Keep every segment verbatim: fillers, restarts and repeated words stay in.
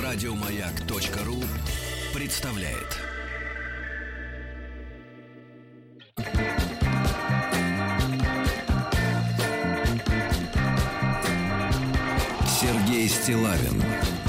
Радиомаяк.ру представляет. Сергей Стиллавин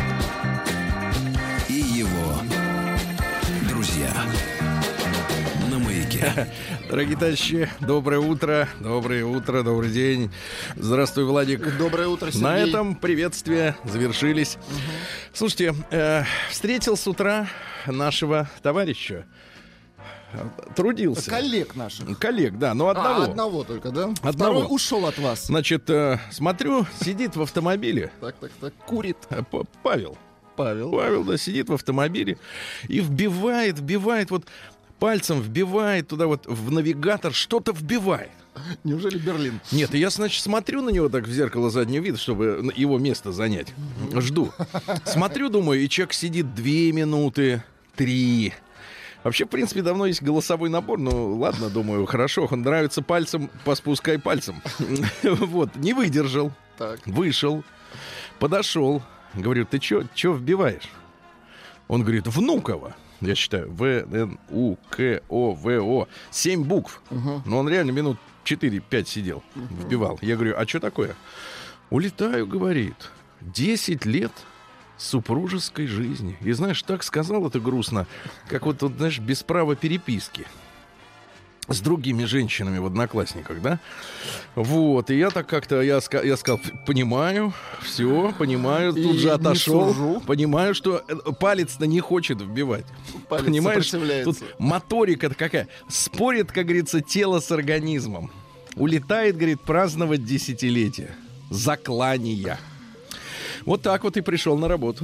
и его друзья на Маяке. Дорогие товарищи, доброе утро, доброе утро, добрый день. Здравствуй, Владик. Доброе утро, Сергей. На этом приветствия завершились. Угу. Слушайте, э, встретил с утра нашего товарища. Трудился. Коллег наших. Коллег, да, но одного. А, одного только, да? Одного. Второй ушел от вас. Значит, э, смотрю, сидит в автомобиле. Так, так, так, курит. П- Павел. Павел. Павел, да, сидит в автомобиле и вбивает, вбивает, вот пальцем вбивает туда вот в навигатор, что-то вбивает. Неужели Берлин? Нет, я, значит, смотрю на него так в зеркало заднего вида, чтобы его место занять. Жду. Смотрю, думаю, и человек сидит две минуты, три. Вообще, в принципе, давно есть голосовой набор. Ну, ладно, думаю, хорошо. Он нравится пальцем, поспускай пальцем. Вот, не выдержал. Так. Вышел, подошел. Говорю, ты чё, чё вбиваешь? Он говорит, Внуково. Я считаю, В, Н, У, К, О, В, О. Семь букв. Угу. Но он реально минут четыре-пять сидел, угу. вбивал. Я говорю, а что такое? Улетаю, говорит. Десять лет супружеской жизни. И знаешь, так сказал это грустно, как вот, вот знаешь, без права переписки с другими женщинами в Одноклассниках, да? Вот, и я так как-то, я, я сказал, понимаю, все, понимаю, тут и же отошел, сужу. Понимаю, что палец-то не хочет вбивать. Палец понимаешь, тут сопротивляется. моторика-то какая, спорит, как говорится, тело с организмом. Улетает, говорит, праздновать десятилетие. Заклания. Вот так вот и пришел на работу.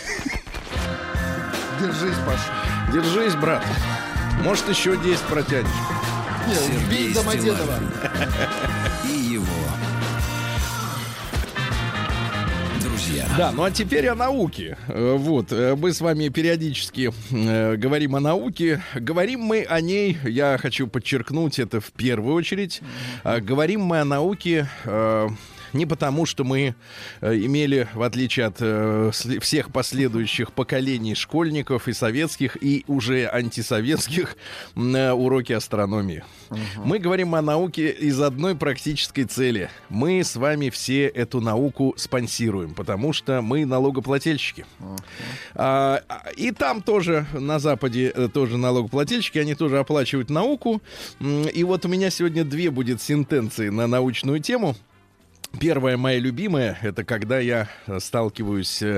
Держись, Паша. Держись, брат. Может, еще десять протянешь. Нет, Сергей бей Домодедово. и его друзья. Да, ну а теперь о науке. Э, Вот, э, мы с вами периодически э, говорим о науке. Говорим мы о ней, я хочу подчеркнуть это в первую очередь. Э, говорим мы о науке... Э, Не потому, что мы э, имели, в отличие от э, сли- всех последующих поколений школьников и советских, и уже антисоветских, э, уроки астрономии. Uh-huh. Мы говорим о науке из одной практической цели. Мы с вами все эту науку спонсируем, потому что мы налогоплательщики. Uh-huh. А, и там тоже, на Западе, э, тоже налогоплательщики, они тоже оплачивают науку. И вот у меня сегодня две будет сентенции на научную тему. Первая моя любимая, это когда я сталкиваюсь э,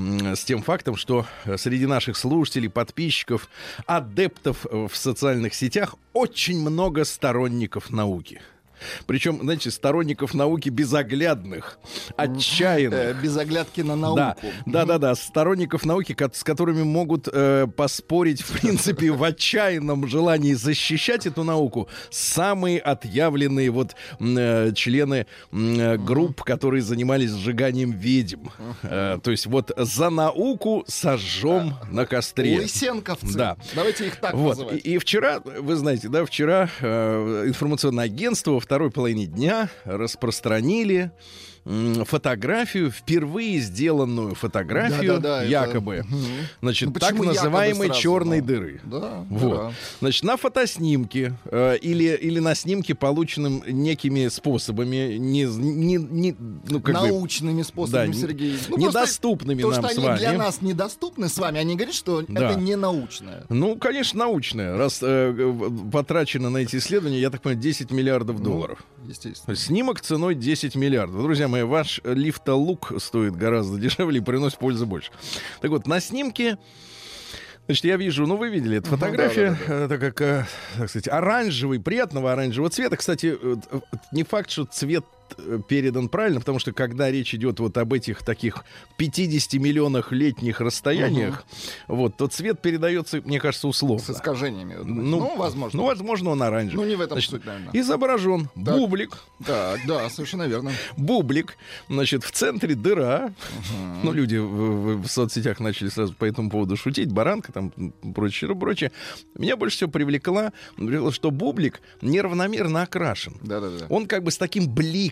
с тем фактом, что среди наших слушателей, подписчиков, адептов в социальных сетях очень много сторонников науки. Причем, знаете, сторонников науки безоглядных, отчаянных. Э, без оглядки на науку. Да, да, да, да, сторонников науки, ко- с которыми могут э, поспорить, в принципе, в отчаянном желании защищать эту науку самые отъявленные вот э, члены э, групп, которые занимались сжиганием ведьм. Э, то есть вот за науку сожжем на костре. Лысенковцы. Да. Давайте их так Вот. называть. И, и вчера, вы знаете, да, вчера э, информационное агентство во второй половине дня распространили м, фотографию, впервые сделанную фотографию, Да-да-да, это- якобы, Мгм. значит, Ну, так почему называемой якобы сразу, черной да? дыры. Да, Вот. да. Значит, на фотоснимке э, или, или на снимке, полученном некими способами, не, не, не, ну, как бы, Научными способами, да, Сергей. Ну, недоступными просто нам то, с что они для вами. нас недоступны с вами, они говорят, что Да. это не научное. Ну, конечно, научная. Раз э, в- потрачено на эти исследования, я так понимаю, десять миллиардов долларов. Естественно. Снимок ценой десять миллиардов. Друзья мои, ваш лифтолук стоит гораздо дешевле и приносит пользы больше. Так вот, на снимке, значит, я вижу, ну, вы видели, это Ага, фотография, да, да, это как, э, так сказать, оранжевый, приятного оранжевого цвета. Кстати, э, э, не факт, что цвет э, передан правильно, потому что когда речь идет вот об этих таких пятидесяти миллионах летних расстояниях, вот, то цвет передается, мне кажется, условно. С искажениями. вы думаете? Ну, Ну, возможно. Ну, возможно, он оранжевый. Ну, не в этом Значит, суть, наверное. изображен Так. бублик. Так, да, совершенно верно. Бублик, значит, в центре дыра. Ну, люди в, в- в соцсетях начали сразу по этому поводу шутить, баранка там, прочее, прочее. Меня больше всего привлекла, привлекло, что бублик неравномерно окрашен. Да-да-да. Он как бы с таким бликом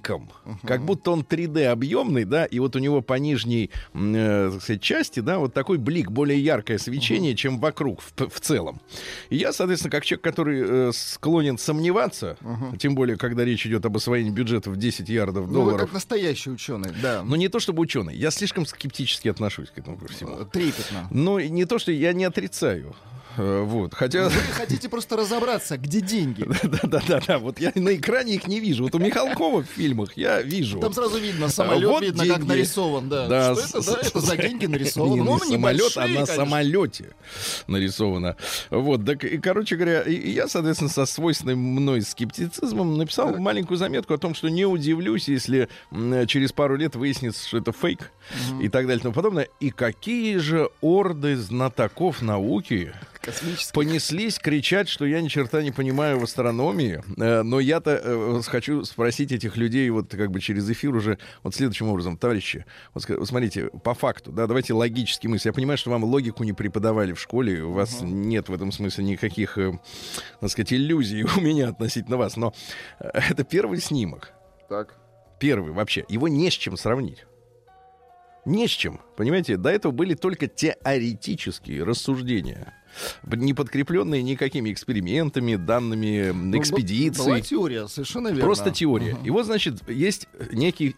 бликом, uh-huh. как будто он три дэ объемный, да, и вот у него по нижней, э, так сказать, части, да, вот такой блик, более яркое свечение, uh-huh. чем вокруг в, в целом. И я, соответственно, как человек, который э, склонен сомневаться, uh-huh. тем более, когда речь идет об освоении бюджета в десять ярдов долларов. Ну, вы как настоящий ученый, да. Ну, не то чтобы ученый, я слишком скептически отношусь к этому ко всему. Трепетно. Ну, не то, что я не отрицаю. Вот, хотя... Вы хотите просто разобраться, где деньги. Да-да-да, вот я на экране их не вижу. Вот у Михалкова в фильмах я вижу. Там сразу видно, самолет вот видно, деньги. Как нарисован. Да. Да, что это, да? Это за деньги нарисовано. Не, не самолет, а на самолете нарисовано. Вот, так, и, короче говоря, и, и я, соответственно, со свойственным мной скептицизмом написал так. маленькую заметку о том, что не удивлюсь, если м, через пару лет выяснится, что это фейк угу. и так далее и тому подобное. И какие же орды знатоков науки понеслись кричать, что я ни черта не понимаю в астрономии. Э, но я-то э, хочу спросить этих людей вот как бы через эфир уже вот следующим образом. Товарищи, вот, вот смотрите, по факту, да, давайте логически мысли. Я понимаю, что вам логику не преподавали в школе, у вас uh-huh. нет в этом смысле никаких, э, так сказать, иллюзий у меня относительно вас, но э, это первый снимок. Так. Первый вообще. Его не с чем сравнить. Не с чем, понимаете? До этого были только теоретические рассуждения, не подкрепленные никакими экспериментами, данными ну, экспедиции. Была теория, совершенно верно. Просто теория. Uh-huh. И вот, значит, есть некий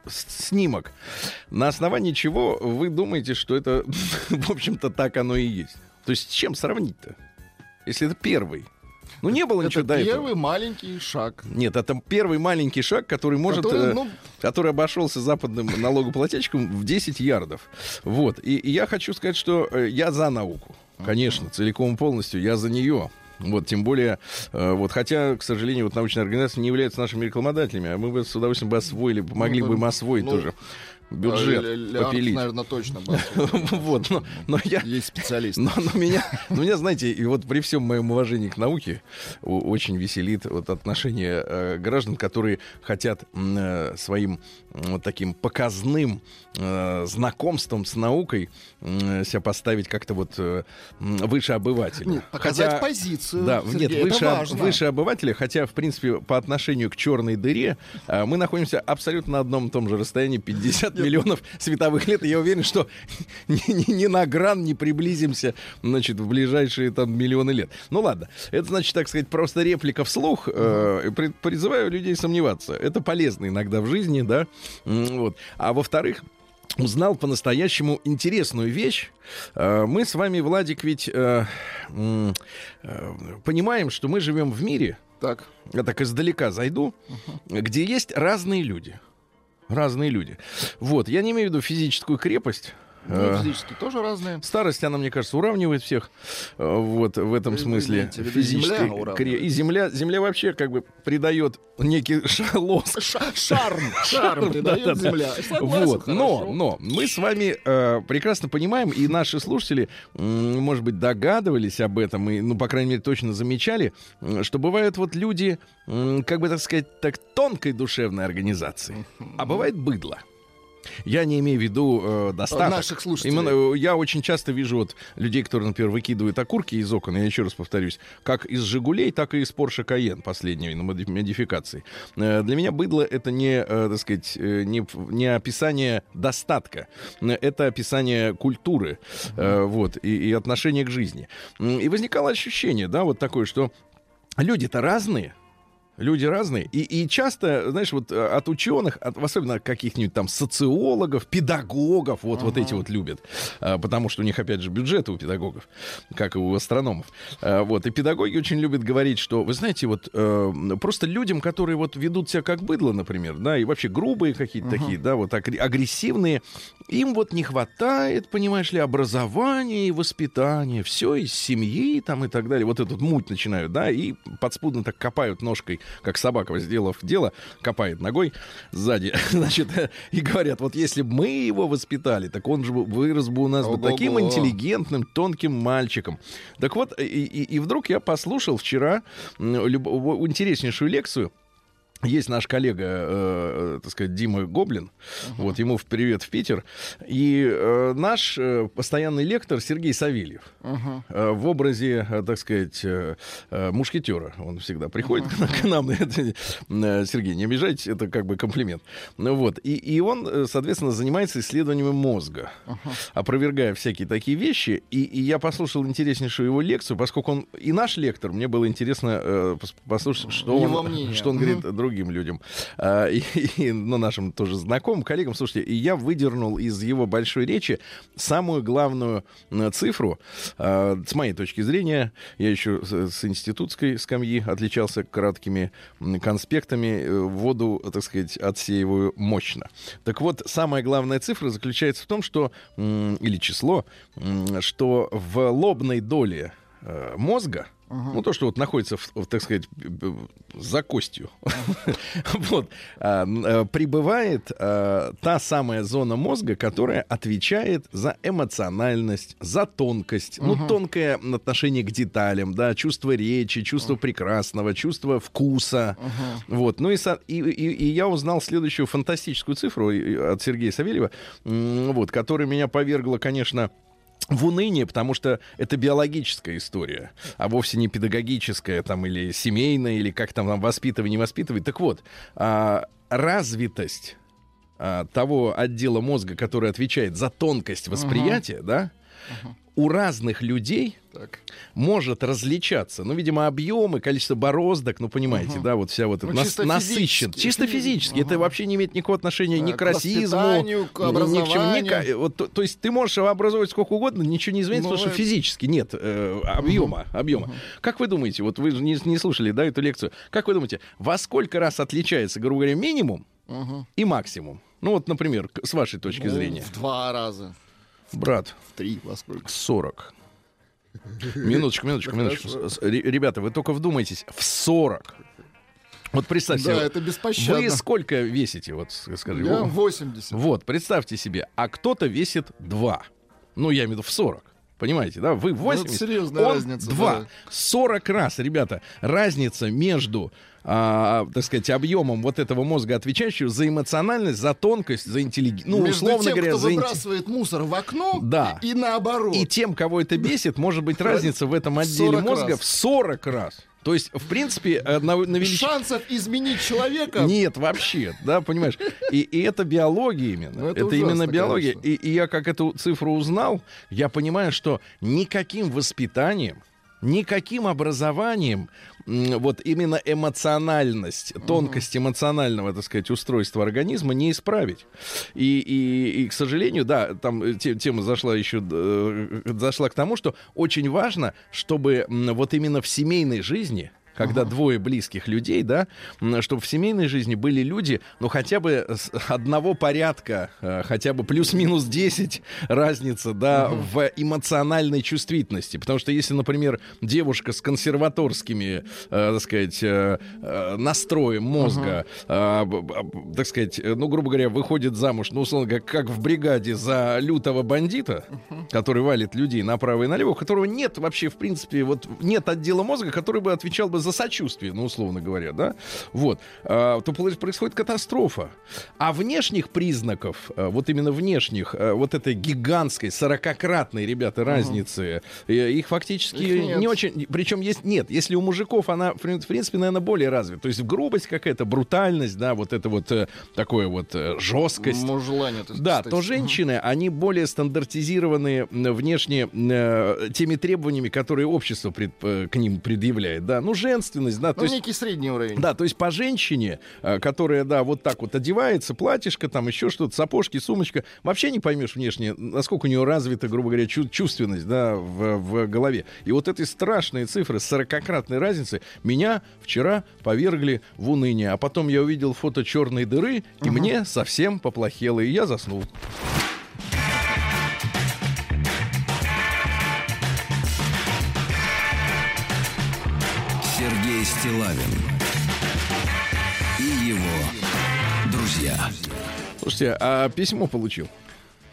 снимок, на основании чего вы думаете, что это, в общем-то, так оно и есть. То есть с чем сравнить-то? Если это первый. Ну, не было это ничего до этого. Это первый маленький шаг. Нет, это первый маленький шаг, который может... Который, ну... который обошелся западным налогоплательщикам в десять ярдов. Вот. И, и я хочу сказать, что я за науку. Конечно, целиком и полностью я за нее. Вот, тем более, э, вот, хотя, к сожалению, вот научные организации не являются нашими рекламодателями, а мы бы с удовольствием бы освоили, помогли ну, бы им освоить ну, тоже. Бюджет Леонард, попилить. Наверное, точно. Вот, но, но я... Есть специалист. Но, но, меня, но меня, знаете, и вот при всем моем уважении к науке очень веселит вот отношение э, граждан, которые хотят э, своим вот таким показным э, знакомством с наукой э, себя поставить как-то вот э, выше обывателя. Нет, показать хотя, позицию. Да, Сергей, нет, выше, выше обывателя, хотя, в принципе, по отношению к черной дыре э, мы находимся абсолютно на одном и том же расстоянии пятьдесят миллионов световых лет, и я уверен, что ни, ни, ни на гран не приблизимся, значит, в ближайшие там миллионы лет. Ну ладно, это значит, так сказать, просто реплика вслух. Э, призываю людей сомневаться. Это полезно иногда в жизни, да. Вот. А во-вторых, узнал по-настоящему интересную вещь. Э, мы с вами, Владик, ведь э, э, понимаем, что мы живем в мире. Так. Я так издалека зайду, uh-huh. где есть разные люди. Разные люди. Вот, я не имею в виду физическую крепость. Ну, физически тоже разные. Старость, она, мне кажется, уравнивает всех. Вот, в этом Вы смысле. Физически. Кре... И земля, земля вообще как бы придает некий лоск. Шарм. Шарм придает земля. Вот. Но, но мы с вами э, прекрасно понимаем, и наши слушатели, э, может быть, догадывались об этом, и, ну, по крайней мере, точно замечали, э, что бывают вот люди, э, как бы, так сказать, так тонкой душевной организации, а бывает быдло. Я не имею в виду э, достаток. Наших слушателей. Именно, я очень часто вижу вот людей, которые, например, выкидывают окурки из окон, я еще раз повторюсь, как из «Жигулей», так и из Porsche Cayenne последней модификации. Э, для меня быдло — это не, э, так сказать, э, не, не описание достатка, это описание культуры, э, вот, и, и отношения к жизни. И возникало ощущение, да, вот такое, что люди-то разные. Люди разные. И, и часто, знаешь, вот от ученых, от, особенно от каких-нибудь там социологов, педагогов, вот, uh-huh. вот эти вот любят. А, потому что у них, опять же, бюджеты у педагогов, как и у астрономов. А, вот. И педагоги очень любят говорить, что, вы знаете, вот э, просто людям, которые вот ведут себя как быдло, например, да, и вообще грубые какие-то uh-huh. такие, да, вот агрессивные, им вот не хватает, понимаешь ли, образования и воспитания, все из семьи там и так далее. Вот эту муть начинают, да, и подспудно так копают ножкой, как собака, сделав дело, копает ногой сзади, значит, и говорят, вот если бы мы его воспитали, так он же вырос бы у нас бы таким интеллигентным, тонким мальчиком. Так вот, и, и, и вдруг я послушал вчера люб- интереснейшую лекцию Есть наш коллега, э, так сказать, Дима Гоблин, uh-huh. вот, ему в привет в Питер, и э, наш э, постоянный лектор Сергей Савельев uh-huh. э, в образе, э, так сказать, э, э, мушкетера, он всегда приходит uh-huh. к нам, э, Сергей, не обижайтесь, это как бы комплимент, ну, вот, и, и он, соответственно, занимается исследованием мозга, uh-huh. опровергая всякие такие вещи, и, и я послушал интереснейшую его лекцию, поскольку он и наш лектор, мне было интересно э, послушать, что он, что он говорит uh-huh. другим людям, а, и, и ну, нашим тоже знакомым, коллегам. Слушайте, и я выдернул из его большой речи самую главную а, цифру, а, с моей точки зрения. Я еще с, с институтской скамьи отличался краткими конспектами, воду, так сказать, отсеиваю мощно. Так вот, самая главная цифра заключается в том, что, или число, что в лобной доле а, мозга, Uh-huh. ну, то, что вот находится, в, в, так сказать, за костью, uh-huh. вот, а, а, прибывает а, та самая зона мозга, которая отвечает за эмоциональность, за тонкость, uh-huh. ну, тонкое отношение к деталям, да, чувство речи, чувство uh-huh. прекрасного, чувство вкуса, uh-huh. вот, ну, и, и, и, и я узнал следующую фантастическую цифру от Сергея Савельева, вот, которая меня повергла, конечно, в уныние, потому что это биологическая история, а вовсе не педагогическая, там, или семейная, или как там, там воспитывать, не воспитывать. Так вот, а, развитость а, того отдела мозга, который отвечает за тонкость восприятия, uh-huh. да, uh-huh. у разных людей так. может различаться. Ну, видимо, объемы, количество бороздок, ну, понимаете, uh-huh. да, вот вся вот ну, нас, чисто насыщен. Физически. Чисто физически. Uh-huh. Это вообще не имеет никакого отношения ни к, к расизму, к образованию. Ни к чему. Ни к... Вот, то, то есть ты можешь образовывать сколько угодно, ничего не изменится, потому что физически нет э, объема. Uh-huh. объема. Uh-huh. Как вы думаете, вот вы же не, не слушали, да, эту лекцию, как вы думаете, во сколько раз отличается, грубо говоря, минимум uh-huh. и максимум? Ну, вот, например, с вашей точки ну, зрения. В два раза. Брат. В три, во сколько? сорок. Минуточку, минуточку, минуточку. Ребята, вы только вдумайтесь, в сорок. Вот представьте, да, это беспощадно. Вы сколько весите? Вот скажи. Я восемьдесят. Вот, представьте себе, а кто-то весит два. Ну, я имею в виду в сорок. Понимаете, да? Вы восемьдесят, ну, серьезная он разница, два. Да. сорок раз, ребята, разница между, а, так сказать, объемом вот этого мозга, отвечающего за эмоциональность, за тонкость, за интеллигентность. Ну, между условно тем, говоря, кто за выбрасывает инт... мусор в окно, да. и, и наоборот. И тем, кого это бесит, может быть разница в этом отделе мозга раз. в сорок раз. То есть, в принципе, на, на велич... шансов изменить человека нет вообще, да, понимаешь? И, и это биология именно. Это, это именно биология. И, и я как эту цифру узнал, я понимаю, что никаким воспитанием, никаким образованием вот именно эмоциональность, тонкость эмоционального, так сказать, устройства организма не исправить. И, и, и к сожалению, да, там тема зашла еще э, зашла к тому, что очень важно, чтобы вот именно в семейной жизни, когда uh-huh. двое близких людей, да, чтобы в семейной жизни были люди, ну, хотя бы с одного порядка, хотя бы плюс-минус десять разница, да, uh-huh. в эмоциональной чувствительности. Потому что если, например, девушка с консерваторскими, э, так сказать, э, настроем мозга, uh-huh. э, так сказать, ну, грубо говоря, выходит замуж, ну, условно говоря, как в бригаде за лютого бандита, uh-huh. который валит людей направо и налево, у которого нет вообще, в принципе, вот нет отдела мозга, который бы отвечал бы за сочувствие, ну, условно говоря, да, вот, а, то происходит катастрофа. А внешних признаков, а, вот именно внешних, а, вот этой гигантской, сорокакратной, ребята, разницы, uh-huh. их фактически их не очень, причем есть, нет, если у мужиков она, в принципе, наверное, более развита, то есть грубость какая-то, брутальность, да, вот это вот такое вот жесткость. Мужлание, то есть, да, то женщины, uh-huh. они более стандартизированы внешне э, теми требованиями, которые общество пред, к ним предъявляет, да, ну, женственность, да, то ну, есть, некий средний уровень. Да, то есть по женщине, которая, да, вот так вот одевается, платьишко, там еще что-то, сапожки, сумочка, вообще не поймешь внешне, насколько у нее развита, грубо говоря, чу- чувственность, да, в, в голове. И вот эти страшные цифры с сорокакратной разницей меня вчера повергли в уныние. А потом я увидел фото черной дыры, и uh-huh. мне совсем поплохело, и я заснул. Сергей Стиллавин и его друзья. Слушайте, а письмо получил,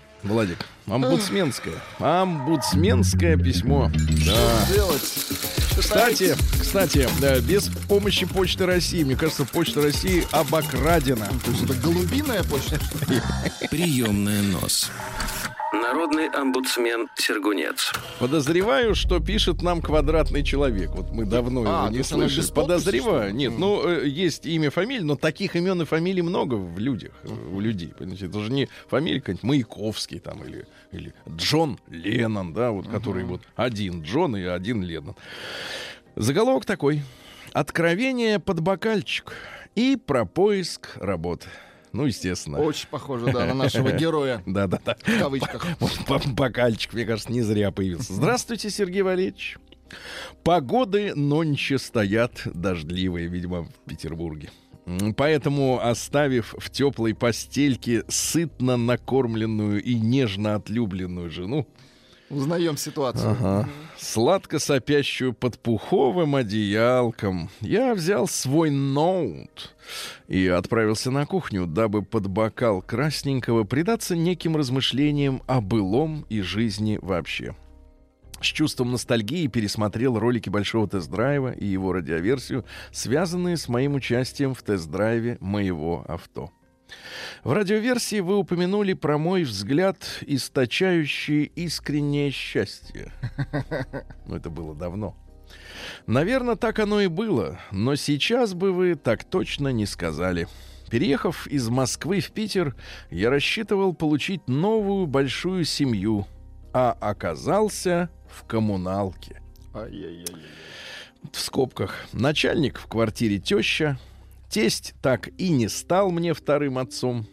Владик, омбудсменское, омбудсменское письмо. Да. Что делать? Кстати, кстати, да, без помощи Почты России, мне кажется, Почта России обокрадена. То есть это голубиная почта? Приемная нос. Народный омбудсмен Сергунец. Подозреваю, что пишет нам квадратный человек. Вот мы давно А, его то не есть она без слышали. подписи, Подозреваю. что ли? Нет, ну, э, есть имя, фамилия, но таких имен и фамилий много в людях, э, у людей. Понимаете, это же не фамилия какая-нибудь Маяковский там или, или Джон Леннон, да, вот, который вот один Джон и один Леннон. Заголовок такой. Откровение под бокальчик и про поиск работы. Ну, естественно. Очень похоже, да, на нашего героя. Да-да-да. В кавычках. Бокальчик, мне кажется, не зря появился. Здравствуйте, Сергей Валерьевич. Погоды нонче стоят дождливые, видимо, в Петербурге. Поэтому, оставив в теплой постельке сытно накормленную и нежно отлюбленную жену, Узнаем ситуацию. ага, сладко сопящую под пуховым одеялком, я взял свой ноут и отправился на кухню, дабы под бокал красненького предаться неким размышлениям о былом и жизни вообще. С чувством ностальгии пересмотрел ролики Большого тест-драйва и его радиоверсию, связанные с моим участием в тест-драйве моего авто. В радиоверсии вы упомянули про мой взгляд, источающий искреннее счастье. Ну, это было давно. Наверное, так оно и было, но сейчас бы вы так точно не сказали. Переехав из Москвы в Питер, я рассчитывал получить новую большую семью, а оказался в коммуналке. Ай-яй-яй. В скобках. Начальник в квартире теща. Тесть так и не стал мне вторым отцом.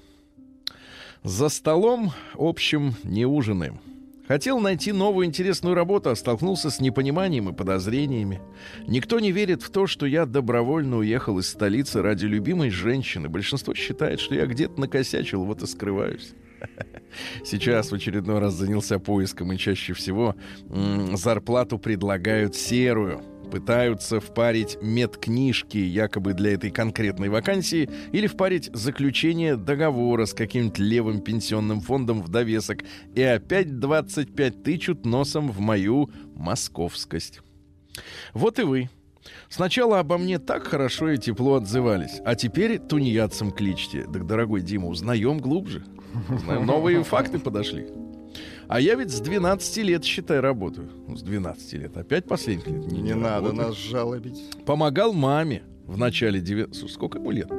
За столом общим не ужинаем. Хотел найти новую интересную работу, а столкнулся с непониманием и подозрениями. Никто не верит в то, что я добровольно уехал из столицы ради любимой женщины. Большинство считает, что я где-то накосячил, вот и скрываюсь. Сейчас в очередной раз занялся поиском, и чаще всего м- зарплату предлагают серую. Пытаются впарить медкнижки якобы для этой конкретной вакансии или впарить заключение договора с каким-нибудь левым пенсионным фондом в довесок. И опять двадцать пять тычут носом в мою московскость. Вот и вы. Сначала обо мне так хорошо и тепло отзывались, а теперь тунеядцем кличьте. Так, дорогой Дима, узнаем глубже. Узнаем. Новые факты подошли. А я ведь с двенадцати лет, считай, работаю. Ну, с двенадцати лет. Опять последних лет не, Не, не надо работаю. нас жалобить. Помогал маме в начале девяностых. Сколько ему лет?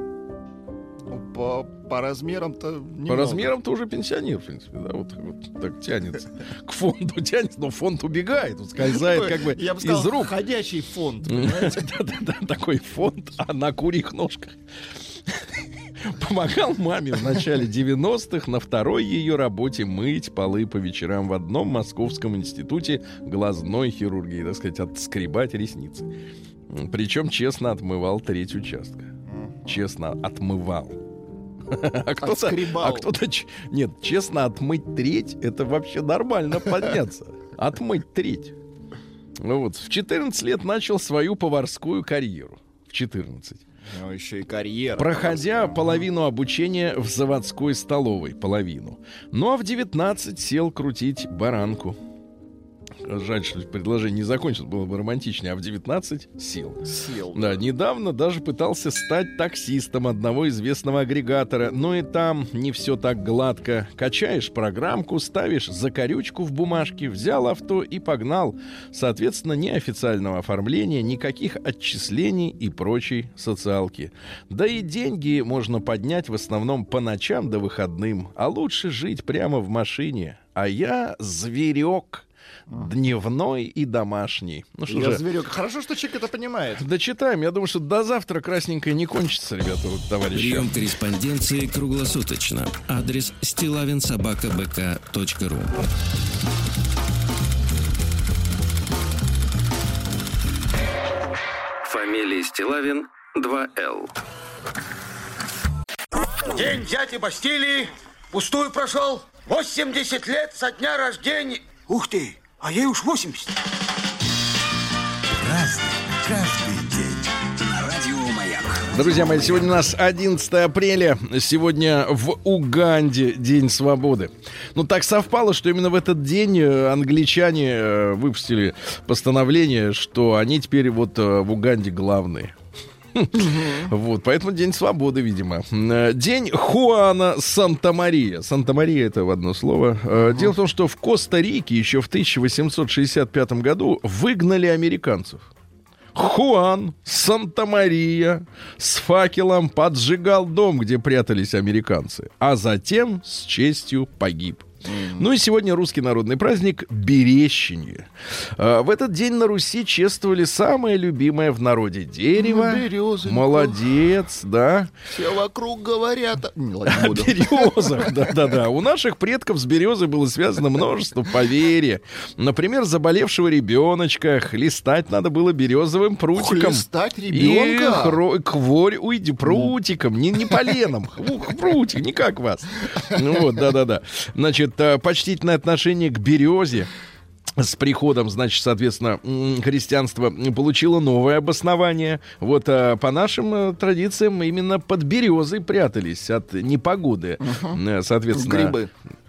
По, по размерам-то По немного. размерам-то уже пенсионер, в принципе. Да? Вот, вот так тянется. К фонду тянется, но фонд убегает. Ускользает как бы Я бы сказал, из рук. ходячий фонд. понимаете? Да-да-да, такой фонд, а на курьих ножках. Помогал маме в начале девяностых на второй ее работе мыть полы по вечерам в одном московском институте глазной хирургии, так сказать, отскребать ресницы. Причем честно отмывал треть участка. Честно отмывал. А кто-то, Отскребал. а кто-то... ч- Нет, честно отмыть треть, это вообще нормально подняться. Отмыть треть. Ну вот, в четырнадцать лет начал свою поварскую карьеру. В четырнадцать. Ну, еще и карьера. Проходя половину обучения в заводской столовой, половину. Ну а в девятнадцать сел крутить баранку. Жаль, что предложение не закончилось, было бы романтичнее. А в девятнадцать сел. Сел. Да, недавно даже пытался стать таксистом одного известного агрегатора. Но и там не все так гладко. Качаешь программку, ставишь закорючку в бумажке, взял авто и погнал. Соответственно, ни официального оформления, никаких отчислений и прочей социалки. Да и деньги можно поднять в основном по ночам да выходным. А лучше жить прямо в машине. А я зверек. Дневной и домашний. Ну что Я же, зверек. Хорошо, что человек это понимает. дочитаем. Я думаю, что до завтра красненькое не кончится, ребята, вот, товарищи. Прием корреспонденции круглосуточно. Адрес стилавин собака бэ ка точка ру. Фамилия Стилавин два эл. День дяди Бастилии пустую прошел. восемьдесят лет со дня рождения. Ух ты, а ей уж восемьдесят. Разный, каждый день. На радио «Маяк». Друзья мои, сегодня у нас одиннадцатое апреля. Сегодня в Уганде День свободы. Ну, так совпало, что именно в этот день англичане выпустили постановление, что они теперь вот в Уганде главные. Вот, поэтому День свободы, видимо. День Хуана Санта-Мария. Санта-Мария — это в одно слово. Дело в том, что в Коста-Рике еще в тысяча восемьсот шестьдесят пятом году выгнали американцев. Хуан Санта-Мария с факелом поджигал дом, где прятались американцы, а затем с честью погиб. Mm-hmm. Ну и сегодня русский народный праздник Берещенье. А, в этот день на Руси чествовали самое любимое в народе дерево. Березоньку. Молодец, да. Все вокруг говорят о березах. Да-да-да. У наших предков с березой было связано множество поверий. Например, заболевшего ребеночка хлестать надо было березовым прутиком. Хлестать ребенка? И хро... хворь уйди прутиком, не, не поленом. Ух, прутик, не как вас. Ну вот, да-да-да. Значит, почтительное отношение к березе с приходом, значит, соответственно, христианство получило новое обоснование. Вот а по нашим традициям именно под березой прятались от непогоды. Uh-huh. Соответственно... Грибы.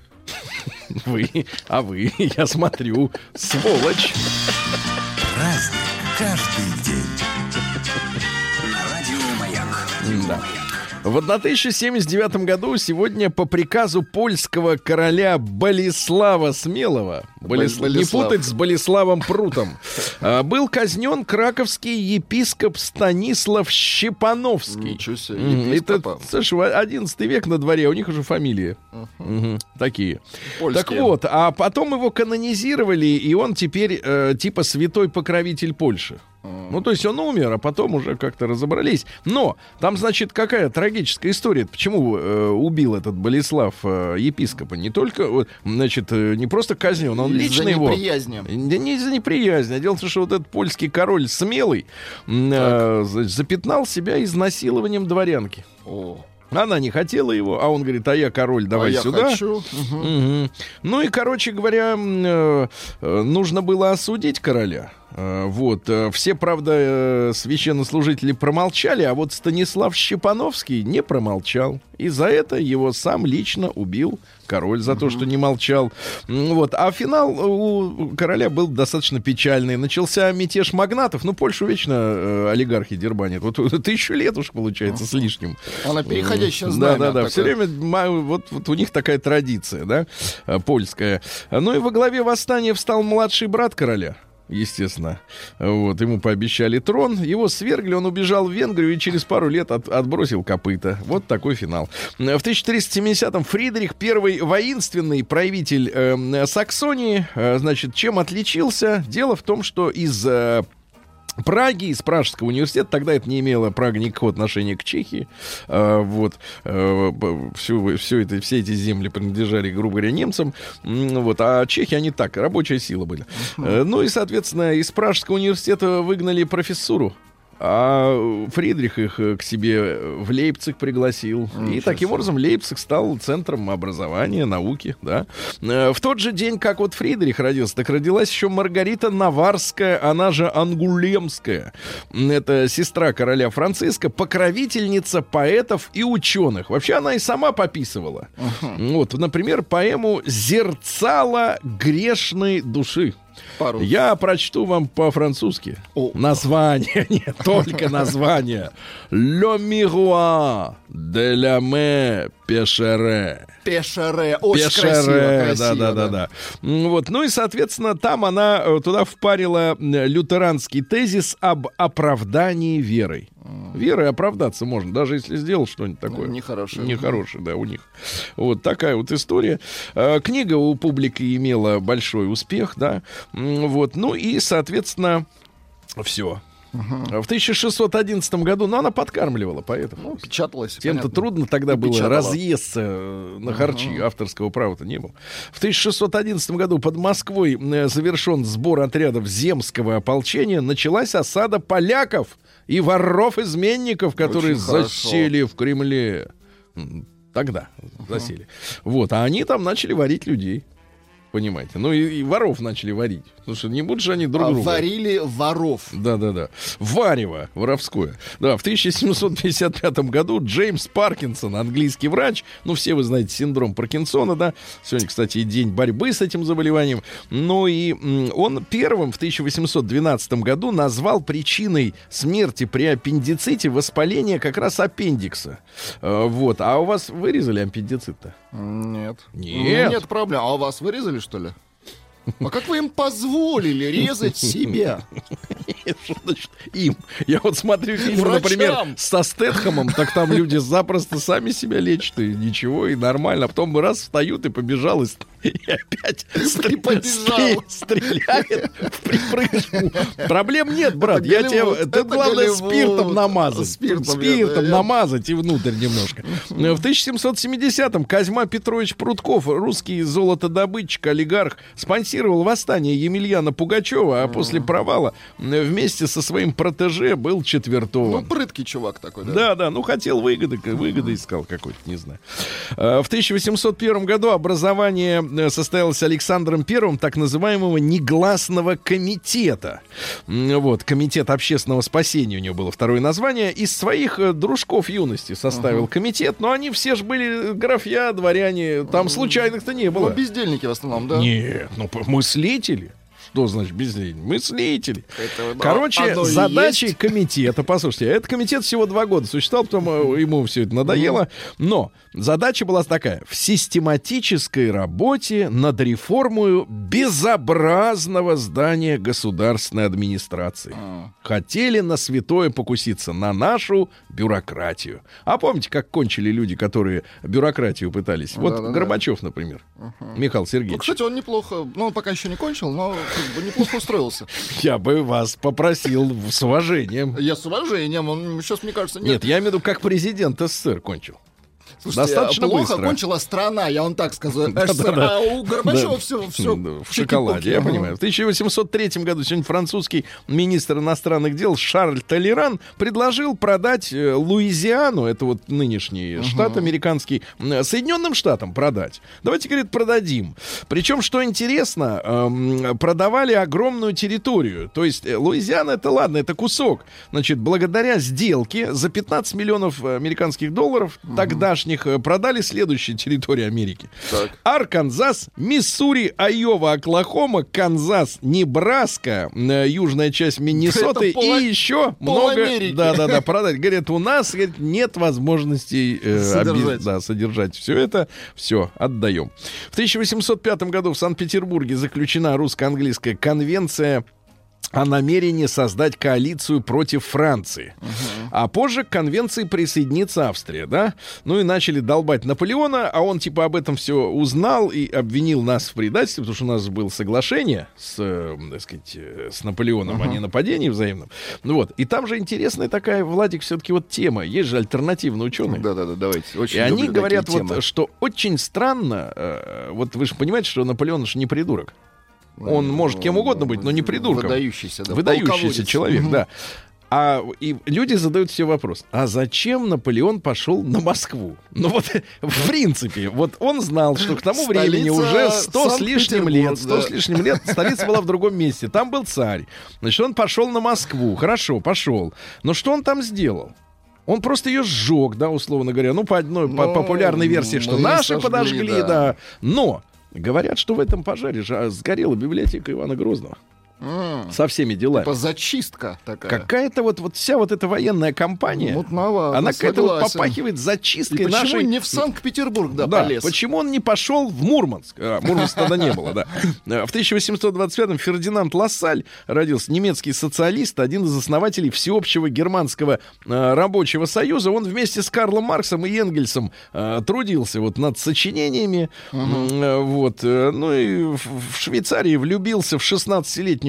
Вы, а вы, я смотрю, сволочь. Праздник каждый день. Радио Маяк. Да. В тысяча девятьсот семьдесят девятом году сегодня по приказу польского короля Болеслава Смелого, Болес... не путать с Болеславом Прутом, был казнен краковский епископ Станислав Щепановский. Ничего себе, это, слушай, одиннадцатый век на дворе, у них уже фамилии uh-huh. угу, такие. Польские. Так вот, а потом его канонизировали, и он теперь э, типа святой покровитель Польши. Ну, то есть он умер, а потом уже как-то разобрались. Но там, значит, какая трагическая история. Почему э, убил этот Болеслав э, епископа? Не только, значит, э, не просто казнил, но он из-за лично его... неприязни. Не, не из-за неприязни. А дело в том, что вот этот польский король Смелый э, запятнал себя изнасилованием дворянки. О. Она не хотела его, а он говорит, а я король, давай а сюда. Я хочу. Угу. Угу. Ну и, короче говоря, э, э, нужно было осудить короля. Э, вот. Все, правда, э, священнослужители промолчали, а вот Станислав Щепановский не промолчал. И за это его сам лично убил король, за то, что не молчал. Вот. А финал у короля был достаточно печальный. Начался мятеж магнатов. Ну, Польшу вечно э, олигархи дербанят. Вот тысячу лет уж, получается, с лишним. Она переходящая знамя. Да-да-да. Все время вот, вот у них такая традиция, да, польская. Ну и во главе восстания встал младший брат короля. Естественно. Вот, ему пообещали трон, его свергли, он убежал в Венгрию и через пару лет от, отбросил копыта. Вот такой финал. В тысяча триста семидесятом Фридрих I, воинственный правитель э, Саксонии, э, значит, чем отличился? Дело в том, что из... Э, Праги, из Пражского университета, тогда это не имело, Прага, никакого отношения к Чехии. А, вот, а, все, все, это, все эти земли принадлежали, грубо говоря, немцам. Вот, а чехи, они так, рабочая сила были. Uh-huh. Ну и, соответственно, из Пражского университета выгнали профессуру. А Фридрих их к себе в Лейпциг пригласил. Mm, и таким образом Лейпциг стал центром образования, науки. Да? В тот же день, как вот Фридрих родился, так родилась еще Маргарита Наварская, она же Ангулемская. Это сестра короля Франциска, покровительница поэтов и ученых. Вообще она и сама пописывала. Uh-huh. Вот, например, поэму «Зерцало грешной души». Пару. Я прочту вам по-французски. О. Название, нет, только название. Le miroir de la mer pécherée. Пешере, очень Пешере, красиво, красиво. Да, да, да, да. Вот. Ну и, соответственно, там она туда впарила лютеранский тезис об оправдании верой. Верой оправдаться можно, даже если сделал что-нибудь такое. Ну, нехорошее. Нехорошее, да, у них. Вот такая вот история. Книга у публики имела большой успех, да. Вот. Ну и, соответственно, все. Uh-huh. В тысяча шестьсот одиннадцатом году, ну, она подкармливала поэтому. Ну, печаталась. Тем-то понятно. трудно тогда было Печатала. разъесться на харчи. Uh-huh. Авторского права-то не было. В тысяча шестьсот одиннадцатом году под Москвой завершен сбор отрядов земского ополчения. Началась осада поляков и воров-изменников, которые Очень засели хорошо. в Кремле. Тогда uh-huh. засели. Вот. А они там начали варить людей. понимаете. Ну и, и воров начали варить. Потому что не будут же они друг А, друга. варили воров. Да-да-да. Варево воровское. Да, в тысяча семьсот пятьдесят пятом году Джеймс Паркинсон, английский врач, ну, все вы знаете синдром Паркинсона, да. Сегодня, кстати, и день борьбы с этим заболеванием. Ну и м, он первым в тысяча восемьсот двенадцатом году назвал причиной смерти при аппендиците воспаление как раз аппендикса. Э, вот. А у вас вырезали аппендицит-то? Нет. Нет. У меня нет проблем. А у вас вырезали, что ли? А как вы им позволили резать себя? Что значит им? Я вот смотрю фильмы, Врачам. например, со Стэтхэмом, так там люди запросто сами себя лечат, и ничего, и нормально. А потом раз встают и побежал, и, и опять стр- побежал. стр- стреляет в припрыжку. Проблем нет, брат. Это Я тебе, Голливуд, это это главное Голливуд. спиртом намазать. Спиртом, Спиртом я- намазать и внутрь немножко. В тысяча семьсот семидесятом Козьма Петрович Прутков, русский золотодобытчик, олигарх, спонсировал восстание Емельяна Пугачева, а после провала вместе со своим протеже был Ну, четвертован. прыткий чувак такой, да? Да, да, ну хотел выгоды, выгоды искал какой-то, не знаю. А, В тысяча восемьсот первом году образование э, состоялось Александром Первым так называемого негласного комитета. М, Вот, комитет общественного спасения у него было второе название. Из своих э, дружков юности составил комитет, но они все же были графья, дворяне, там случайных-то не Ну, было. бездельники в основном, да? Нет, ну п- мыслители. Что значит бездельники? Мыслители. Это, да, Короче, оно и задачей есть. комитета, послушайте, этот комитет всего два года существовал, потом э, ему все это надоело, но задача была такая: в систематической работе над реформой безобразного здания государственной администрации. А. Хотели на святое покуситься, на нашу бюрократию. А помните, как кончили люди, которые бюрократию пытались? Вот Да-да-да. Горбачев, например. Михаил Ну, Сергеевич. кстати, он неплохо, ну, он пока еще не кончил, но как бы неплохо устроился. Я бы вас попросил с уважением. Я с уважением, он сейчас, мне кажется, нет. Нет, я имею в виду, как президент СССР кончил. Слушайте, достаточно плохо быстро. кончила страна, я вам так скажу. Да-да-да. А у Горбачева Да. все, все Да, в шоколаде, я понимаю. В тысяча восемьсот третьем году сегодня французский министр иностранных дел Шарль Толеран предложил продать э, Луизиану, это вот нынешний штат американский, э, Соединенным Штатам продать. Давайте, говорит, продадим. Причем, что интересно, эм, продавали огромную территорию. То есть э, Луизиана, это ладно, это кусок. Значит, благодаря сделке за пятнадцать миллионов американских долларов тогдашних э, продали следующие территории Америки. Так. Арканзас, Миссури, Айова, Оклахома, Канзас, Небраска, э, южная часть Миннесоты Это пол- и еще пол много. Америки. Да, да, да, продать. Говорят, у нас, говорит, нет возможности э, Содержать. оби- да, содержать все это. Все, отдаем. В тысяча восемьсот пятом году в Санкт-Петербурге заключена русско-английская конвенция о намерении создать коалицию против Франции. Uh-huh. А позже к конвенции присоединится Австрия, да? Ну и начали долбать Наполеона, а он типа об этом все узнал и обвинил нас в предательстве, потому что у нас было соглашение с, э, так сказать, э, с Наполеоном uh-huh. о ненападении взаимном. Ну вот. И там же интересная такая, Владик, все-таки вот тема. Есть же альтернативные ученые. Да-да-да, давайте. Очень И они люблю говорят, такие вот, темы. что очень странно, э, вот вы же понимаете, что Наполеон же не придурок. Он может кем угодно быть, но не придурком. Выдающийся, да. Выдающийся полководец. человек, Мгм. да. А и люди задают себе вопрос: а зачем Наполеон пошел на Москву? Ну вот, в принципе, вот он знал, что к тому Столица времени уже сто с лишним лет, Санкт-Петербург, сто да. с лишним лет столица была в другом месте. Там был царь. Значит, он пошел на Москву. Хорошо, пошел. Но что он там сделал? Он просто ее сжег, да, условно говоря. Ну, по одной по Ну, популярной версии, что мы наши сожгли, подожгли, да. да. Но говорят, что в этом пожаре же сгорела библиотека Ивана Грозного. М, Со всеми делами. Типа зачистка такая. Какая-то вот, вот вся вот эта военная кампания, Мутновато, она какая-то вот согласен. попахивает И зачисткой почему нашей... не в Санкт-Петербург, да, Да, полез? почему он не пошел в Мурманск? А, Мурманска тогда не было, да. В тысяча восемьсот двадцать пятом Фердинанд Лассаль родился, немецкий социалист, один из основателей всеобщего германского э, рабочего союза. Он вместе с Карлом Марксом и Энгельсом э, трудился вот над сочинениями. М, э, вот. э, Ну и в в Швейцарии влюбился в шестнадцатилетнюю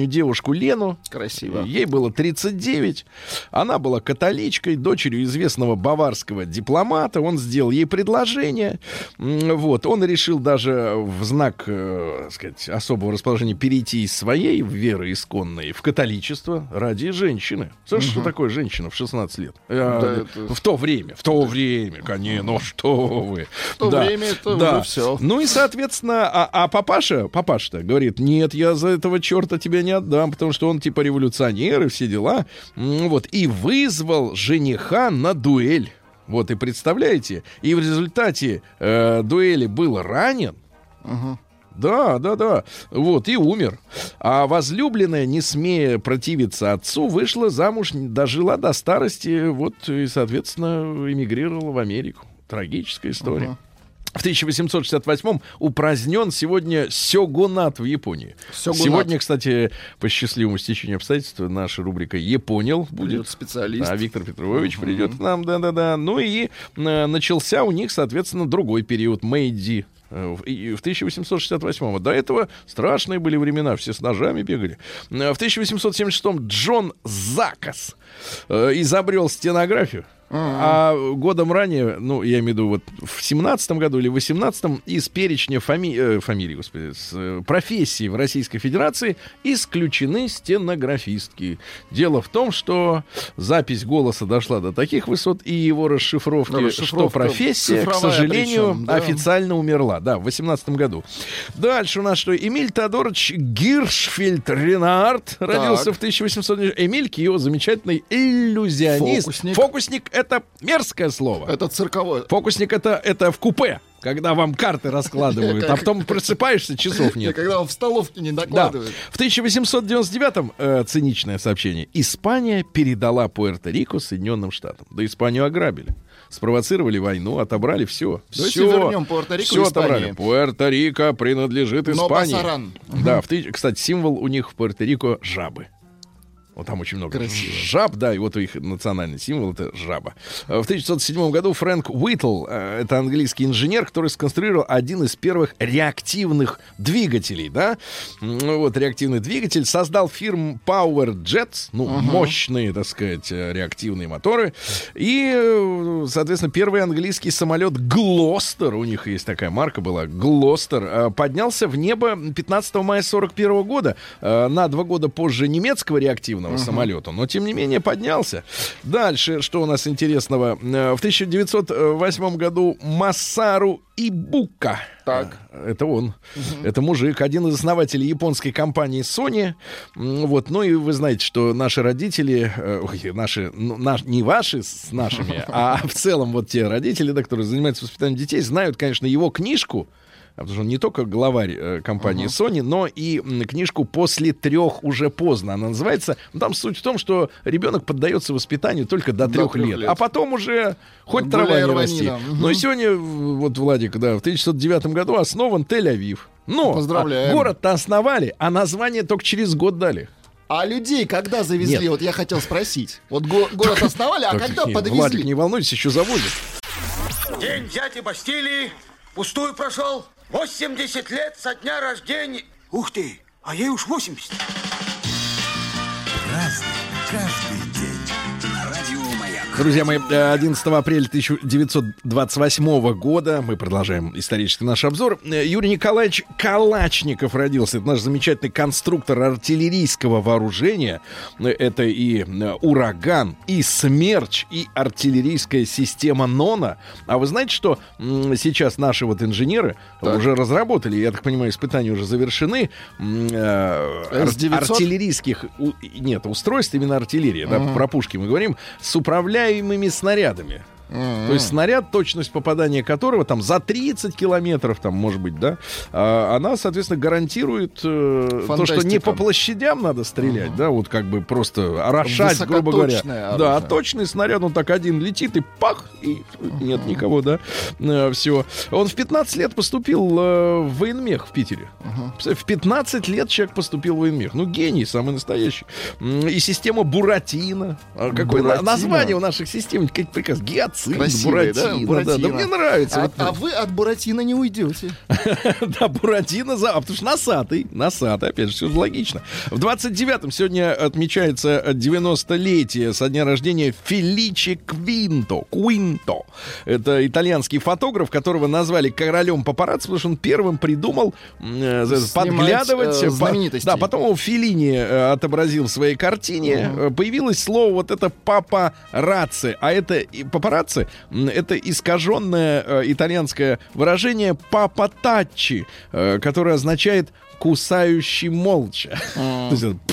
восьмилетнюю девушку Лену. Красиво. Ей было тридцать девять. Она была католичкой, дочерью известного баварского дипломата. Он сделал ей предложение. Вот. Он решил даже в знак, э, так сказать, особого расположения перейти из своей веры исконной в католичество ради женщины. Слышишь, угу. что такое женщина в шестнадцать лет? Да, э, это... В то время. В то время, конечно. Ну что вы. В то да. время это да. уже все. Ну и, соответственно, а, а папаша, папаша-то говорит, нет, я за этого черта тебя не отдам, потому что он типа революционер и все дела. Вот. И вызвал жениха на дуэль. Вот, и представляете, и в результате э, дуэли был ранен. Угу. Да, да, да. Вот, и умер. А возлюбленная, не смея противиться отцу, вышла замуж, дожила до старости, вот, и, соответственно, эмигрировала в Америку. Трагическая история. Uh-huh. В тысяча восемьсот шестьдесят восьмом упразднен сегодня сёгунат в Японии. Сёгунат. Сегодня, кстати, по счастливому стечению обстоятельств, наша рубрика «Японил» будет. Придет специалист. А Виктор Петрович uh-huh. придет к нам, да-да-да. Ну и э, начался у них, соответственно, другой период, Мэйдзи. В тысяча восемьсот шестьдесят восьмом. До этого страшные были времена, все с ножами бегали. В тысяча восемьсот семьдесят шестом Джон Закас э, изобрел стенографию. Uh-huh. А годом ранее, ну, я имею в виду, вот в семнадцатом году или восемнадцатом из перечня фами... э, фамилий, господи, с, э, профессий в Российской Федерации исключены стенографистки. Дело в том, что запись голоса дошла до таких высот и его расшифровки, да, что профессия, к сожалению, причем, да. официально умерла. Да, в восемнадцатом году. Дальше у нас что? Эмиль Теодорович Гиршфельд-Ренард родился в тысяча восемьсот... Эмиль Кио, замечательный иллюзионист. Фокусник. Фокусник — это мерзкое слово. Это цирковое. Фокусник — это, это в купе, когда вам карты раскладывают, а потом просыпаешься, часов нет. Когда вам в столовке не докладывают. Да. В тысяча восемьсот девяносто девятом, э, циничное сообщение, Испания передала Пуэрто-Рико Соединенным Штатам. Да Испанию ограбили. Спровоцировали войну, отобрали все. Давайте все, вернем Пуэрто-Рико все Испании. Отобрали. Пуэрто-Рико принадлежит Испании. Но Пасаран. Да, в тысяч... кстати, символ у них в Пуэрто-Рико — жабы. Вот там очень много Красиво. жаб, да, и вот их национальный символ — это жаба. В тысяча девятьсот седьмом году Фрэнк Уитл, это английский инженер, который сконструировал один из первых реактивных двигателей, да, вот реактивный двигатель, создал фирму Power Jets, ну, uh-huh. мощные, так сказать, реактивные моторы, и, соответственно, первый английский самолет Глостер, у них есть такая марка была, Глостер, поднялся в небо пятнадцатого мая сорок первого года, на два года позже немецкого реактивного Uh-huh. самолета, но тем не менее поднялся. Дальше, что у нас интересного? В тысяча девятьсот восьмом году Масару Ибука. Так. Это он. Uh-huh. Это мужик, один из основателей японской компании Sony. Вот. Ну и вы знаете, что наши родители, ой, наши, ну, наш, не ваши с нашими, а в целом вот те родители, да, которые занимаются воспитанием детей, знают, конечно, его книжку. Потому что он не только главарь э, компании uh-huh. Sony, но и м, книжку «После трех уже поздно». Она называется. Там суть в том, что ребенок поддается воспитанию только до, до трех, трех лет, лет. А потом уже хоть трава не расти. Uh-huh. Ну и сегодня, вот, Владик, да, в тысяча девятьсот девятом году основан Тель-Авив. Но поздравляем. А, город-то основали, а название только через год дали. А людей когда завезли? Нет. Вот я хотел спросить. Вот го- город основали, а когда нет, подвезли? Владик, не волнуйтесь, еще завозят. День взятия Бастилии пустую прошел. восемьдесят лет со дня рождения. Ух ты, а ей уж восемьдесят. Разный, каждый день. Радио Маяк. Друзья мои, одиннадцатого апреля тысяча девятьсот двадцать восьмого года мы продолжаем исторический наш обзор. Юрий Николаевич Калачников родился. Это наш замечательный конструктор артиллерийского вооружения. Это и «Ураган», и «Смерч», и артиллерийская система «Нона». А вы знаете, что сейчас наши вот инженеры так. уже разработали, я так понимаю, испытания уже завершены, ар- артиллерийских, нет, устройств, именно артиллерия, uh-huh. да, про пушки мы говорим, с управляемыми снарядами. Mm-hmm. То есть снаряд, точность попадания которого там за тридцать километров, там, может быть, да, а, она, соответственно, гарантирует э, то, что не по площадям надо стрелять, mm-hmm. да, вот как бы просто орошать, грубо говоря. Оружие. Да, а точный снаряд, он так один летит и пах, и mm-hmm. нет никого, да, э, все. Он в пятнадцать лет поступил э, в военмех в Питере. Mm-hmm. В пятнадцать лет человек поступил в военмех. Ну, гений самый настоящий. И система Буратино. Какое Буратино? Название у наших систем, как приказ, Геоцентр. Буратино. Красивый, да? Буратино, Буратино. да, да, мне нравится. А, Вот, а вы от Буратино не уйдете. да, Буратино, за... а, потому что носатый, носатый, опять же, все логично. В двадцать девятом сегодня отмечается девяностолетие со дня рождения Феличи Квинто. Квинто. Это итальянский фотограф, которого назвали королем папарацци, потому что он первым придумал э, подглядывать. э, знаменитостей. Да, потом его Феллини э, отобразил в своей картине. Uh-huh. Появилось слово вот это папарацци. А это и папарацци, это искаженное э, итальянское выражение папатаччи, э, которое означает кусающий молча. Uh-huh. То есть это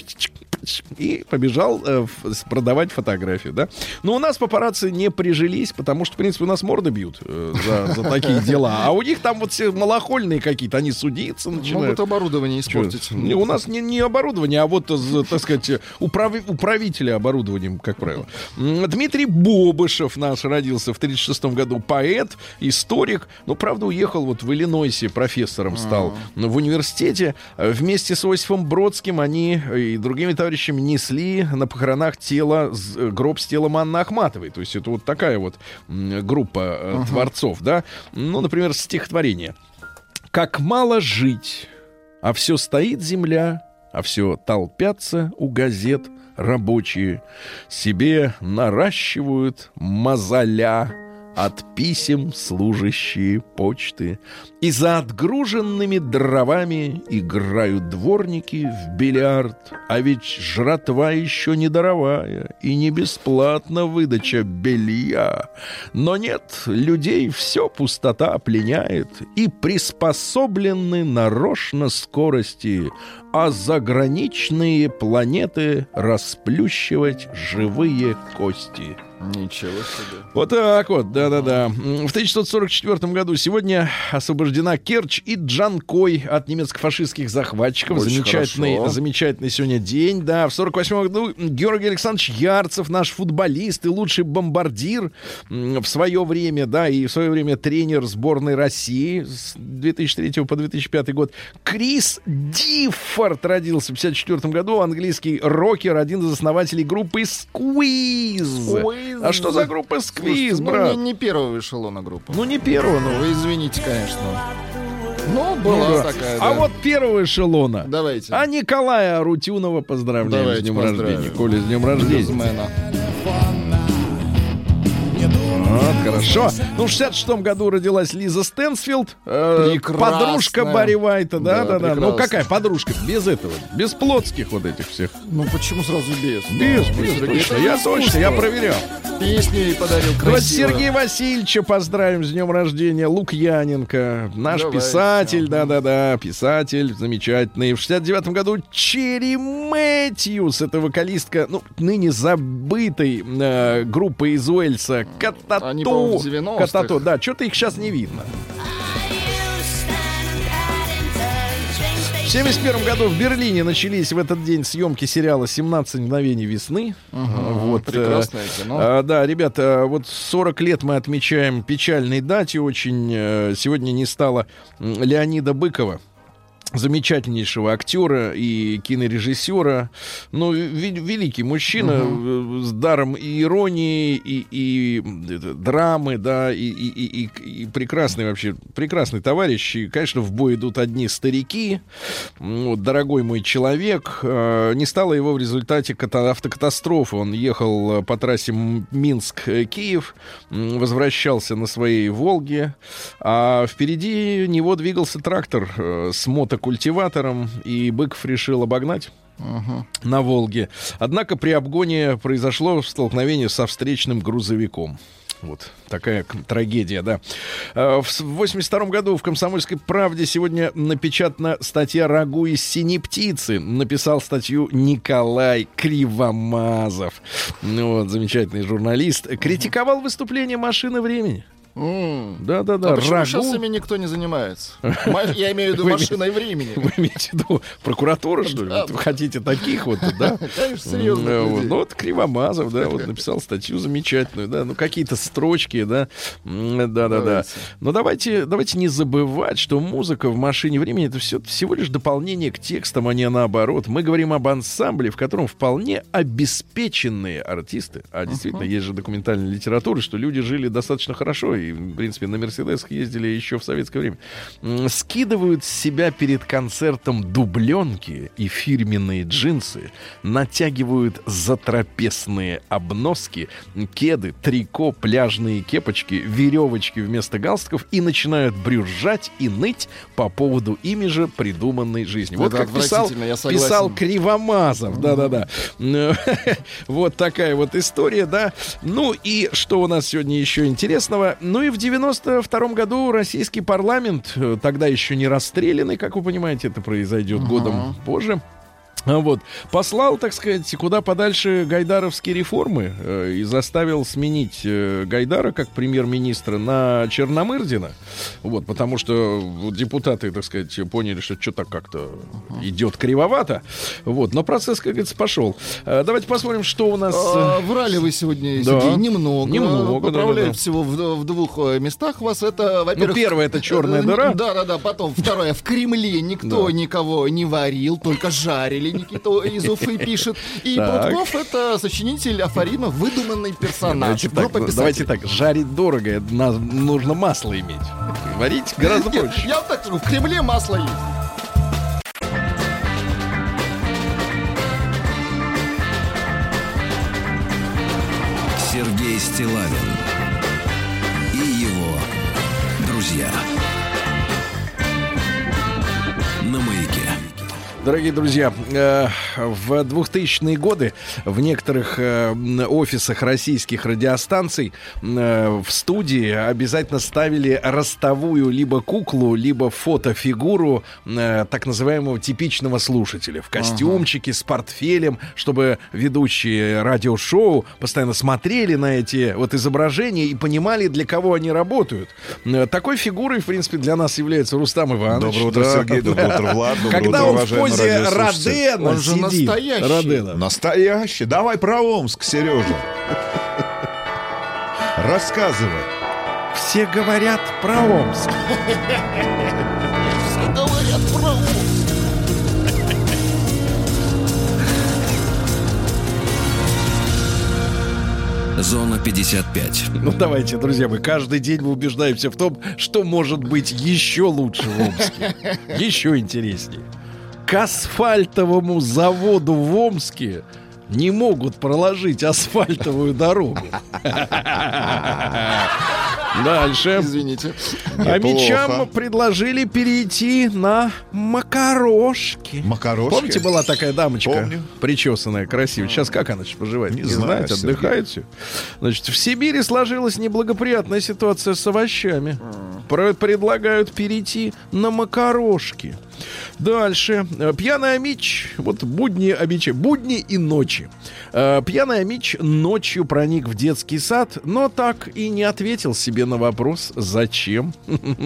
и побежал э, в, продавать фотографию, да. Но у нас папарацци не прижились, потому что, в принципе, у нас морды бьют э, за, за такие дела. А у них там вот все малохольные какие-то, они судиться начинают. Могут оборудование испортить. Не, у нас не, не оборудование, а вот, так сказать, управ... управители оборудованием, как правило. Дмитрий Бобышев наш родился в тридцать шестом году. Поэт, историк. Но, правда, уехал вот в Иллинойсе, профессором стал А-а-а. в университете. Вместе с Иосифом Бродским они и другими товарищами несли на похоронах тело, гроб с телом Анны Ахматовой. То есть это вот такая вот группа uh-huh. творцов, да. Ну, например, стихотворение. «Как мало жить, а все стоит земля, а все толпятся у газет рабочие, себе наращивают мозоля от писем служащие почты, и за отгруженными дровами играют дворники в бильярд, а ведь жратва еще не даровая и не бесплатно выдача белья. Но нет, людей все пустота пленяет, и приспособлены нарочно скорости, а заграничные планеты расплющивать живые кости». Ничего себе. Вот так вот, да-да-да. В тысяча девятьсот сорок четвёртом году сегодня освобождена Керчь и Джанкой от немецко-фашистских захватчиков. Очень замечательный, хорошо. замечательный сегодня день. Да, в сорок восьмом году Георгий Александрович Ярцев, наш футболист и лучший бомбардир в свое время, да, и в свое время тренер сборной России с две тысячи третьего по две тысячи пятый год. Крис Диффорд родился в пятьдесят четвёртом году, английский рокер, один из основателей группы Squeeze. Squeeze. А что за группа Squeeze, Слушайте, брат? Ну, не, не первого эшелона группа. Ну, не первого, но... Вы извините, конечно. Ну, была Ну, да. такая, А да. вот первого эшелона. Давайте. А Николая Арутюнова поздравляем Давайте с днем поздравим. рождения. Коля, с днем рождения. Блюзмена. Вот, хорошо. Ну, в шестьдесят шестом году родилась Лиза Стэнсфилд, э, Прекрасная. подружка Барри Уайта, да, Да, да, да. Ну, прекрасно. какая подружка? Без этого, без плотских вот этих всех. Ну, почему сразу без? Без, Ну, без, Сергей, точно. это Я искусство. точно, я проверял. Песню ей подарил Ну, вот красиво. Сергея Васильевича поздравим с днем рождения. Лукьяненко, наш Давайте. писатель, да-да-да, писатель замечательный. В шестьдесят девятом году Черри Мэтьюс, это вокалистка, ну, ныне забытой э, группы из Уэльса Катату. Они, по-моему, в девяностых. Катату, да, что-то их сейчас не видно. В семьдесят первом году в Берлине начались в этот день съемки сериала «семнадцать мгновений весны». Угу, Вот, прекрасное э, кино. а, да, ребята, вот сорок лет мы отмечаем печальной дате очень. Э, сегодня не стало м, Леонида Быкова, замечательнейшего актера и кинорежиссера. Ну, ви- великий мужчина uh-huh. с даром и иронии, и, и это, драмы, да, и, и, и, и, и прекрасный вообще, прекрасный товарищ. И, конечно, в бой идут одни старики. Вот, дорогой мой человек. Э, не стало его в результате ката- автокатастрофы. Он ехал по трассе Минск-Киев, возвращался на своей «Волге», а впереди него двигался трактор э, с мотокультиватором, и Быков решил обогнать uh-huh. на «Волге». Однако при обгоне произошло столкновение со встречным грузовиком. Вот такая к- трагедия, да. Э, В с- в восемьдесят втором году в «Комсомольской правде» сегодня напечатана статья «Рагу из синей птицы». Написал статью Николай Кривомазов. Ну, вот, замечательный журналист. Критиковал выступление «Машины времени». Да-да-да, А почему рагу. сейчас ими никто не занимается? Ма- Я имею в виду Вы машиной времени. Вы имеете в виду прокуратура, что ли? Да. Вот вы хотите таких вот, да? Конечно, серьезно. М, вот. Ну, вот Кривомазов, да, вот написал статью замечательную, да, ну, какие-то строчки, да, М, да-да-да. Давайте. Но давайте, давайте не забывать, что музыка в машине времени — это все, всего лишь дополнение к текстам, а не наоборот. Мы говорим об ансамбле, в котором вполне обеспеченные артисты, а действительно, есть же документальная литература, что люди жили достаточно хорошо и, в принципе, на Мерседесах ездили еще в советское время, м, скидывают с себя перед концертом дубленки и фирменные джинсы, натягивают затрапезные обноски, кеды, трико, пляжные кепочки, веревочки вместо галстуков и начинают брюзжать и ныть по поводу имиджа придуманной жизни. Вот Это как писал, отвратительно, я согласен. писал Кривомазов, да-да-да. Вот такая вот история, да. Ну и что у нас сегодня еще интересного? Ну и в девяносто втором году российский парламент, э, тогда еще не расстрелянный, как вы понимаете, это произойдет годом позже, а вот, послал, так сказать, куда подальше гайдаровские реформы э, и заставил сменить э, Гайдара как премьер-министра на Черномырдина. Вот, потому что вот депутаты, так сказать, поняли, что что-то как-то идет кривовато. Вот, но процесс, как говорится, пошел. Э, давайте посмотрим, что у нас... А, э, Врали вы сегодня, Да. Сергей, немного. Немного, Поправляют да-да-да. всего в, в двух э, местах вас. Это, Ну, во-первых... первое — это черная э, дыра. Да-да-да. Потом второе. В Кремле никто Да. никого не варил, только жарили. Никита из Уфы пишет. И Так. Прудков — это сочинитель афоризмов, выдуманный персонаж. Давайте так, Группа ну, писателей. давайте так, жарить дорого, это на- нужно масло иметь. Варить гораздо Нет, проще. я вот так скажу, в Кремле масло есть. Сергей Стиллавин и его друзья на Маяке. Дорогие друзья, э, в двухтысячные годы в некоторых э, офисах российских радиостанций э, в студии обязательно ставили ростовую либо куклу, либо фотофигуру э, так называемого типичного слушателя в костюмчике, с портфелем, чтобы ведущие радиошоу постоянно смотрели на эти вот изображения и понимали, для кого они работают. Э, Такой фигурой, в принципе, для нас является Рустам Иванович. Доброе утро, Да. Сергей, доброе утро, Влад, доброе Когда утро, он в уважаемые позе радиослушатели. Родена Он же сидит. настоящий. Родена. Настоящий. Давай про Омск, Сережа. Рассказывай. Все говорят про Омск. Говорят про Омск. Зона пятьдесят пять. Ну давайте, друзья, мы каждый день мы убеждаемся в том, что может быть еще лучше в Омске. Еще интереснее. К асфальтовому заводу в Омске не могут проложить асфальтовую дорогу. Дальше. Извините. А Неплохо. мечам предложили перейти на макарошки. Макарошки? Помните, была такая дамочка, Помню. причесанная, красивая. Сейчас как она сейчас поживает? Не Не, знаю, знаете, Сергей. отдыхает все. Значит, в Сибири сложилась неблагоприятная ситуация с овощами. Про- Предлагают перейти на макарошки. Дальше. Э, Пьяный Амич. Вот будни Амича. Будни и ночи. Э, Пьяный Амич ночью проник в детский сад, но так и не ответил себе на вопрос, зачем.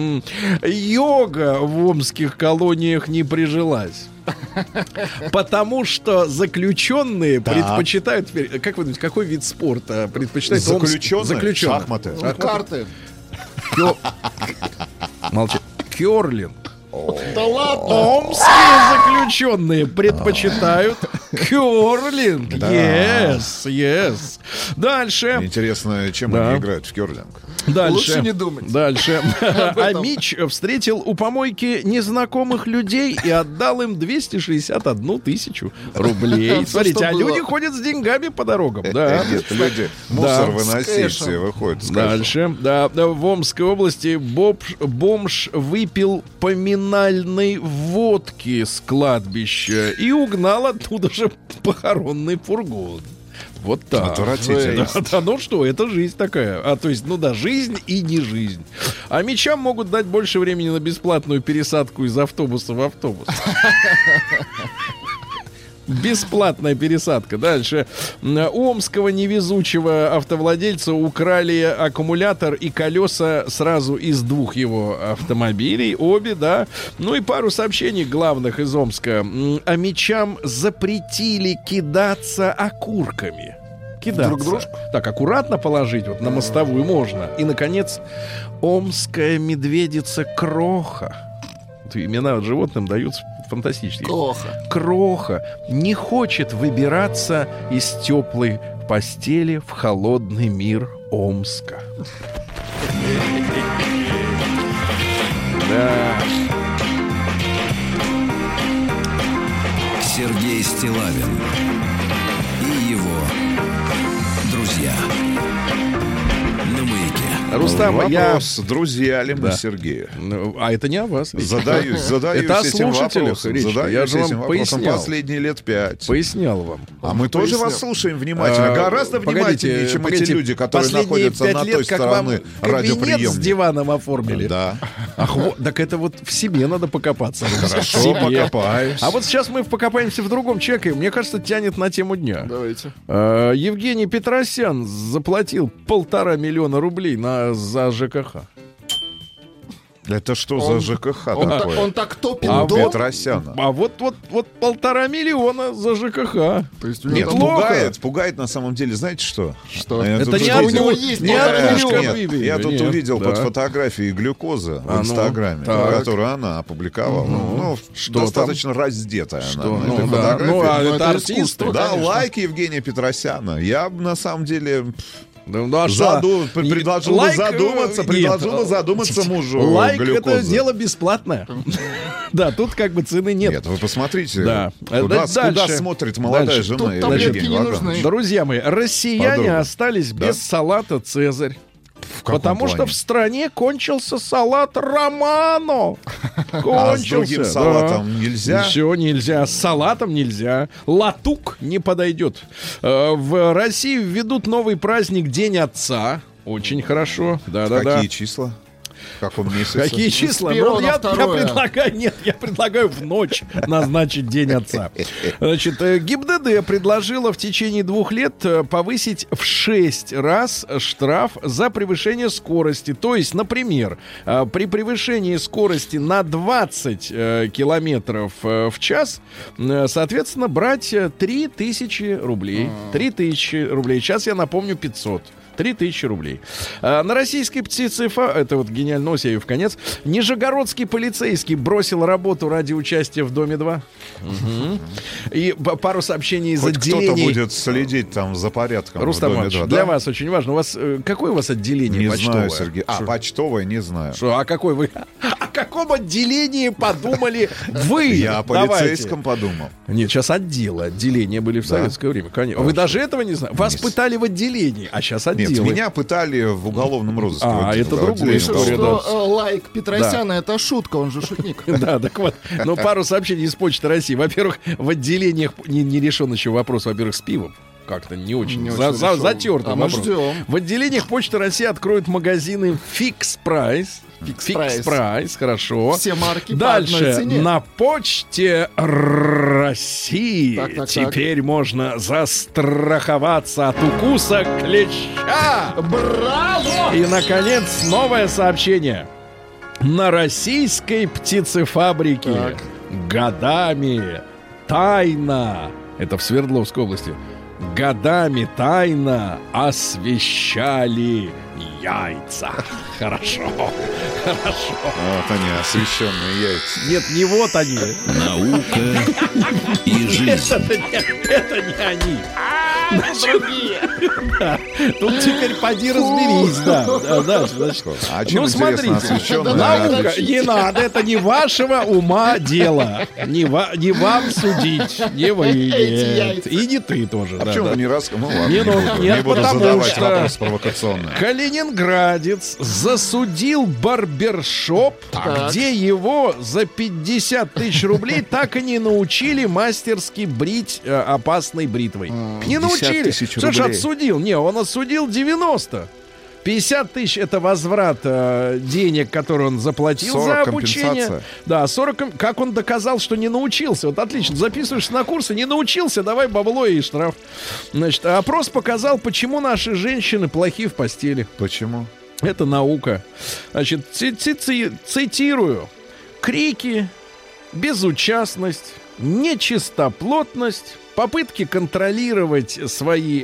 Йога в омских колониях не прижилась. Потому что заключенные Так. предпочитают... теперь- Как вы думаете, какой вид спорта предпочитает Омск- Заключенные? заключенных? Шахматы. Ну, карты. Кё- Молчи. Кёрлинг. Да ладно. Омские заключенные предпочитают кёрлинг. Yes, yes. Дальше. Интересно, чем Да. они играют в керлинг? Дальше. Лучше не думать. Дальше. Об этом. Амич встретил у помойки незнакомых людей и отдал им двести шестьдесят одну тысячу рублей. Всё, Смотрите, что а было. люди ходят с деньгами по дорогам. Да. Нет, люди мусор Да. выносить С кэшем. выходят с кэшем. Дальше. Да, да, в Омской области бомж, бомж выпил поминальной водки с кладбища и угнал оттуда же похоронный фургон. Вот так. Отвратительно. Да, да, ну что, это жизнь такая. А то есть, ну да, жизнь и не жизнь. А мечам могут дать больше времени на бесплатную пересадку из автобуса в автобус. Бесплатная пересадка. Дальше. У омского невезучего автовладельца украли аккумулятор и колеса сразу из двух его автомобилей. Обе, да. Ну и пару сообщений главных из Омска. А мечам запретили кидаться окурками. Кидаться. Друг дружку? Так, аккуратно положить, вот на мостовую можно. И, наконец, омская медведица Кроха. Вот имена вот животным даются фантастические. Кроха. Кроха не хочет выбираться из теплой постели в холодный мир Омска. Да. Сергей Стиллавин и его друзья на Маяке. Рустам, я... Вопрос, друзья ли мы Да. Сергея? Ну, а это не о вас. речь. Задаюсь, задаюсь Это о этим слушателях вопросом. речь. Задаюсь Я же вам этим вопросом пояснял. последние лет пять. Пояснял вам. А мы тоже Пояснял. вас слушаем внимательно. А, Гораздо погодите, внимательнее, чем погодите, эти люди, которые последние находятся пять на лет, той как вам стороны кабинет радиоприемника. с диваном оформили. Да. Ах, вот, так это вот в себе надо покопаться. Хорошо, В себе. покопаюсь. А вот сейчас мы покопаемся в другом человеке. Мне кажется, тянет на тему дня. Давайте. Э, Евгений Петросян заплатил полтора миллиона рублей на, за ЖКХ. Это что Он- за ЖКХ Он, так, такое? он так топит А у дом. Петросяна. А вот, вот, вот полтора миллиона за ЖКХ. То есть у него Нет, там- Неплохо. пугает, пугает на самом деле, знаете что? Что? Я Это тут не увидел- у него есть не полтора от миллиона. миллиона. Нет, я тут Нет, увидел да. под фотографией глюкозы А в ну, Инстаграме, так. которую она опубликовала. Ну, что достаточно раздетая она Что? на Ну, этой да. фотографии. Ну, а Ну, это это артист. искусство. Да, конечно. лайк Евгения Петросяна. Я бы на самом деле Да, ну, а заду- что? пр- предложил бы Лайк, задуматься, э, предложил бы нет. задуматься мужу Лайк — это глюкозы. дело бесплатное. Да, тут как бы цены нет. Нет, вы посмотрите, Да. куда, Дальше. куда смотрит молодая Дальше. жена. Тут Евгения таблетки не Вагановича. нужны. Друзья мои, россияне Подробно. остались Да. без салата «Цезарь». В каком Потому что плане? в стране кончился салат Романо. Кончился. А с другим да. салатом нельзя? Все нельзя. С салатом нельзя. Латук не подойдет. Э, В России введут новый праздник День Отца. Очень хорошо. Да-да-да. Какие числа? В каком месяце? Какие числа? первого Ну, на я, я второе. предлагаю, нет, я предлагаю в ночь назначить День Отца. Значит, э, ГИБДД предложила в течение двух лет э, повысить в шесть раз штраф за превышение скорости. То есть, например, э, при превышении скорости на двадцать э, километров э, в час, э, соответственно, брать э, три тысячи рублей. три тысячи рублей. Сейчас я напомню пятьсот. три тысячи рублей. А, на российской птице ФА, это вот гениальный нос, я ее в конец, нижегородский полицейский бросил работу ради участия в «Доме-два». Мгм. И п- пару сообщений из Хоть кто-то отделений. будет следить там за порядком. Рустам в Доме Иванович, два, для да? вас очень важно. У вас э, какое у вас отделение Не почтовое? знаю, Сергей. А, Что- почтовое не знаю. что, а какой вы? О каком отделении подумали вы? Я о Давайте. полицейском подумал. Нет, сейчас отделы. Отделения были в Да. советское время. Конечно. Вы даже этого не знаете? Вас Не с- пытали в отделении, а сейчас Нет, отделы. меня пытали в уголовном розыске. А, Вот, это в другое. отделении Пишет, история, уголовного. что э, лайк Петросяна это шутка, он же шутник. Да, так вот. Ну, пару сообщений из Почты России. Во-первых, в отделениях не, не решен еще вопрос, во-первых, с пивом. Как-то не очень. Не За- очень за- решен. затертый А мы вопрос. ждем. В отделениях Почты России откроют магазины Fix Price. Fix Fix Price. Price, хорошо. Все марки по Дальше. одной цене. На Почте России Так, так, так. теперь можно застраховаться от укуса клеща. Браво! И, наконец, новое сообщение. На российской птицефабрике Так. годами тайно, это в Свердловской области, годами тайно освещали яйца. Хорошо, хорошо. Вот они, освещенные яйца. Нет, не вот они. Наука и жизнь. Это не, это не они. Другие. Да. Тут теперь поди разберись, да. Да, да, значит. А чем Ну, интересно смотрите. освещенная? Наука, не надо, это не вашего ума дело. Не, ва- не вам судить, не вы, Эти нет. яйца. И не ты тоже. А да, почему да. вы не раз... Ну ладно, Не, не, ну, буду, нет, не буду потому задавать что- вопрос провокационный. Калининградец засудил барбершоп, Так. где его за пятьдесят тысяч рублей так и не научили мастерски брить э, опасной бритвой. Не научили. тысяч Слушай, рублей. отсудил. Не, он отсудил девяносто. пятьдесят тысяч это возврат э, денег, которые он заплатил за обучение. Да, сорок. Как он доказал, что не научился? Вот отлично, записываешься на курсы, не научился, давай бабло и штраф. Значит, опрос показал, почему наши женщины плохи в постели. Почему? Это наука. Значит, ци- ци- ци- цитирую. Крики, безучастность, нечистоплотность, попытки контролировать свои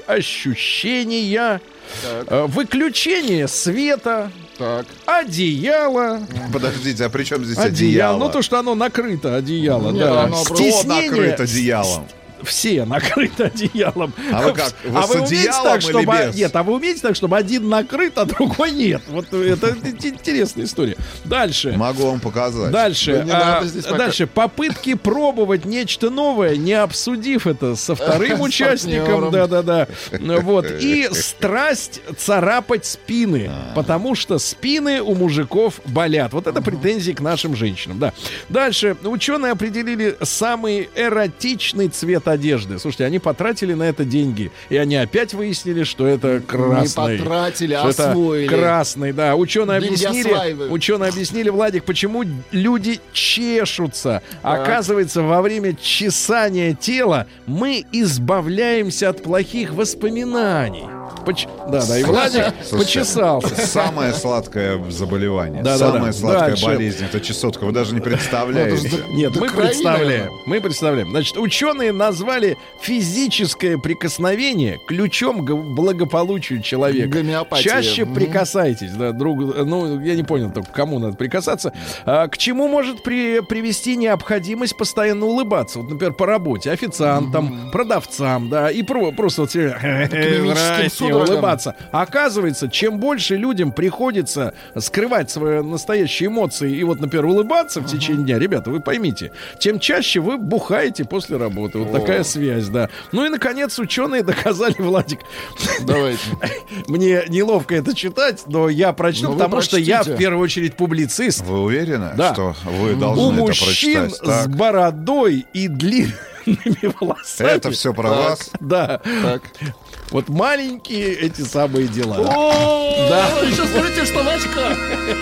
ощущения, э, выключение света, Так. одеяло. Подождите, а при чем здесь Одеяло. одеяло? Ну, то, что оно накрыто, одеяло, Нет, да. оно просто Стеснение. Накрыто одеялом. Все накрыты одеялом. А вы как? Вы а с вы умеете одеялом так, или чтобы... без? Нет, а вы умеете так, чтобы один накрыт, а другой нет? Вот это интересная история. Дальше. Могу вам показать. Дальше, Да не а, надо здесь пока. дальше попытки пробовать нечто новое, не обсудив это со вторым С участником, партнером. да-да-да. Вот и страсть царапать спины, потому что спины у мужиков болят. Вот это претензии к нашим женщинам. Да. Дальше ученые определили самый эротичный цвет одежды. Слушайте, они потратили на это деньги, и они опять выяснили, что это красный. Не потратили, Что это освоили. красный, да. Ученые Деньги объяснили, осваивают. ученые объяснили, Владик, почему люди чешутся. Оказывается, во время чесания тела мы избавляемся от плохих воспоминаний. Поч- Да, да, и Владик Слушайте, почесался. Самое сладкое заболевание, Да, да, самая да. сладкая Дальше. болезнь — это чесотка. Вы даже не представляете. Нет, До мы крови, представляем. наверное. Мы представляем. Значит, ученые назвали физическое прикосновение ключом к благополучию человека. Гомеопатия. Чаще Мгм. прикасайтесь, да, друг. Ну, я не понял, только к кому надо прикасаться. А, к чему может при, привести необходимость постоянно улыбаться? Вот, например, по работе, официантам, продавцам, да, и про, просто вот все Мимическим судорогам. улыбаться. Оказывается, чем больше людям приходится скрывать свои настоящие эмоции и вот, например, улыбаться в течение дня, ребята, вы поймите, тем чаще вы бухаете после работы. Вот такая связь, да. Ну и, наконец, ученые доказали, Владик, Давайте. мне неловко это читать, но я прочту, Ну, вы потому что я прочтите. в первую очередь публицист. Вы уверены, Да. что вы У должны это мужчин прочитать? с Так. бородой и длинными волосами. Это все про Так. вас? Да. Так. Вот маленькие эти самые дела. Да. Еще скажите, что в очках.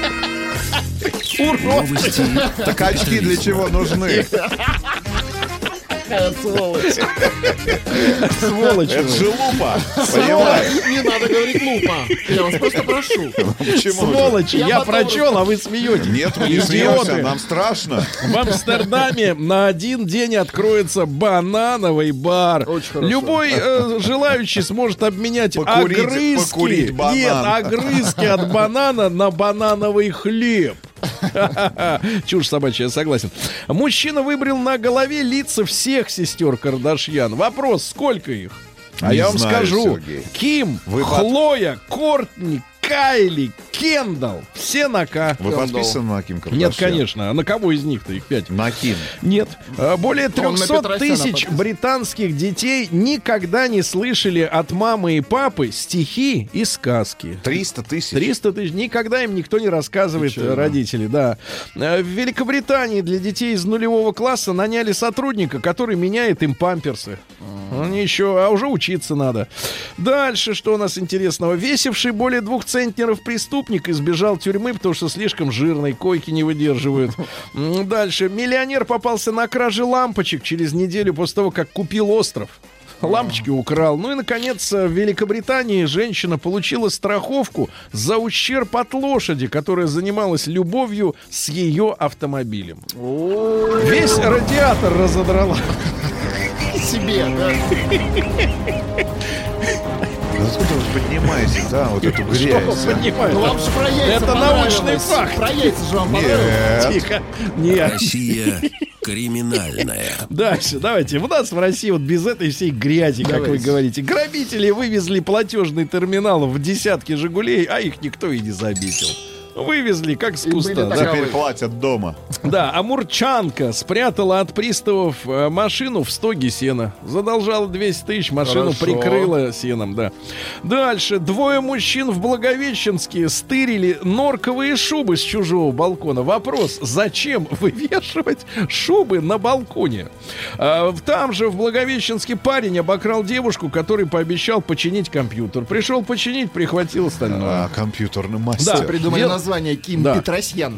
Новости Так очки для чего нужны? Какая сволочь. Сволочь. Это же лупа, понимаешь? Понимаешь? Не надо говорить лупа. Я вас просто прошу. Почему же? Сволочи, я, Я потом прочел, а вы смеетесь. Нет, мы не Идиоты. смеемся, нам страшно. В Амстердаме на один день откроется банановый бар. Очень хорошо. Любой э, желающий сможет обменять Покурить- огрызки. покурить банан. Нет, огрызки от банана на банановый хлеб. Чушь собачья, я согласен. Мужчина выбрил на голове лица всех сестер Кардашьян. Вопрос, сколько их? А Не я вам знаю, скажу. Сергей. Ким, Вы под- Хлоя, Кортни, Кайли, Кендалл. Все на К. Вы подписаны на Ким Кардашьян? Нет, конечно. А на кого из них-то их пять? На Ким. Нет. А, Более Он на трехсот Петросяна тысяч подписан. британских детей никогда не слышали от мамы и папы стихи и сказки. триста тысяч. триста тысяч. Никогда им никто не рассказывает, Печально. э, родители, да. Э, В Великобритании для детей из нулевого класса наняли сотрудника, который меняет им памперсы. Они еще, а уже учиться надо. Дальше, что у нас интересного? Весивший более двух центнеров преступник избежал тюрьмы, потому что слишком жирный, койки не выдерживают. М, Дальше. Миллионер попался на краже лампочек через неделю после того, как купил остров. Лампочки украл. Ну и, наконец, в Великобритании женщина получила страховку за ущерб от лошади, которая занималась любовью с ее автомобилем. Весь радиатор разодрала. Себе, да. Откуда вы поднимаете, да, вот эту грязь? Что, понимаете? Ну вам же про яйца Это понравилось. научный факт. Про яйца же вам понравилось. Нет. Тихо. Нет. Россия криминальная. Дальше, давайте. У нас в России вот без этой всей грязи, как вы Давайте. говорите. Грабители вывезли платежный терминал в десятки «Жигулей», а их никто и не заметил. Вывезли, как с И куста. были да. таковы. Теперь платят дома. Да, амурчанка спрятала от приставов э, машину в стоге сена. Задолжала двести тысяч, машину Хорошо. прикрыла сеном, да. Дальше. Двое мужчин в Благовещенске стырили норковые шубы с чужого балкона. Вопрос, зачем вывешивать шубы на балконе? А, там же в Благовещенске парень обокрал девушку, который пообещал починить компьютер. Пришел починить, прихватил остальное. А, компьютерный Да, мастер. Придумали Дел- название Ким Да. Петросьян.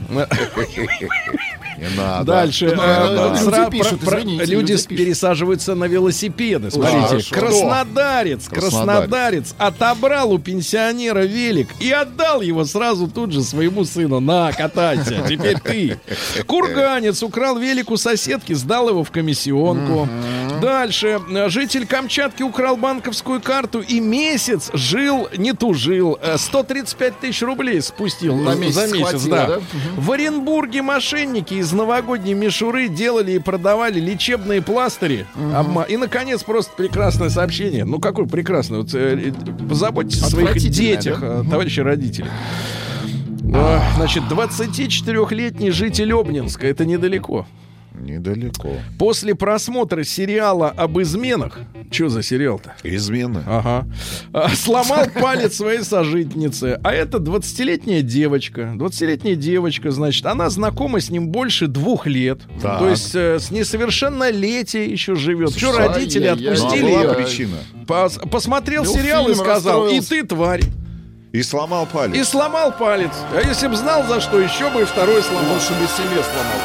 Не надо. Дальше Ну, э, ну, люди сра- пишут, про- про- извините, люди люди с- пишут. пересаживаются на велосипеды. Смотрите, Хорошо. краснодарец, Краснодар. краснодарец отобрал у пенсионера велик и отдал его сразу тут же своему сыну. На, катайся, теперь ты. Курганец украл велик у соседки, сдал его в комиссионку. Дальше. Житель Камчатки украл банковскую карту и месяц жил, не тужил. Э, сто тридцать пять тысяч рублей спустил На месяц за месяц. хватило, Да. да? В Оренбурге мошенники из новогодней мишуры делали и продавали лечебные пластыри. Обма- И, наконец, просто прекрасное сообщение. Ну, какое прекрасное. Вот, э, э, позаботьтесь о своих Отвратительное, детях, да? э, товарищи родители. Э, Значит, двадцатичетырёхлетний житель Обнинска, это недалеко. Недалеко. После просмотра сериала об изменах, что за сериал-то? Измены. Ага. А, Сломал палец своей сожительницы. А это двадцатилетняя девочка. двадцатилетняя девочка, значит, она знакома с ним больше двух лет. Так. То есть э, с несовершеннолетием еще живет. Что Ай-яй-яй. родители Ну, а отпустили была ее? причина. Пос- посмотрел Ну, сериал и фильм сказал: и расстроился. ты тварь. И сломал палец. И сломал палец. А если бы знал, за что, еще бы и второй сломал. Лучше бы себе сломал.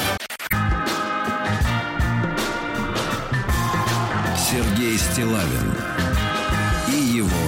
Сергей Стиллавин и его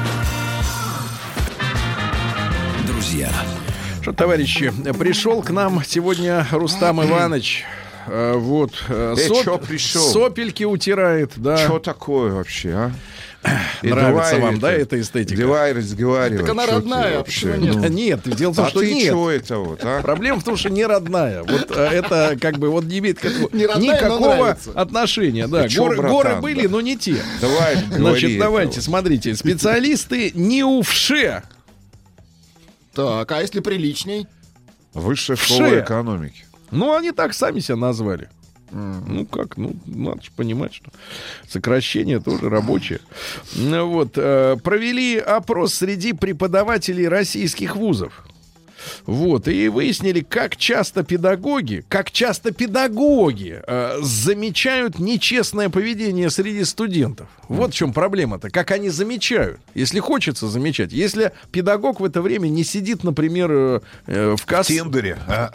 друзья. Что, товарищи, пришел к нам сегодня Рустам Иванович. Э, Вот. э, Э, соп- чё пришел? Сопельки утирает, да. Что такое вообще, а? И Нравится давай вам, это- да, эта эстетика? Давай разговаривать. Так она Чё ты родная, вообще? почему нет? Ну, Нет, дело в том, а что ты нет. чего это вот, а? Проблема в том, что не родная. Вот э, это как бы вот не имеет к этому Не родная, но никакого нравится. отношения. Да, Ты чё, горы, братан, горы были, да? но не те. Давай, говори Значит, это давайте, вот. смотрите. Специалисты НИУФШЕ. Так, а если приличней? Высшая Вше. школа экономики. Ну, они так сами себя назвали. Ну, как, ну, надо же понимать, что сокращение тоже рабочее. Ну, вот, э, провели опрос среди преподавателей российских вузов. Вот, и выяснили, как часто педагоги, как часто педагоги э, замечают нечестное поведение среди студентов. Вот в чем проблема-то, как они замечают, если хочется замечать. Если педагог в это время не сидит, например, э, э, в В кассе... Тиндере. а?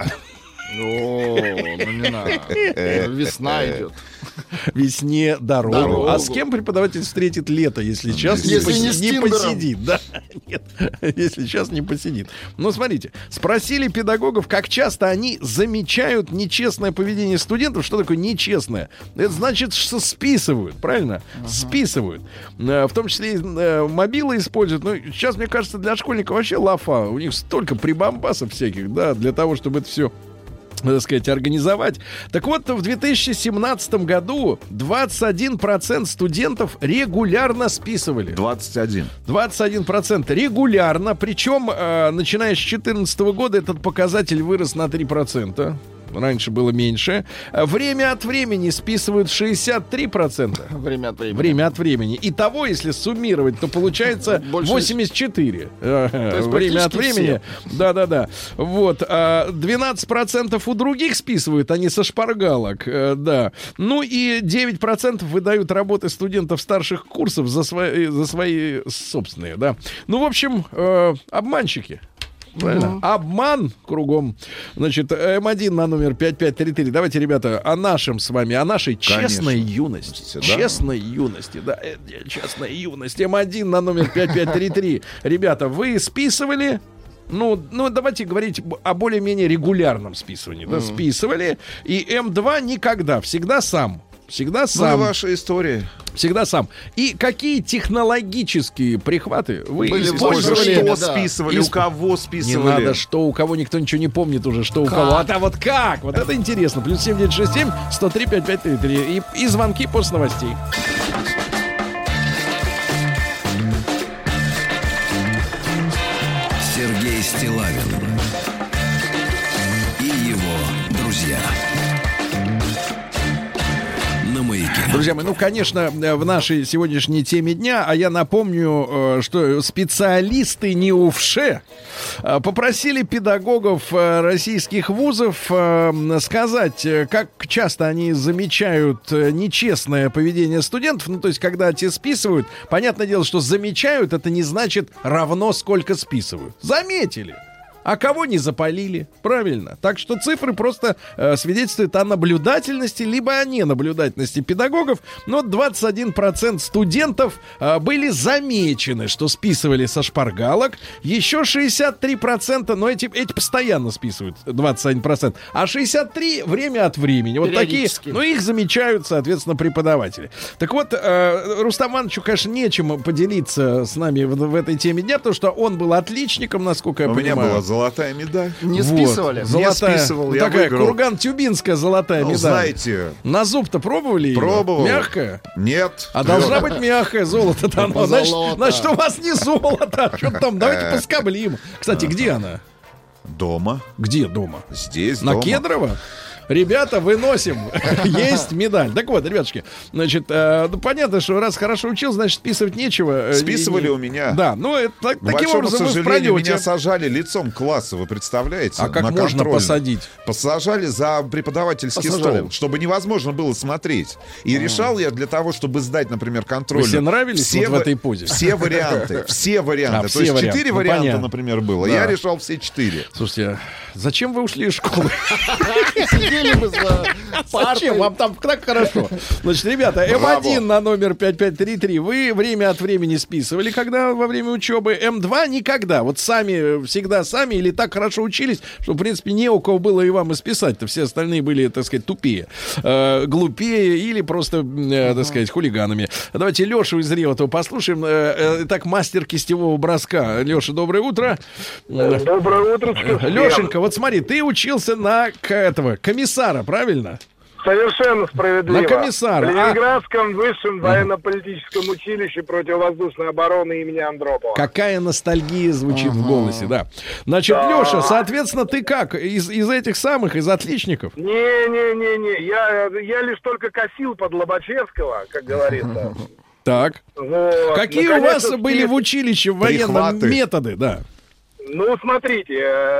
О, ну не надо. Весна идет. Весне дорогу. Дорогу. А с кем преподаватель встретит лето, если сейчас не, Если поси- не с не Тиндером. посидит? Да? Нет, если сейчас не посидит. Ну, смотрите, спросили педагогов, как часто они замечают нечестное поведение студентов. Что такое нечестное? Это значит, что списывают, правильно? Списывают. Э, В том числе и э, мобилы используют. Ну, сейчас, мне кажется, для школьников вообще лафа. У них столько прибамбасов всяких, да, для того, чтобы это все, так сказать, организовать. Так вот, в две тысячи семнадцатом году двадцать один процент студентов регулярно списывали. двадцать один. двадцать один процент регулярно. Причем, э, начиная с две тысячи четырнадцатого года, этот показатель вырос на три процента. Раньше было меньше. Э, Время от времени списывают шестьдесят три процента. Время от времени. Время от времени. Итого, если суммировать, то получается Больше- восемьдесят четыре. Ага, есть время от практически времени. Да-да-да. Вот. а, двенадцать процентов у других списывают, они со шпаргалок. э, Да. Ну и девять процентов выдают работы студентов старших курсов за свои, за свои собственные. Да. Ну, в общем, э, обманщики. Правильно? Обман кругом. Значит, эм один на номер пять пять три три. Давайте, ребята, о нашем с вами, о нашей честной Конечно. юности. Да. Честной юности, да, э, э, честной юности. эм один на номер пять пять три три. Ребята, вы списывали? Ну, ну, давайте говорить б- о более-менее регулярном списывании. Да, списывали. И эм два никогда, всегда сам. Всегда Ну, сам. ваша история. Всегда сам. И какие технологические прихваты вы Были в Ой, ваше за время, что да. списывали, Исп- у кого Не списывали? надо, что у кого, никто ничего не помнит уже, что у кого. А вот как? Вот это интересно. Плюс семь девять шесть семь сто три пять пять три три. И, и звонки после новостей. Сергей Стиллавин Друзья мои, ну, конечно, в нашей сегодняшней теме дня, а я напомню, что специалисты НИУФШЭ попросили педагогов российских вузов сказать, как часто они замечают нечестное поведение студентов. Ну, то есть, когда те списывают, понятное дело, что замечают, это не значит равно сколько списывают. Заметили. А кого не запалили? Правильно. Так что цифры просто э, свидетельствуют о наблюдательности, либо о ненаблюдательности педагогов. Но двадцать один процент студентов э, были замечены, что списывали со шпаргалок. Еще шестьдесят три процента, но эти, эти постоянно списывают, двадцать один процент. А шестьдесят три процента время от времени. Вот такие, ну, их замечают, соответственно, преподаватели. Так вот, э, Рустам Ивановичу, конечно, нечем поделиться с нами в, в этой теме дня, потому что он был отличником, насколько я У понимаю. меня была золотая медаль. Не Вот. списывали? Золотая, Не списывал, я такая выиграл. курган-тюбинская золотая Ну, медаль. знаете, На зуб-то пробовали ее? пробовал. Мягкая? Нет. А твердо. должна быть мягкая, золото-то оно. Значит, Золото. значит, у вас не золото. Что там? Давайте поскоблим. Кстати, где она? Дома. Где дома? Здесь, На дома. Кедрово? Ребята, выносим. Есть медаль. Так вот, ребятушки, значит, э, ну, понятно, что раз хорошо учил, значит, списывать нечего. Э, Списывали и- у меня. Да, ну, это, так- К таким большому образом вы в сожалению, пролете. меня сажали лицом к классу, вы представляете? А как на можно контрольную. посадить? Посажали за преподавательский Посажали. стол, чтобы невозможно было смотреть. И решал я для того, чтобы сдать, например, контрольную. Вы себе нравились все вот в ва- этой позе? Все варианты, все варианты. А, То все есть варианты. четыре Ну, варианта, понятно. например, было. Да. Я решал все четыре. Слушайте, зачем вы ушли из школы? Сидели бы за Зачем? Вам там так хорошо. Значит, ребята, эм один на номер пять пять три три вы время от времени списывали, когда во время учебы. эм два никогда. Вот сами, всегда сами или так хорошо учились, что, в принципе, не у кого было и вам и списать-то. Все остальные были, так сказать, тупее, э, глупее или просто, э, так сказать, хулиганами. Давайте Лешу из Реутова послушаем. Э, э, итак, мастер кистевого броска. Леша, доброе утро. Доброе утро. Лешенька, вот смотри, ты учился на к- этого комиссара, правильно? Совершенно справедливо. На комиссара. В Ленинградском высшем военно-политическом училище противовоздушной обороны имени Андропова. Какая ностальгия звучит в голосе, да. Значит, Леша, соответственно, ты как? Из, из этих самых, из отличников? Не-не-не-не, я, я лишь только косил под Лобачевского, как говорится. Так. Вот. Какие Ну, у вас конечно, были спис- в училище военном Прихваты. методы, да? Ну, смотрите,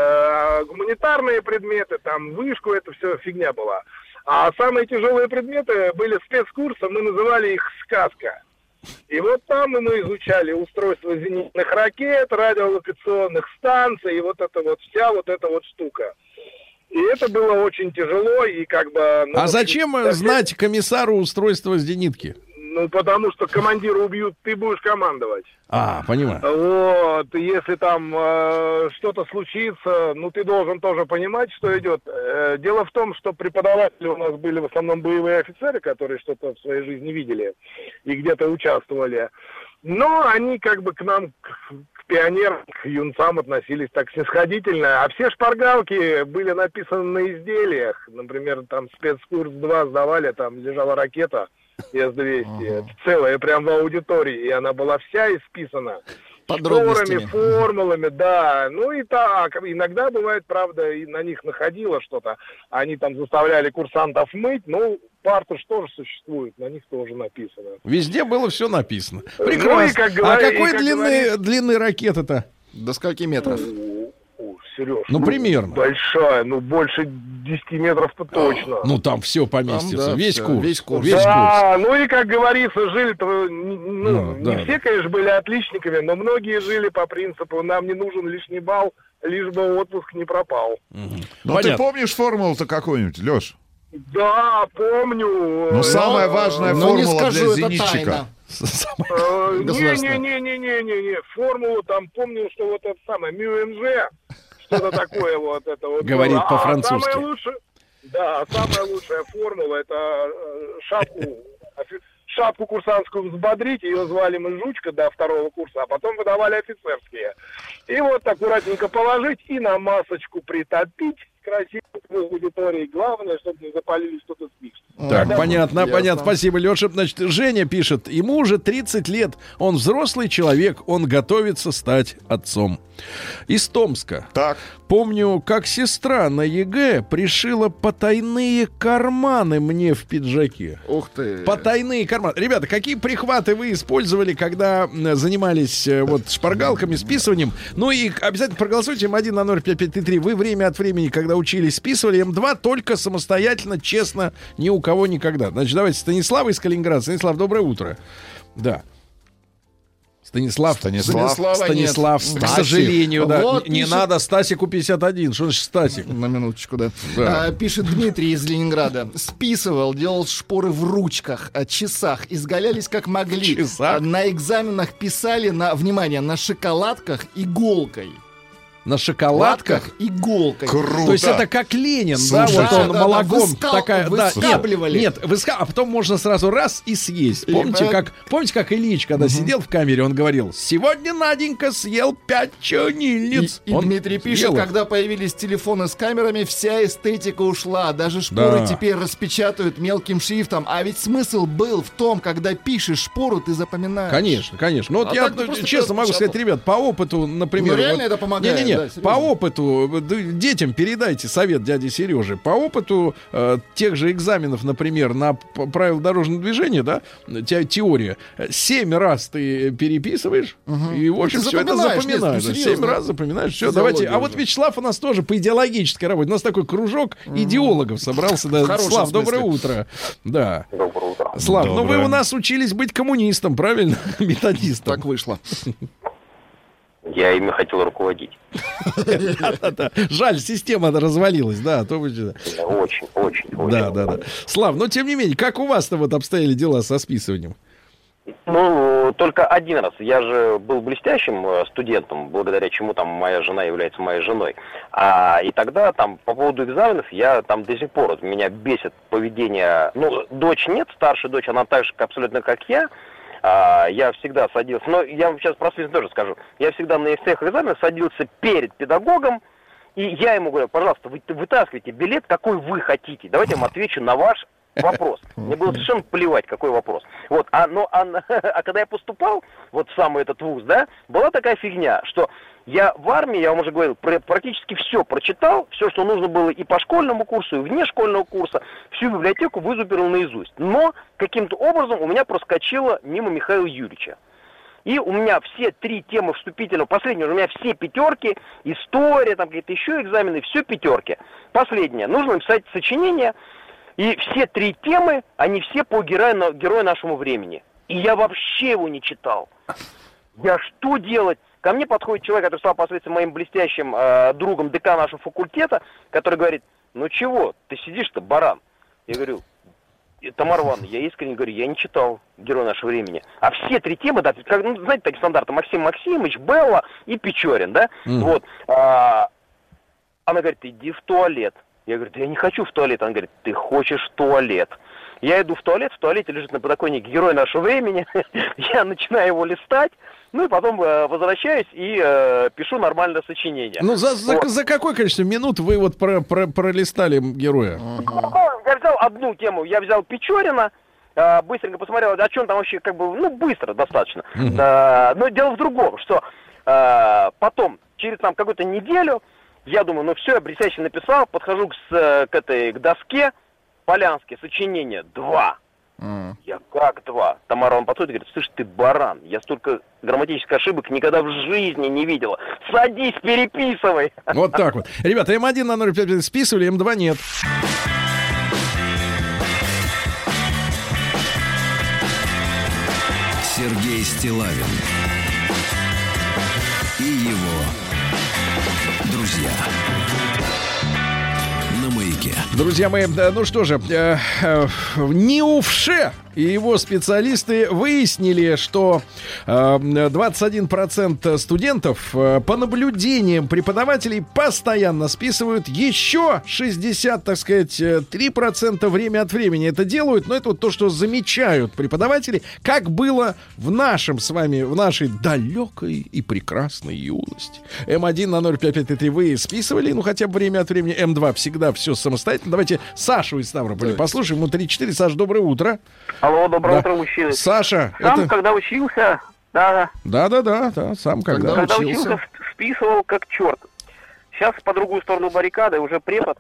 э, гуманитарные предметы, там, вышку, это все фигня была. А самые тяжелые предметы были спецкурсы, мы называли их «Сказка». И вот там мы изучали устройство зенитных ракет, радиолокационных станций, и вот это вот вся вот эта вот штука. И это было очень тяжело, и как бы... ну, А зачем да, знать комиссару устройство зенитки? Ну, потому что командира убьют, ты будешь командовать. А, понимаю. Вот, если там э, что-то случится, ну, ты должен тоже понимать, что идет. Э, дело в том, что преподаватели у нас были в основном боевые офицеры, которые что-то в своей жизни видели и где-то участвовали. Но они как бы к нам, к, к пионерам, к юнцам относились так снисходительно. А все шпаргалки были написаны на изделиях. Например, там спецкурс два сдавали, там лежала ракета эс двести, ага. целая, прям в аудитории, и она была вся исписана шторами, формулами, да. Ну и так, иногда бывает, правда, и на них находило что-то. Они там заставляли курсантов мыть, ну, партуш тоже существует, на них тоже написано. Везде было все написано. Ну, Прекрасно. и, как А говори- какой и, как длины, говорится- длины ракеты-то? До скольки метров? О, Сереж, Ну, примерно. большая, ну, больше десяти метров-то точно. Ну, там все поместится. Там, да, весь, всё, курс. весь курс. Весь курс. Да, ну и, как говорится, жили-то, ну, Ну, не да, все, конечно, были отличниками, но многие жили по принципу, нам не нужен лишний балл, лишь бы отпуск не пропал. Ну, Понятно. ты помнишь формулу-то какую-нибудь, Леш? Да, помню. Ну, самая важная но не формула скажу, для это зенитчика. тайна. Э, Государственная. Не-не-не-не-не-не, формулу там помню, что вот это самое, МЮНЖ, что-то такое вот это вот. Говорит было. А по-французски. самая лучшая, да, самая лучшая формула, это э, шапку, офи- шапку курсантскую взбодрить, ее звали мы жучка до второго курса, а потом выдавали офицерские. И вот аккуратненько положить и на масочку притопить, красиво в аудитории. Главное, чтобы не запалили что-то с них. Так, Да, понятно, ясно. понятно, спасибо, Леша. Значит, Женя пишет, ему уже тридцать лет, он взрослый человек, он готовится стать отцом. Из Томска. Так. Помню, как сестра на ЕГЭ пришила потайные карманы мне в пиджаке. Ух ты. Потайные карманы. Ребята, какие прихваты вы использовали, когда м, занимались э, вот шпаргалками, списыванием? Ну и обязательно проголосуйте эм один на ноль пять пять три три. Вы время от времени, когда учились, списывали эм два только самостоятельно, честно, ни у кого никогда. Значит, давайте Станислава из Калининграда. Станислав, доброе утро. Да. Станислав, Станислав. Станислава Станислав, нет. к сожалению, да. Вот не пишет- надо Стасику пятьдесят один. Что значит Стасик? На минуточку, да. Да. А, пишет Дмитрий из Ленинграда. Списывал, делал шпоры в ручках, о часах, изгалялись как могли. Часах? А, на экзаменах писали, на, внимание, на шоколадках иголкой. На шоколадках? Латках иголкой. Круто. То есть это как Ленин, Слушайте. да, вот он Да, да, да, молоком выскал- такая, да, выскабливали. нет, нет, выска- а потом можно сразу раз и съесть. И Помните, по- как, помните, как Ильич, когда сидел в камере, он говорил: сегодня Наденька съел пять И, чернильниц. и Он Дмитрий пишет, съел их. когда появились телефоны с камерами, вся эстетика ушла. Даже шпоры Да. теперь распечатают мелким шрифтом. А ведь смысл был в том, когда пишешь шпору, ты запоминаешь. Конечно, конечно. Ну вот А я так ты т- просто честно могу сказать, распечатал. ребят, по опыту, например... Ну, реально это помогает, Не-не-не, да, серьезно. по опыту, д- детям передайте совет дяди Сережи. По опыту э, тех же экзаменов, например, на п- правила дорожного движения, да, те- теория, семь раз ты переписываешь, и, в общем, Ты все это запоминаешь, нет, запоминаешь. ну, Семь серьезно. раз запоминаешь. Все, Физиология давайте. А вот уже. Вячеслав у нас тоже по идеологической работе. У нас такой кружок идеологов собрался. Да. В хорошем Слав, смысле. доброе утро. Да. Доброе утро. Слав, ну вы Доброе. у нас учились быть коммунистом, правильно? Методистом. Так вышло. Я ими хотел руководить. Да-да. Жаль, система развалилась, да, а то вы... Да, Очень, очень, очень. да, да. Слав, но тем не менее, как у вас-то вот обстояли дела со списыванием? Ну, только один раз. Я же был блестящим э, студентом, благодаря чему там моя жена является моей женой. А, и тогда там по поводу экзаменов я там до сих пор, вот, меня бесит поведение... Ну, дочь нет, старшая дочь, она так же абсолютно как я. А, я всегда садился... Но я вам сейчас про связь тоже скажу. Я всегда на всех экзаменах садился перед педагогом, и я ему говорю: пожалуйста, вы вытаскивайте билет, какой вы хотите. Давайте я вам отвечу на ваш вопрос. Мне было совершенно плевать, какой вопрос. Вот, а, но, а, а когда я поступал вот в самый этот вуз, да, была такая фигня, что я в армии, я вам уже говорил, пр- практически все прочитал, все, что нужно было и по школьному курсу, и вне школьного курса, всю библиотеку вызубрил наизусть. Но каким-то образом у меня проскочило мимо Михаила Юрьевича. И у меня все три темы вступительного, последнего, у меня все пятерки, история, там какие-то еще экзамены, все пятерки. Последнее, нужно написать сочинение, и все три темы, они все по герою, герою нашему времени. И я вообще его не читал. Я что делать? Ко мне подходит человек, который стал впоследствии моим блестящим э, другом, декана нашего факультета, который говорит: ну чего, ты сидишь-то, баран? Я говорю: Тамара Ивановна, я искренне говорю, я не читал «Герой нашего времени». А все три темы, да, как, ну, знаете, такие стандарты: Максим Максимович, Белла и Печорин, да? Mm. Вот. А, она говорит: иди в туалет. Я говорю: да я не хочу в туалет. Она говорит: ты хочешь в туалет. Я иду в туалет, в туалете лежит на подоконнике «Герой нашего времени». Я начинаю его листать, ну и потом э, возвращаюсь и э, пишу нормальное сочинение. Ну, за, за, Вот. за какое количество минут вы вот про, про, пролистали героя? Ну, я взял одну тему, я взял Печорина, э, быстренько посмотрел, о чем там вообще, как бы, ну, быстро достаточно. Мгм. Э, но дело в другом, что э, потом, через там какую-то неделю, я думаю, ну все, я блестяще написал, подхожу к, с, к этой, к доске, Полянский, сочинение, два. М. Я как два? Тамара, он подходит и говорит: слышь, ты баран, я столько грамматических ошибок никогда в жизни не видела. Садись, переписывай. Вот так вот. Ребята, эм один на ноль пять пять списывали, эм два нет. Сергей Стиллавин и его друзья на Маяке. Друзья мои, да, ну что же, э, э, не увше и его специалисты выяснили, что э, двадцать один процент студентов э, по наблюдениям преподавателей постоянно списывают, еще шестьдесят, так сказать, три процента время от времени это делают, но это вот то, что замечают преподаватели, как было в нашем с вами, в нашей далекой и прекрасной юности. эм один на ноль пять пять три вы списывали, ну хотя бы время от времени, эм два всегда все самостоятельно. Давайте Сашу из Ставрополя послушаем, ему три четыре. Саш, доброе утро. Алло, доброе да. утро, мужчины. Саша, Сам, это... когда учился, да, да, да, да, да, сам когда, когда учился. учился, списывал как черт. Сейчас по другую сторону баррикады, уже препод.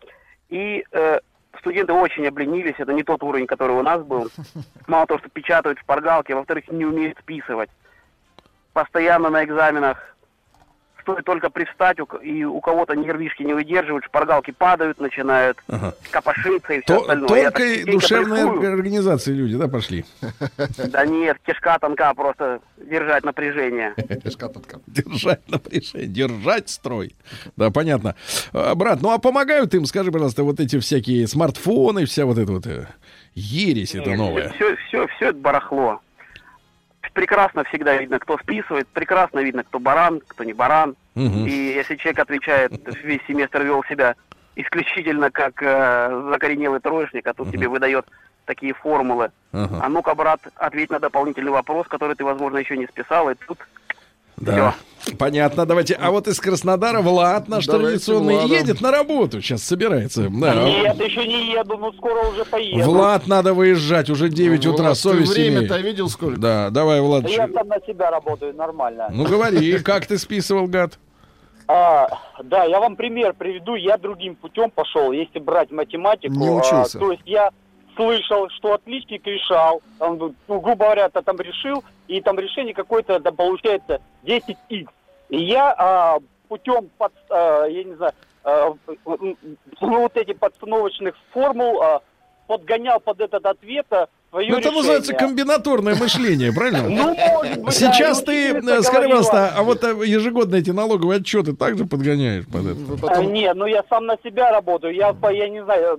И э, студенты очень обленились, это не тот уровень, который у нас был. Мало того, что печатают шпаргалки, а во-вторых, не умеют списывать. Постоянно на экзаменах. Стоит только привстать, и у кого-то нервишки не выдерживают, шпаргалки падают, начинают ага. копошиться и все То, остальное. Тонкой душевной организации люди, да, пошли? Да нет, кишка тонка, просто держать напряжение. Кишка тонка. Держать напряжение, держать строй. Да, понятно. А, брат, ну а помогают им, скажи, пожалуйста, вот эти всякие смартфоны, вся вот эта вот ересь это новая? Все, все, все это барахло. Прекрасно всегда видно, кто списывает, прекрасно видно, кто баран, кто не баран. Угу. И если человек отвечает, весь семестр вел себя исключительно как э, закоренелый троечник, а тут угу. тебе выдает такие формулы. Ага. А ну-ка, брат, ответь на дополнительный вопрос, который ты, возможно, еще не списал, и тут да. Все. Понятно, давайте. А вот из Краснодара Влад, наш давайте традиционный, Владом. Едет на работу. Сейчас собирается. Да. Нет, еще не еду, но скоро уже поеду. Влад, надо выезжать. Уже девять утра, совесть имеет. Время-то видел сколько? Да, давай, Влад. Да я там на себя работаю, нормально. Ну, говори, как ты списывал, гад? А, да, я вам пример приведу. Я другим путем пошел, если брать математику. Не учился. А, то есть я слышал, что отличник решал, он, ну, грубо говоря, то там решил, и там решение какое-то, да, получается, десять икс. И я а, путем, под, а, я не знаю, а, ну, вот эти подстановочных формул а, подгонял под этот ответ а, свое ну, это решение. называется комбинаторное мышление, правильно? Ну, может быть, сейчас ты, скажи, пожалуйста, а вот ежегодно эти налоговые отчеты также подгоняешь под это? Нет, ну я сам на себя работаю, я, я не знаю...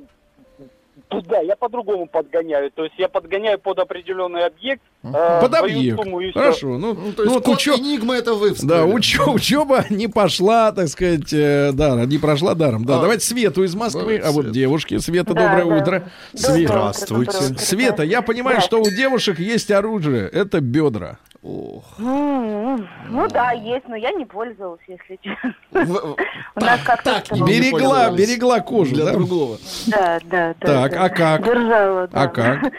Да, я по-другому подгоняю. То есть я подгоняю под определенный объект. Э, под объект. Хорошо. Ну, ну, то есть ну, код учё... Энигма это вы встроили. Да, учё... учеба не пошла, так сказать, э, да, не прошла даром. Да, а, давайте Свету из Москвы. Давай, а вот девушки. Света, да, доброе да. утро. Света. Здравствуйте. Доброе утро. Света, я понимаю, да. что у девушек есть оружие. Это бедра. Ох. Mm-hmm. Ну да, есть, но я не пользовалась, если честно. У нас как-то берегла, берегла кожу для другого. Да, да, да. Так, а как? Держала, да. А как?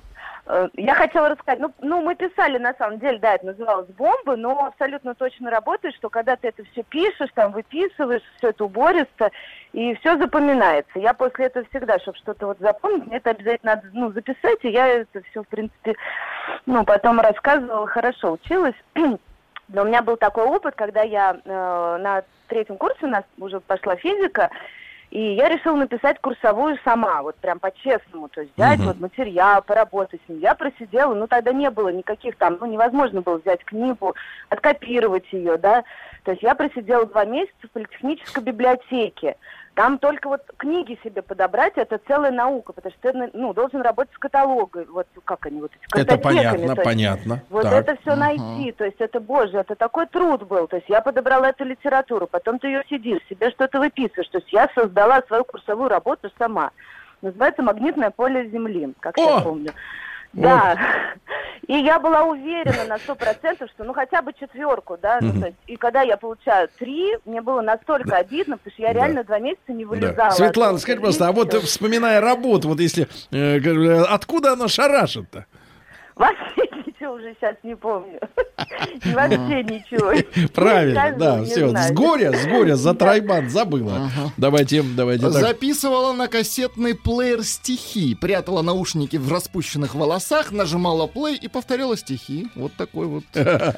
Я хотела рассказать, ну, ну, мы писали, на самом деле, да, это называлось бомбы, но абсолютно точно работает, что когда ты это все пишешь, там, выписываешь, все это убористо, и все запоминается. Я после этого всегда, чтобы что-то вот запомнить, мне это обязательно надо, ну, записать, и я это все, в принципе, ну, потом рассказывала, хорошо училась. Но у меня был такой опыт, когда я э, на третьем курсе, у нас уже пошла физика, и я решила написать курсовую сама, вот прям по-честному, то есть взять uh-huh. вот материал, поработать с ним. Я просидела, ну тогда не было никаких там, ну невозможно было взять книгу, откопировать ее, да. То есть я просидела два месяца в политехнической библиотеке. Там только вот книги себе подобрать, это целая наука, потому что ты, ну, должен работать с каталогом, вот как они, вот эти картотеками. Это понятно, есть, понятно. Вот так. это все найти, то есть это, боже, это такой труд был. То есть я подобрала эту литературу, потом ты ее сидишь, себе что-то выписываешь. То есть я создала свою курсовую работу сама. Называется «Магнитное поле Земли», как я помню. Да, и я была уверена на сто процентов, что ну хотя бы четверку, да, ну, то есть, и когда я получаю три, мне было настолько обидно, потому что я реально да. два месяца не вылезала. Да. Светлана, скажи, пожалуйста, а вот вспоминая работу, вот если, э, откуда оно шарашит-то? Вообще ничего уже сейчас не помню. Вообще ничего. Правильно, да, все. С горя, с горя, за тройбан забыла. Давайте, давайте. Записывала на кассетный плеер стихи, прятала наушники в распущенных волосах, нажимала плей и повторяла стихи. Вот такой вот.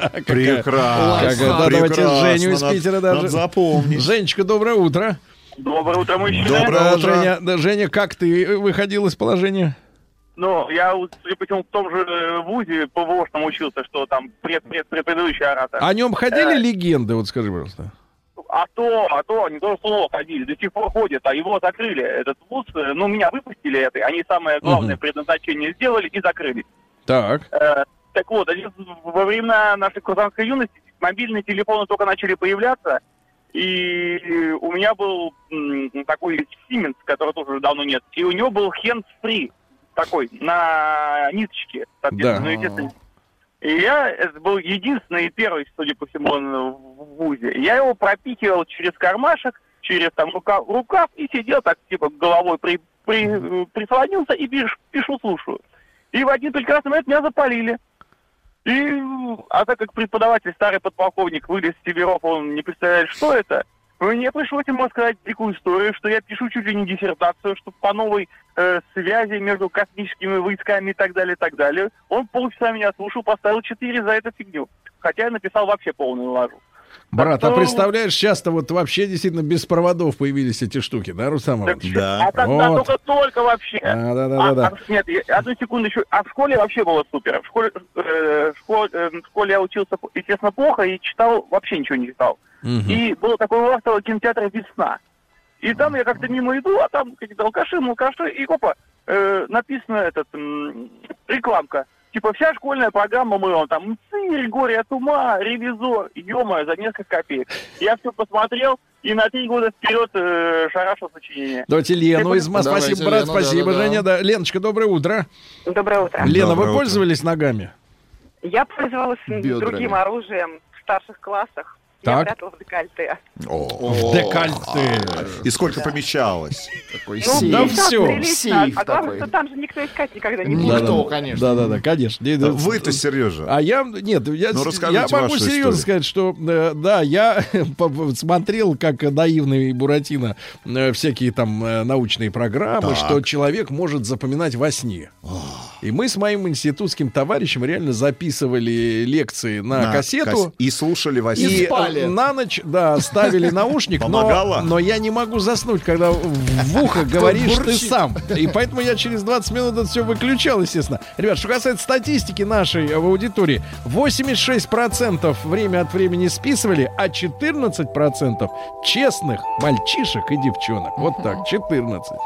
Прекрасно. Давайте Женю из Питера даже. Запомни. Женечка, доброе утро. Доброе утро, мужчина. Доброе утро. Женя, как ты выходил из положения? Ну, я причем в том же вузе по ВОШ там учился, что там пред, пред, пред, предыдущий оратор. О нем ходили э... легенды, вот скажи, пожалуйста? а то, а то, они тоже слово ходили, до сих пор ходят, а его закрыли, этот вуз, ну, меня выпустили, это, они самое главное угу. предназначение сделали и закрыли. Так. Э, так вот, они, во времена нашей курсантской юности мобильные телефоны только начали появляться, и у меня был м, такой Siemens, который тоже уже давно нет, и у него был hands-free такой, на ниточке, соответственно, да. ну, естественно. И я, это был единственный и первый, судя по всему, он в вузе. Я его пропихивал через кармашек, через там рукав, рукав и сидел так, типа, головой при, при, прислонился и пиш, пишу, слушаю. И в один прекрасный момент меня запалили. И, а так как преподаватель, старый подполковник, вылез с Северов, он не представляет, что это, мне пришлось ему рассказать дикую историю, что я пишу чуть ли не диссертацию, что по новой э, связи между космическими войсками и так далее, и так далее. Он полчаса меня слушал, поставил четыре за эту фигню. Хотя я написал вообще полную лажу. Брат, так а что... представляешь, часто вот вообще действительно без проводов появились эти штуки, да, Рустам Иванович? Да. А тогда вот. только-только вообще. А, да, да, а, да, а, да. Нет, одну секунду еще. А в школе вообще было супер. В школе, э, в школе, э, в школе я учился, естественно, плохо и читал, вообще ничего не читал. Угу. И было такое властвовало кинотеатр «Весна». И там я как-то мимо иду, а там какие-то алкаши, мулкаши, и опа, э, написано этот, м- рекламка. Типа вся школьная программа мы вам там «Мцырь, горе от ума», «Ревизор», ё-моё, за несколько копеек. Я все посмотрел и на три года вперед э, шарашил сочинение. Давайте Лену из Москвы. Давайте, спасибо, брат, Лену, спасибо, да, да, Женя. Да. Леночка, доброе утро. Доброе утро. Лена, Доброе вы утро. пользовались ногами? Я пользовалась Бедрами. другим оружием в старших классах. Так. Я прятала в декольте. О, Декольте. И сколько помещалось? Такой Ну, сейф. да сейчас всё. прилично. Сейф А главное, такой. что там же никто искать никогда не будет. Никто, Да-да-да. конечно. Да-да-да, конечно. Вы-то, Сережа. А я, нет, я, Ну, расскажите я могу вашу серьезно историю. сказать, что, э, да, я смотрел, как наивный Буратино, э, всякие там э, научные программы, Так. что человек может запоминать во сне. И мы с моим институтским товарищем реально записывали лекции на, На кассету. касс- И слушали во сне. И спали. э, на ночь, да, ставили наушник, но, Помогало? но я не могу заснуть, когда в ухо говоришь ты сам. И поэтому я через двадцать минут это все выключал, естественно. Ребят, что касается статистики нашей в аудитории, восемьдесят шесть процентов время от времени списывали, а четырнадцать процентов честных мальчишек и девчонок. Вот так, четырнадцать.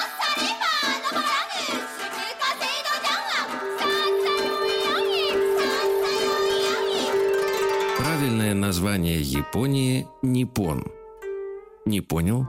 Правильное название Японии — Ниппон. Не понял?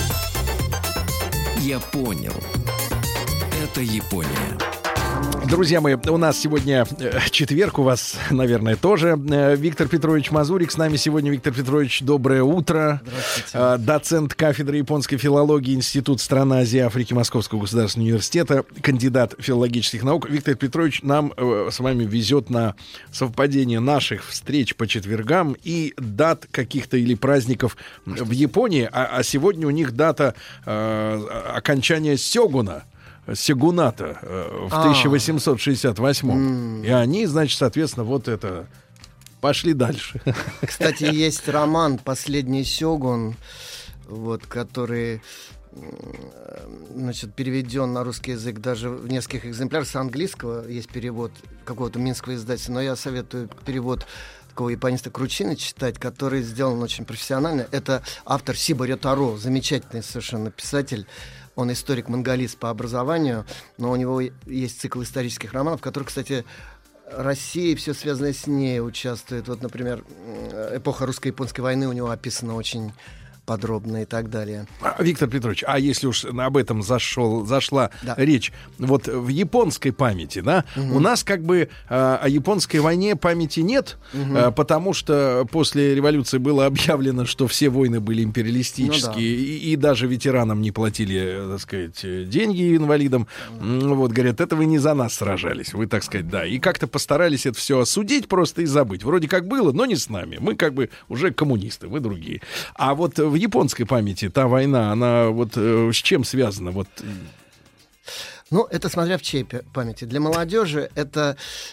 Я понял. Это Япония. Друзья мои, у нас сегодня э, четверг, у вас, наверное, тоже. Э, Виктор Петрович Мазурик с нами сегодня. Виктор Петрович, доброе утро. Здравствуйте. Э, доцент кафедры японской филологии Институт стран Азии и Африки Московского государственного университета, кандидат филологических наук. Виктор Петрович, нам э, с вами везет на совпадение наших встреч по четвергам и дат каких-то или праздников в Японии. А, а сегодня у них дата э, окончания сёгуна. Сегуната э, в А. тысяча восемьсот шестьдесят восьмом. И они, значит, соответственно, вот это... Пошли дальше. Кстати, есть роман «Последний сёгун», вот, который, значит, переведен на русский язык даже в нескольких экземплярах. С английского есть перевод какого-то минского издателя, но я советую перевод такого япониста Кручины читать, который сделан очень профессионально. Это автор Сиба Рётаро, замечательный совершенно писатель. Он историк-монголист по образованию, но у него есть цикл исторических романов, в которых, кстати, Россия и все связанное с ней участвует. Вот, например, эпоха русско-японской войны у него описана очень подробно и так далее. Виктор Петрович, а если уж об этом зашел, зашла Да. речь, вот в японской памяти, да, Угу. у нас как бы э, о японской войне памяти нет, Угу. э, потому что после революции было объявлено, что все войны были империалистические, Ну да. и, и даже ветеранам не платили, э, так сказать, э, деньги инвалидам. М, Вот, говорят, это вы не за нас сражались, вы, так сказать, да. И как-то постарались это все осудить просто и забыть. Вроде как было, но не с нами. Мы как бы уже коммунисты, вы другие. А вот в японской памяти та война, она вот э, с чем связана? Вот. Ну, это смотря в чьей пя- памяти. Для молодежи это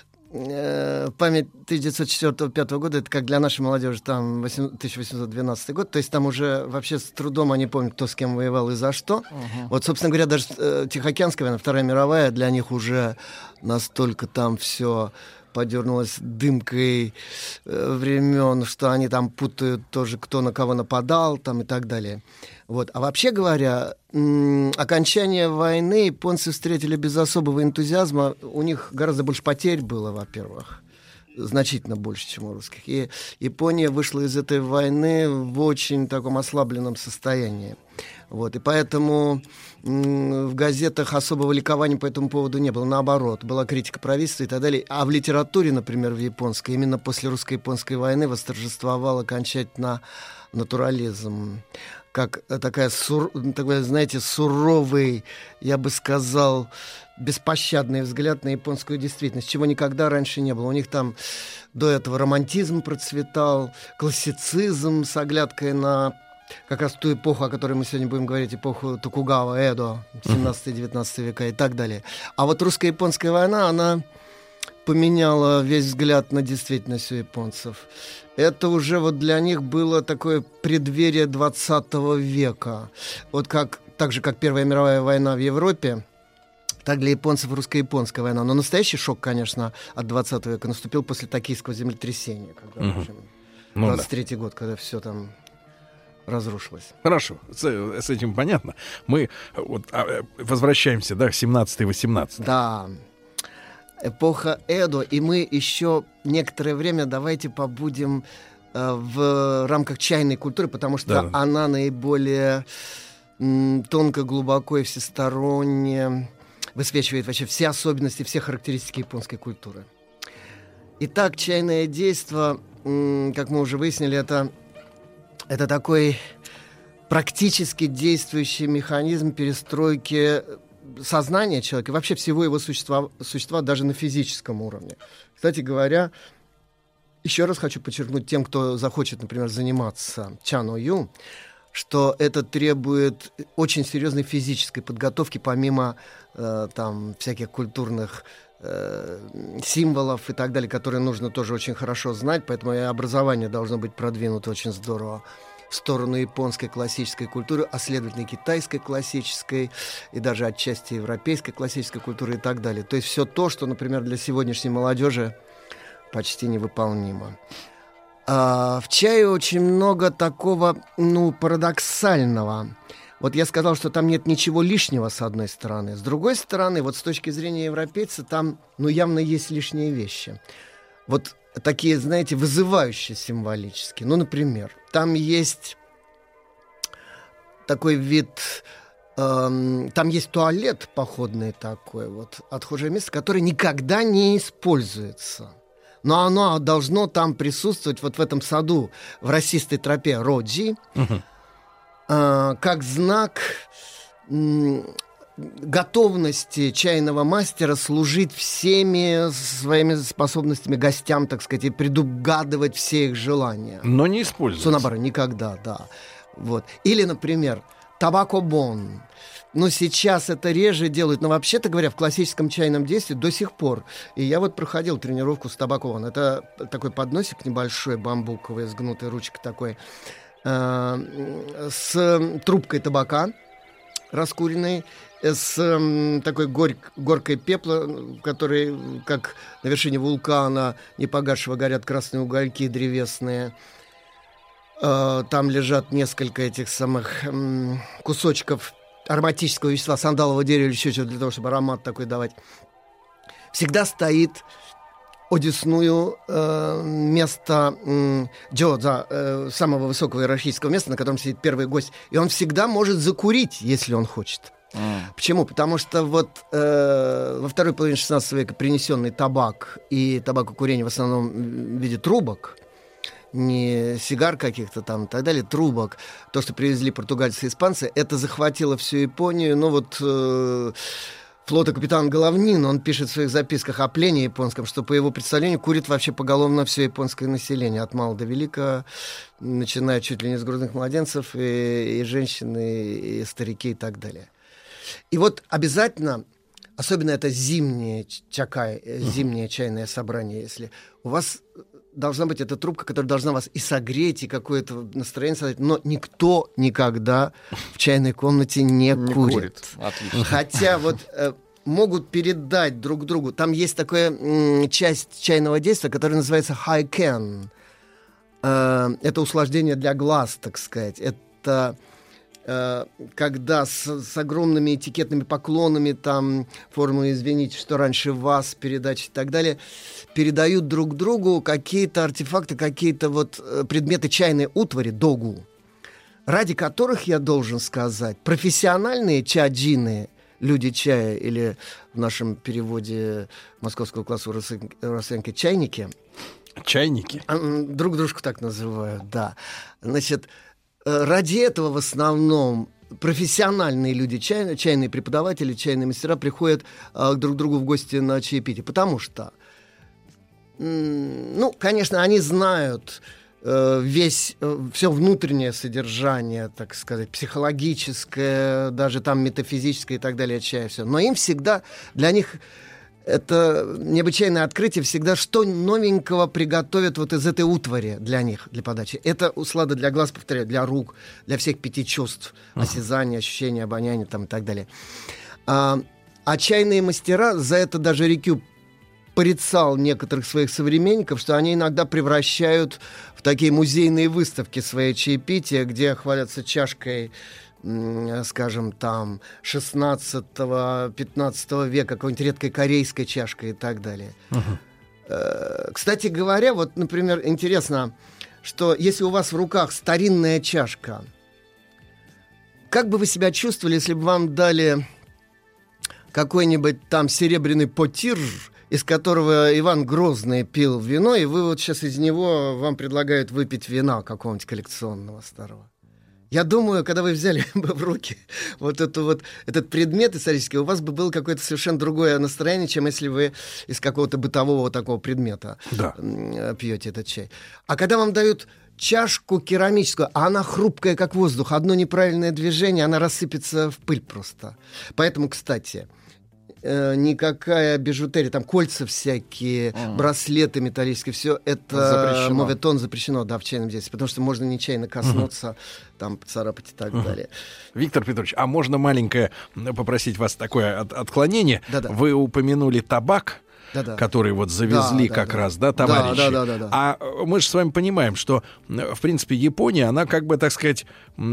э, память тысяча девятьсот четвёртого — пятого года, это как для нашей молодежи там восемь- тысяча восемьсот двенадцатый год, то есть там уже вообще с трудом они помнят, кто с кем воевал и за что. Мгм. Вот, собственно говоря, даже э, Тихоокеанская война, Вторая мировая, для них уже настолько там все подернулась дымкой э, времен, что они там путают тоже, кто на кого нападал, там и так далее. Вот. А вообще говоря, м- окончание войны японцы встретили без особого энтузиазма. У них гораздо больше потерь было, во-первых. Значительно больше, чем у русских. И Япония вышла из этой войны в очень таком ослабленном состоянии. Вот. И поэтому м- в газетах особого ликования по этому поводу не было. Наоборот, была критика правительства и так далее. А в литературе, например, в японской, именно после русско-японской войны восторжествовал окончательно натурализм. Как такая, сур... такой, знаете, суровый, я бы сказал, беспощадный взгляд на японскую действительность, чего никогда раньше не было. У них там до этого романтизм процветал, классицизм с оглядкой на как раз ту эпоху, о которой мы сегодня будем говорить, эпоху Токугава, Эдо, семнадцатый-девятнадцатый века и так далее. А вот русско-японская война, она поменяла весь взгляд на действительность у японцев. Это уже вот для них было такое преддверие двадцатого века. Вот как, так же, как Первая мировая война в Европе, так для японцев русско-японская война. Но настоящий шок, конечно, от двадцатого века наступил после токийского землетрясения. Когда, в общем, Ну двадцать третий год, когда все там разрушилось. Хорошо, с, с этим понятно. Мы вот, а, возвращаемся, да, к семнадцатый-восемнадцатый. Да. Эпоха Эдо, и мы еще некоторое время давайте побудем э, в рамках чайной культуры, потому что Да. она наиболее м, тонко, глубоко и всесторонне высвечивает вообще все особенности, все характеристики японской культуры. Итак, чайное действо, м, как мы уже выяснили, это, это такой практически действующий механизм перестройки сознания человека, и вообще всего его существа, существа даже на физическом уровне. Кстати говоря, еще раз хочу подчеркнуть тем, кто захочет, например, заниматься чан-о-ю, что это требует очень серьезной физической подготовки, помимо э, там, всяких культурных э, символов и так далее, которые нужно тоже очень хорошо знать, поэтому и образование должно быть продвинуто очень здорово в сторону японской классической культуры, а следовательно и китайской классической, и даже отчасти европейской классической культуры и так далее. То есть все то, что, например, для сегодняшней молодежи почти невыполнимо. А в чае очень много такого, ну, парадоксального. Вот я сказал, что там нет ничего лишнего, с одной стороны. С другой стороны, вот с точки зрения европейца, там, ну, явно есть лишние вещи. Вот такие, знаете, вызывающие символически. Ну, например, там есть такой вид... Эм, там есть туалет походный такой, вот, отхожее место, которое никогда не используется. Но оно должно там присутствовать вот в этом саду, в росистой тропе Роджи, uh-huh. э, как знак м, готовности чайного мастера служить всеми своими способностями гостям, так сказать, и предугадывать все их желания. Но не используется. Сонабара никогда, да. Вот. Или, например, табако-бон. Но сейчас это реже делают. Но вообще-то говоря, в классическом чайном действии до сих пор. И я вот проходил тренировку с табако-бон. Это такой подносик небольшой, бамбуковый, с гнутой ручкой такой, э, с трубкой табака раскуренной, с э, такой горь, горкой пепла, в которой, как на вершине вулкана непогасшего, горят красные угольки древесные. Э, там лежат несколько этих самых э, кусочков ароматического вещества, сандалового дерева или еще чего-то для того, чтобы аромат такой давать. Всегда стоит одесную э, место э, джодза, э, самого высокого иерархического места, на котором сидит первый гость. И он всегда может закурить, если он хочет. Mm. Почему? Потому что вот э, во второй половине шестнадцатого века принесенный табак и табакокурение в основном в виде трубок, не сигар каких-то там и так далее, трубок, то, что привезли португальцы и испанцы, это захватило всю Японию. Ну вот э, флота капитан Головнин, он пишет в своих записках о плене японском, что по его представлению курит вообще поголовно все японское население, от мала до велика, начиная чуть ли не с грудных младенцев, и, и женщины, и старики и так далее. И вот обязательно, особенно это зимнее чакай, зимнее чайное собрание, если у вас должна быть эта трубка, которая должна вас и согреть, и какое-то настроение создать, но никто никогда в чайной комнате не, не курит. курит. Отлично. Хотя вот э, могут передать друг другу. Там есть такая м, часть чайного действия, которая называется хайкен. Э, это услаждение для глаз, так сказать. Это э, когда с, с огромными этикетными поклонами, там, формулы «извините, что раньше вас», передачи и так далее, передают друг другу какие-то артефакты, какие-то вот предметы чайной утвари, догу, ради которых, я должен сказать, профессиональные чаджины, люди чая, или в нашем переводе московского класса Урасенко чайники. Чайники? Друг дружку так называют, да. Значит, ради этого в основном профессиональные люди, чай, чайные преподаватели, чайные мастера приходят а, друг к другу в гости на чаепитие. Потому что, м- ну, конечно, они знают весь, все внутреннее содержание, так сказать, психологическое, даже там метафизическое и так далее, чая, все. Но им всегда, для них это необычайное открытие, всегда что новенького приготовят вот из этой утвари для них, для подачи. Это услада для глаз, повторяю, для рук, для всех пяти чувств, uh-huh. осязания, ощущения, обоняния там, и так далее. А, а чайные мастера, за это даже Рикю порицал некоторых своих современников, что они иногда превращают в такие музейные выставки свои чаепития, где хвалятся чашкой, скажем, там, шестнадцатого-пятнадцатого века, какой-нибудь редкой корейской чашкой и так далее. Uh-huh. Кстати говоря, вот, например, интересно, что если у вас в руках старинная чашка, как бы вы себя чувствовали, если бы вам дали какой-нибудь там серебряный потир, из которого Иван Грозный пил вино, и вы вот сейчас из него, вам предлагают выпить вина какого-нибудь коллекционного старого. Я думаю, когда вы взяли бы в руки вот, эту вот этот предмет исторический, у вас бы было какое-то совершенно другое настроение, чем если вы из какого-то бытового такого предмета да. пьете этот чай. А когда вам дают чашку керамическую, а она хрупкая, как воздух, одно неправильное движение, она рассыпется в пыль просто. Поэтому, кстати, никакая бижутерия, там кольца всякие, mm. браслеты металлические, все это моветон запрещено, да, в чайном действии, потому что можно нечаянно коснуться, mm-hmm. там, поцарапать и так mm-hmm. далее. Виктор Петрович, а можно маленькое попросить вас такое от- отклонение? Да-да. Вы упомянули табак, да-да. который вот завезли да, как да, раз, да, да товарищи? Да, да, да, да, да. А мы же с вами понимаем, что, в принципе, Япония, она как бы, так сказать,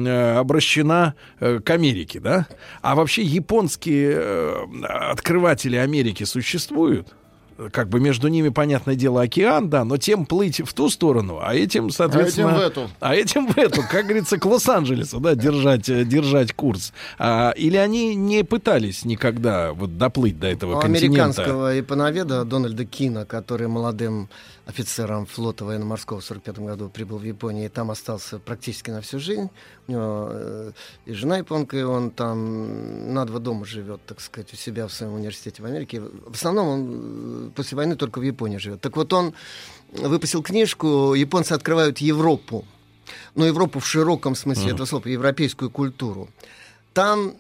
обращена к Америке, да? А вообще японские открыватели Америки существуют? Как бы между ними, понятное дело, океан, да, но тем плыть в ту сторону, а этим, соответственно... А этим в эту. А этим в эту, как говорится, к Лос-Анджелесу, да, держать, держать курс. А, или они не пытались никогда вот доплыть до этого У континента? Американского японоведа Дональда Кина, который молодым офицером флота военно-морского в сорок пятом году прибыл в Японию и там остался практически на всю жизнь. У него э, и жена японка, и он там на два дома живет, так сказать, у себя в своем университете в Америке. В основном он после войны только в Японии живет. Так вот, он выпустил книжку «Японцы открывают Европу». Но Европу в широком смысле mm-hmm. этого слова, европейскую культуру. Там,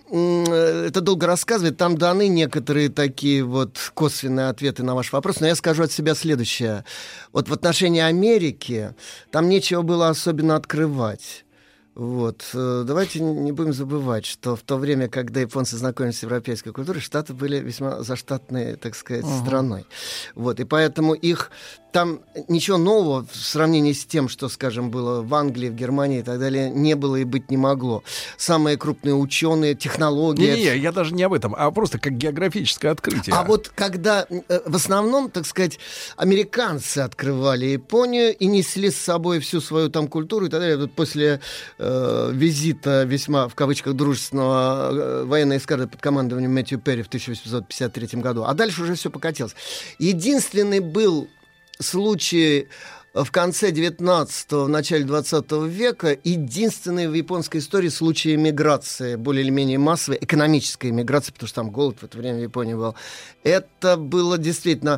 это долго рассказывать, там даны некоторые такие вот косвенные ответы на ваш вопрос, но я скажу от себя следующее. Вот в отношении Америки там нечего было особенно открывать. Вот. Давайте не будем забывать, что в то время, когда японцы знакомились с европейской культурой, Штаты были весьма заштатной, так сказать, uh-huh. страной. Вот. И поэтому их там ничего нового в сравнении с тем, что, скажем, было в Англии, в Германии и так далее, не было и быть не могло. Самые крупные ученые, технологии... Не-не, я даже не об этом, а просто как географическое открытие. А вот когда в основном, так сказать, американцы открывали Японию и несли с собой всю свою там культуру и так далее, вот после э, визита весьма, в кавычках, дружественного э, военной эскадры под командованием Мэтью Перри в тысяча восемьсот пятьдесят третьем году, а дальше уже все покатилось. Единственный был случай в конце девятнадцатого, в начале двадцатого века, единственный в японской истории случай эмиграции, более или менее массовой, экономической эмиграции, потому что там голод в это время в Японии был. Это было действительно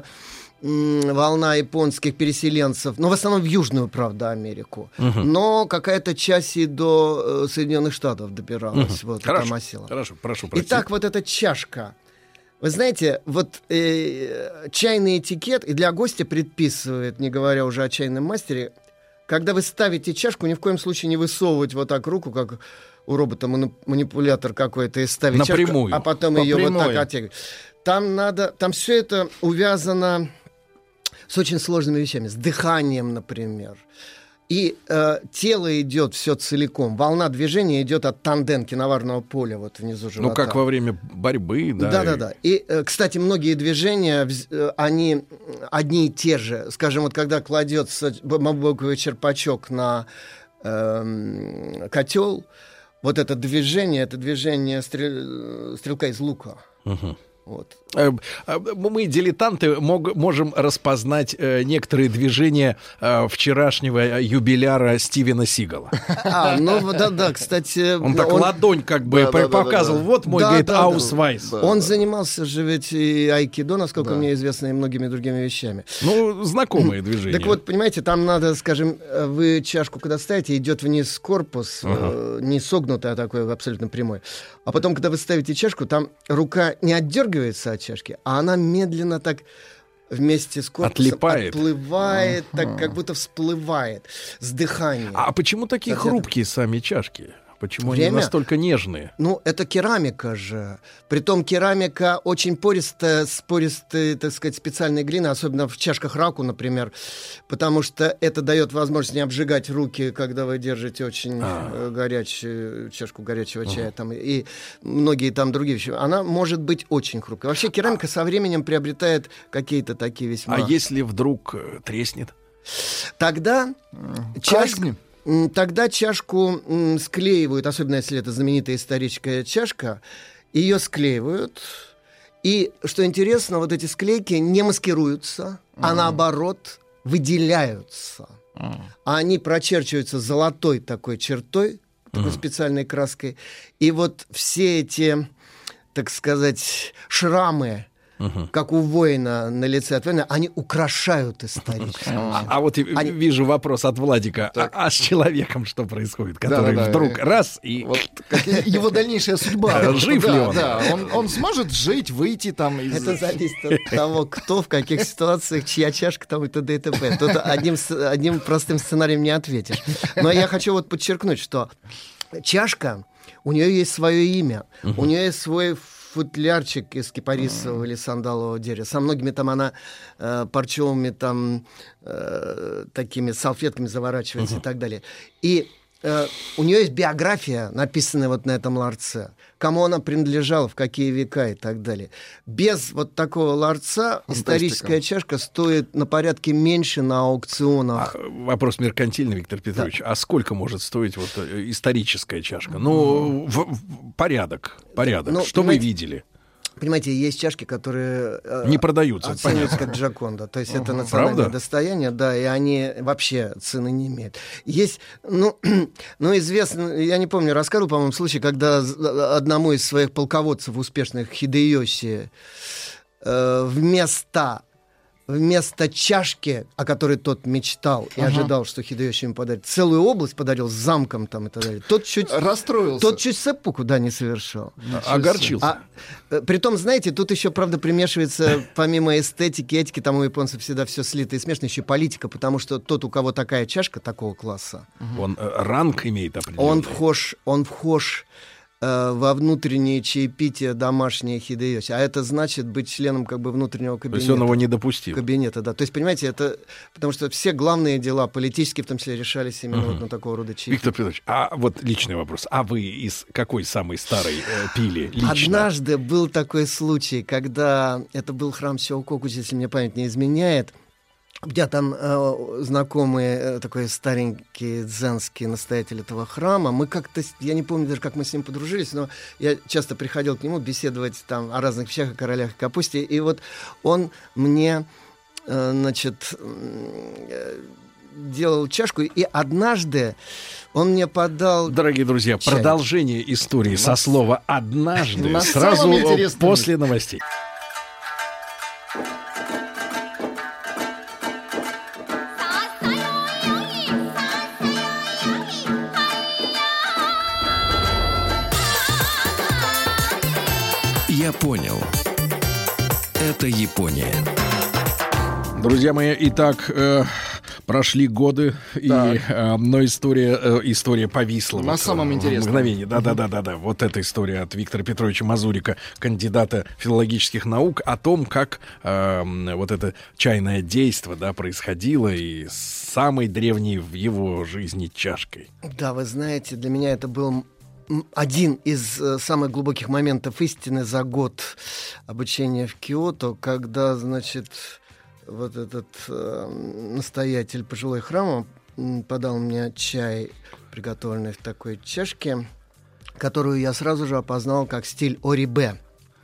м- волна японских переселенцев, но в основном в Южную, правда, Америку. Угу. Но какая-то часть и до э, Соединенных Штатов добиралась. Угу. Вот, хорошо, там осела. Хорошо, прошу простить. Итак, вот эта чашка. Вы знаете, вот э, чайный этикет и для гостя предписывает, не говоря уже о чайном мастере, когда вы ставите чашку, ни в коем случае не высовывать вот так руку, как у робота манипулятор какой-то и ставить напрямую, чашку, а потом ее вот так оттягивать. Там надо, там все это увязано с очень сложными вещами, с дыханием, например. И э, тело идет все целиком. Волна движения идет от танден киноварного поля вот внизу живота. Ну, как во время борьбы, да. Да-да-да. И, э, кстати, многие движения, э, они одни и те же. Скажем, вот когда кладется бамбуковый черпачок на э, котел, вот это движение, это движение стрел... стрелка из лука. Угу. Вот. Мы, дилетанты, мог, можем распознать э, некоторые движения э, вчерашнего юбиляра Стивена Сигала. А, ну да-да, кстати... Он так он... ладонь как бы да, по- да, показывал, да, да. Вот мой, да, говорит, да, аусвайс. Да, он да. занимался же ведь и айкидо, насколько да. мне известно, и многими другими вещами. Ну, знакомые движения. Так вот, понимаете, там надо, скажем, вы чашку когда ставите, идет вниз корпус, uh-huh. э, не согнутый, а такой абсолютно прямой. А потом, когда вы ставите чашку, там рука не отдергивается от чашки, а она медленно так вместе с корпусом отлипает. Отплывает, uh-huh. так как будто всплывает с дыханием. А почему такие Кстати, хрупкие сами чашки? Почему Время? они настолько нежные? Ну, это керамика же. Притом керамика очень пористая, с пористой, так сказать, специальной глины, особенно в чашках раку, например, потому что это дает возможность не обжигать руки, когда вы держите очень а. горячую чашку горячего чая, там, и многие там другие вещи. Она может быть очень хрупкой. Вообще керамика а. со временем приобретает какие-то такие весьма... А если вдруг треснет? Тогда чашка... Тогда чашку м, склеивают, особенно если это знаменитая историческая чашка, ее склеивают. И, что интересно, вот эти склейки не маскируются, mm-hmm. а наоборот выделяются. Mm-hmm. Они прочерчиваются золотой такой чертой, такой mm-hmm. специальной краской. И вот все эти, так сказать, шрамы, Uh-huh. как у воина на лице от войны, они украшают историческую. А, а вот они... вижу вопрос от Владика. А, а с человеком что происходит? Который да, да, вдруг да. раз и... Вот, его дальнейшая судьба. Жив ли он? Да, он? Он сможет жить, выйти там из... Это зависит от того, кто, в каких ситуациях, чья чашка там и т.д. и т.п. Тут одним, одним простым сценарием не ответишь. Но я хочу вот подчеркнуть, что чашка, у нее есть свое имя, uh-huh. у нее есть свой футлярчик из кипарисового mm. или сандалового дерева. Со многими там она э, парчевыми там э, такими салфетками заворачивается uh-huh. и так далее. И э, у нее есть биография, написанная вот на этом ларце. Кому она принадлежала, в какие века и так далее. Без вот такого ларца Фантастика. Историческая чашка стоит на порядке меньше на аукционах. А, вопрос меркантильный, Виктор Петрович. Да. А сколько может стоить вот историческая чашка? Ну, в, в, порядок, порядок. Ну, что вы видели? Понимаете, есть чашки, которые не продаются, оцениваются как Джоконда. То есть uh-huh. это национальное Правда? Достояние, да, и они вообще цены не имеют. Есть, ну, ну, известно, я не помню, рассказывал, по-моему, случай, когда одному из своих полководцев успешных, Хидэёси, э, вместо... Вместо чашки, о которой тот мечтал и ага. ожидал, что Хидэёси ему подарит, целую область подарил с замком там и так далее. Тот чуть расстроился. Тот чуть сэппуку, да, не совершил. Огорчился. А, притом, знаете, тут еще, правда, примешивается, помимо эстетики, этики, там у японцев всегда все слито и смешно, еще политика, потому что тот, у кого такая чашка такого класса... Он э, ранг имеет определенный. Он вхож, он вхож во внутреннее чаепитие домашнее Хидэёси. А это значит быть членом как бы внутреннего кабинета. То есть он его не допустил. Кабинета, да. То есть, понимаете, это... Потому что все главные дела, политические в том числе, решались именно uh-huh. вот на такого рода чаепитие. Виктор Петрович, а вот личный вопрос. А вы из какой самой старой э, пили лично? Однажды был такой случай, когда... Это был храм Сёкокучи, если мне память не изменяет. У меня там э, знакомый э, такой старенький дзенский настоятель этого храма. Мы как-то, я не помню даже, как мы с ним подружились, но я часто приходил к нему беседовать там о разных вещах, о королях и капусте. И вот он мне, э, значит, э, делал чашку, и однажды он мне подал... Дорогие друзья, чай. Продолжение истории Нас... со слова «однажды» На сразу после новостей. Я понял. Это Япония. Друзья мои, итак, э, Прошли годы, и, э, но история, э, история повисла. На вот, самом в интересном. мгновение. Да-да-да-да. Вот эта история от Виктора Петровича Мазурика, кандидата филологических наук, о том, как э, вот это чайное действо, да, происходило, и с самой древней в его жизни чашкой. Да, вы знаете, для меня это был один из э, самых глубоких моментов истины за год обучения в Киото, когда, значит, вот этот э, настоятель пожилой храма подал мне чай, приготовленный в такой чашке, которую я сразу же опознал как стиль орибе.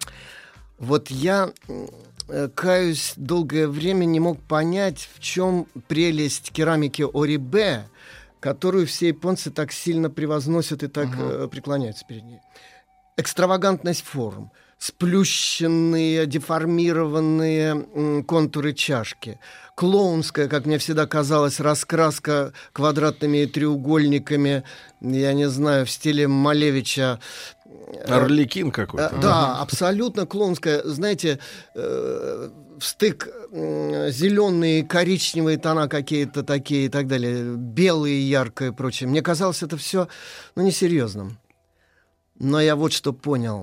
Вот я, э, каюсь, долгое время не мог понять, в чем прелесть керамики орибе, которую все японцы так сильно превозносят и так uh-huh. э, преклоняются перед ней. Экстравагантность форм, сплющенные, деформированные м, контуры чашки, клоунская, как мне всегда казалось, раскраска квадратными треугольниками, я не знаю, в стиле Малевича. Арлекин какой-то. Э, да, абсолютно клоунская. Знаете, э, стык э, зеленые, коричневые тона какие-то такие и так далее, белые, яркое и прочее. Мне казалось это все, ну, несерьезным. Но я вот что понял.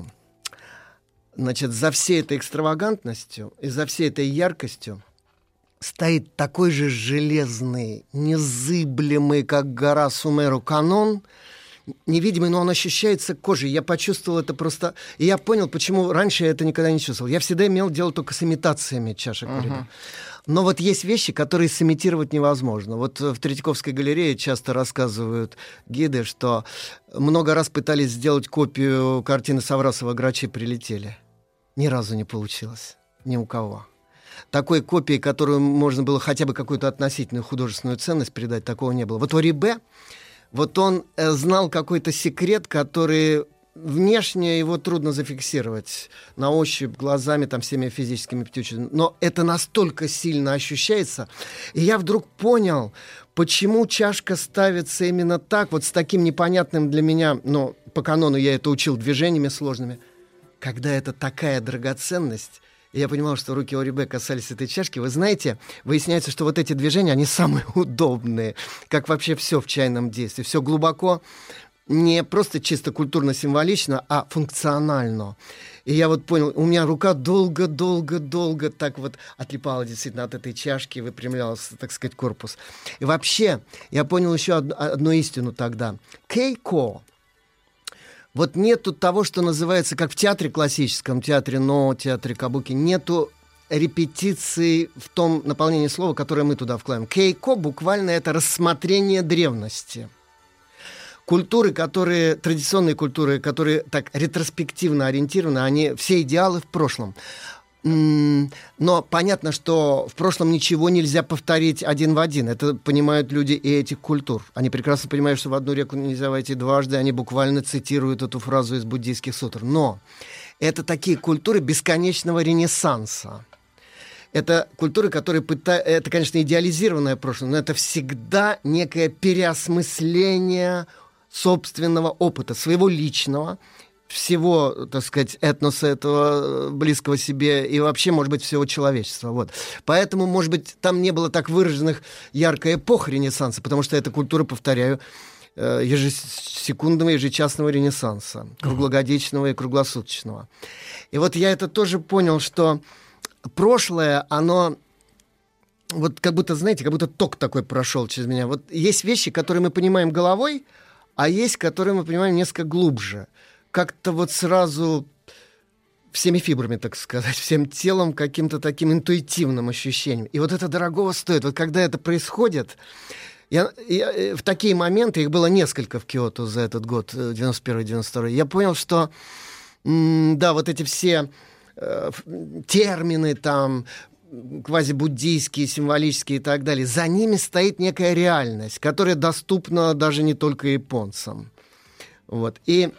Значит, за всей этой экстравагантностью и за всей этой яркостью стоит такой же железный, незыблемый, как гора Сумеру, канон, невидимый, но он ощущается кожей. Я почувствовал это просто... И я понял, почему раньше я это никогда не чувствовал. Я всегда имел дело только с имитациями чашек. Uh-huh. Но вот есть вещи, которые сымитировать невозможно. Вот в Третьяковской галерее часто рассказывают гиды, что много раз пытались сделать копию картины Саврасова «Грачи прилетели». Ни разу не получилось. Ни у кого. Такой копии, которую можно было хотя бы какую-то относительную художественную ценность придать, такого не было. Вот орибе, вот он э, знал какой-то секрет, который внешне его трудно зафиксировать на ощупь, глазами, там, всеми физическими птичками. Но это настолько сильно ощущается. И я вдруг понял, почему чашка ставится именно так, вот с таким непонятным для меня, но по канону я это учил движениями сложными, когда это такая драгоценность. И я понимал, что руки орибе касались этой чашки. Вы знаете, выясняется, что вот эти движения, они самые удобные, как вообще все в чайном действии. Все глубоко, не просто чисто культурно-символично, а функционально. И я вот понял, у меня рука долго-долго-долго так вот отлипала действительно от этой чашки, выпрямлялся, так сказать, корпус. И вообще, я понял еще одну, одну истину тогда. Кейко. Вот нету того, что называется, как в театре классическом, театре но, театре кабуки, нету репетиции в том наполнении слова, которое мы туда вкладываем. Кейко буквально это рассмотрение древности. Культуры, которые, традиционные культуры, которые так ретроспективно ориентированы, они все идеалы в прошлом. Но понятно, что в прошлом ничего нельзя повторить один в один. Это понимают люди и этих культур. Они прекрасно понимают, что в одну реку нельзя войти дважды. Они буквально цитируют эту фразу из буддийских сутр. Но это такие культуры бесконечного ренессанса. Это культуры, которые пытаются... Это, конечно, идеализированное прошлое, но это всегда некое переосмысление собственного опыта, своего личного, всего, так сказать, этноса этого близкого себе и вообще, может быть, всего человечества. Вот. Поэтому, может быть, там не было так выраженных яркая эпоха Ренессанса, потому что эта культура, повторяю, ежесекундного, ежечасного Ренессанса, круглогодичного и круглосуточного. И вот я это тоже понял, что прошлое, оно... Вот как будто, знаете, как будто ток такой прошел через меня. Вот есть вещи, которые мы понимаем головой, а есть, которые мы понимаем несколько глубже. Как-то вот сразу всеми фибрами, так сказать, всем телом, каким-то таким интуитивным ощущением. И вот это дорогого стоит. Вот когда это происходит, я, я, в такие моменты, их было несколько в Киото за этот год, девяносто первый девяносто второй, я понял, что, м- да, вот эти все э, термины там, квазибуддийские, символические и так далее, за ними стоит некая реальность, которая доступна даже не только японцам. Вот. И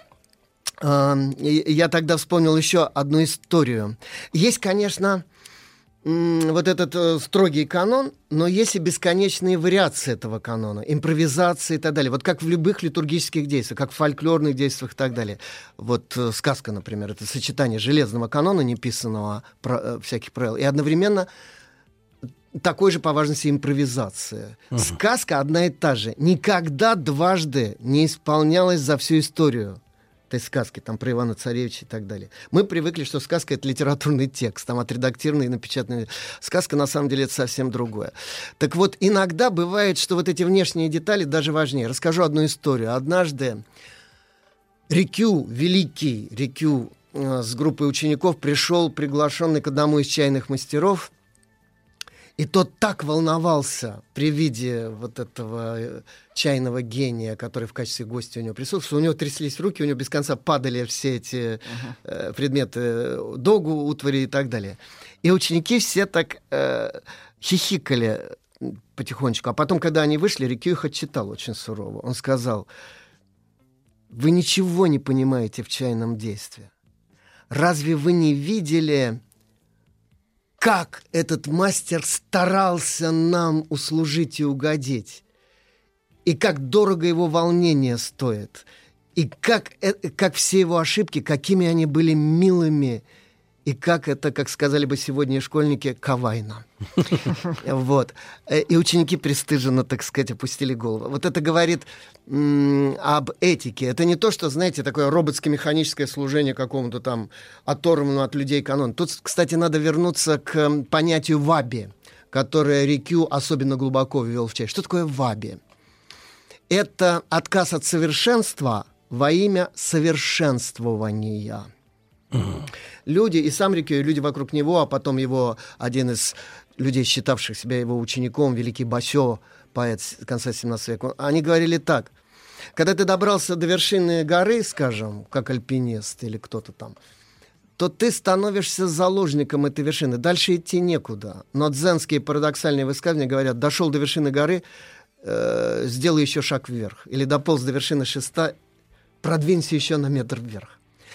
я тогда вспомнил еще одну историю. Есть, конечно, вот этот строгий канон, но есть и бесконечные вариации этого канона, импровизации и так далее. Вот как в любых литургических действиях, как в фольклорных действиях и так далее. Вот сказка, например, это сочетание железного канона, неписанного всяких правил, и одновременно такой же по важности импровизация. Мгм. Сказка одна и та же. Никогда дважды не исполнялась за всю историю этой сказки, там, про Ивана Царевича и так далее. Мы привыкли, что сказка — это литературный текст, там, отредактированный и напечатанный. Сказка, на самом деле, это совсем другое. Так вот, иногда бывает, что вот эти внешние детали даже важнее. Расскажу одну историю. Однажды Рикю, великий Рикю, э, с группой учеников пришел приглашенный к одному из чайных мастеров, и тот так волновался при виде вот этого э, чайного гения, который в качестве гостя у него присутствовал, что у него тряслись руки, у него без конца падали все эти э, предметы, э, догу, утвари и так далее. И ученики все так э, хихикали потихонечку. А потом, когда они вышли, Рикю их отчитал очень сурово. Он сказал: «Вы ничего не понимаете в чайном действии. Разве вы не видели, как этот мастер старался нам услужить и угодить? И как дорого его волнение стоит? И как, э, как все его ошибки, какими они были милыми? И как это, как сказали бы сегодня школьники, кавайно». Вот. И ученики пристыженно, так сказать, опустили голову. Вот это говорит м- об этике. Это не то, что, знаете, такое роботско-механическое служение какому-то там оторванному от людей канону. Тут, кстати, надо вернуться к понятию ваби, которое Рикю особенно глубоко ввел в чай. Что такое ваби? Это отказ от совершенства во имя совершенствования. Люди, и сам Рикю, и люди вокруг него, а потом его один из людей, считавших себя его учеником, великий Басё, поэт с конца семнадцатого века, они говорили так: когда ты добрался до вершины горы, скажем, как альпинист или кто-то там, то ты становишься заложником этой вершины. Дальше идти некуда. Но дзенские парадоксальные высказывания говорят: дошел до вершины горы, э, сделай еще шаг вверх. Или дополз до вершины шеста, продвинься еще на метр вверх.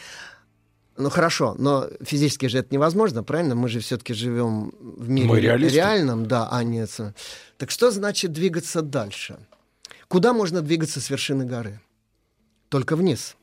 Ну хорошо, но физически же это невозможно, правильно? Мы же все-таки живем в мире реальном, да, а не... Так что значит двигаться дальше? Куда можно двигаться с вершины горы? Только вниз.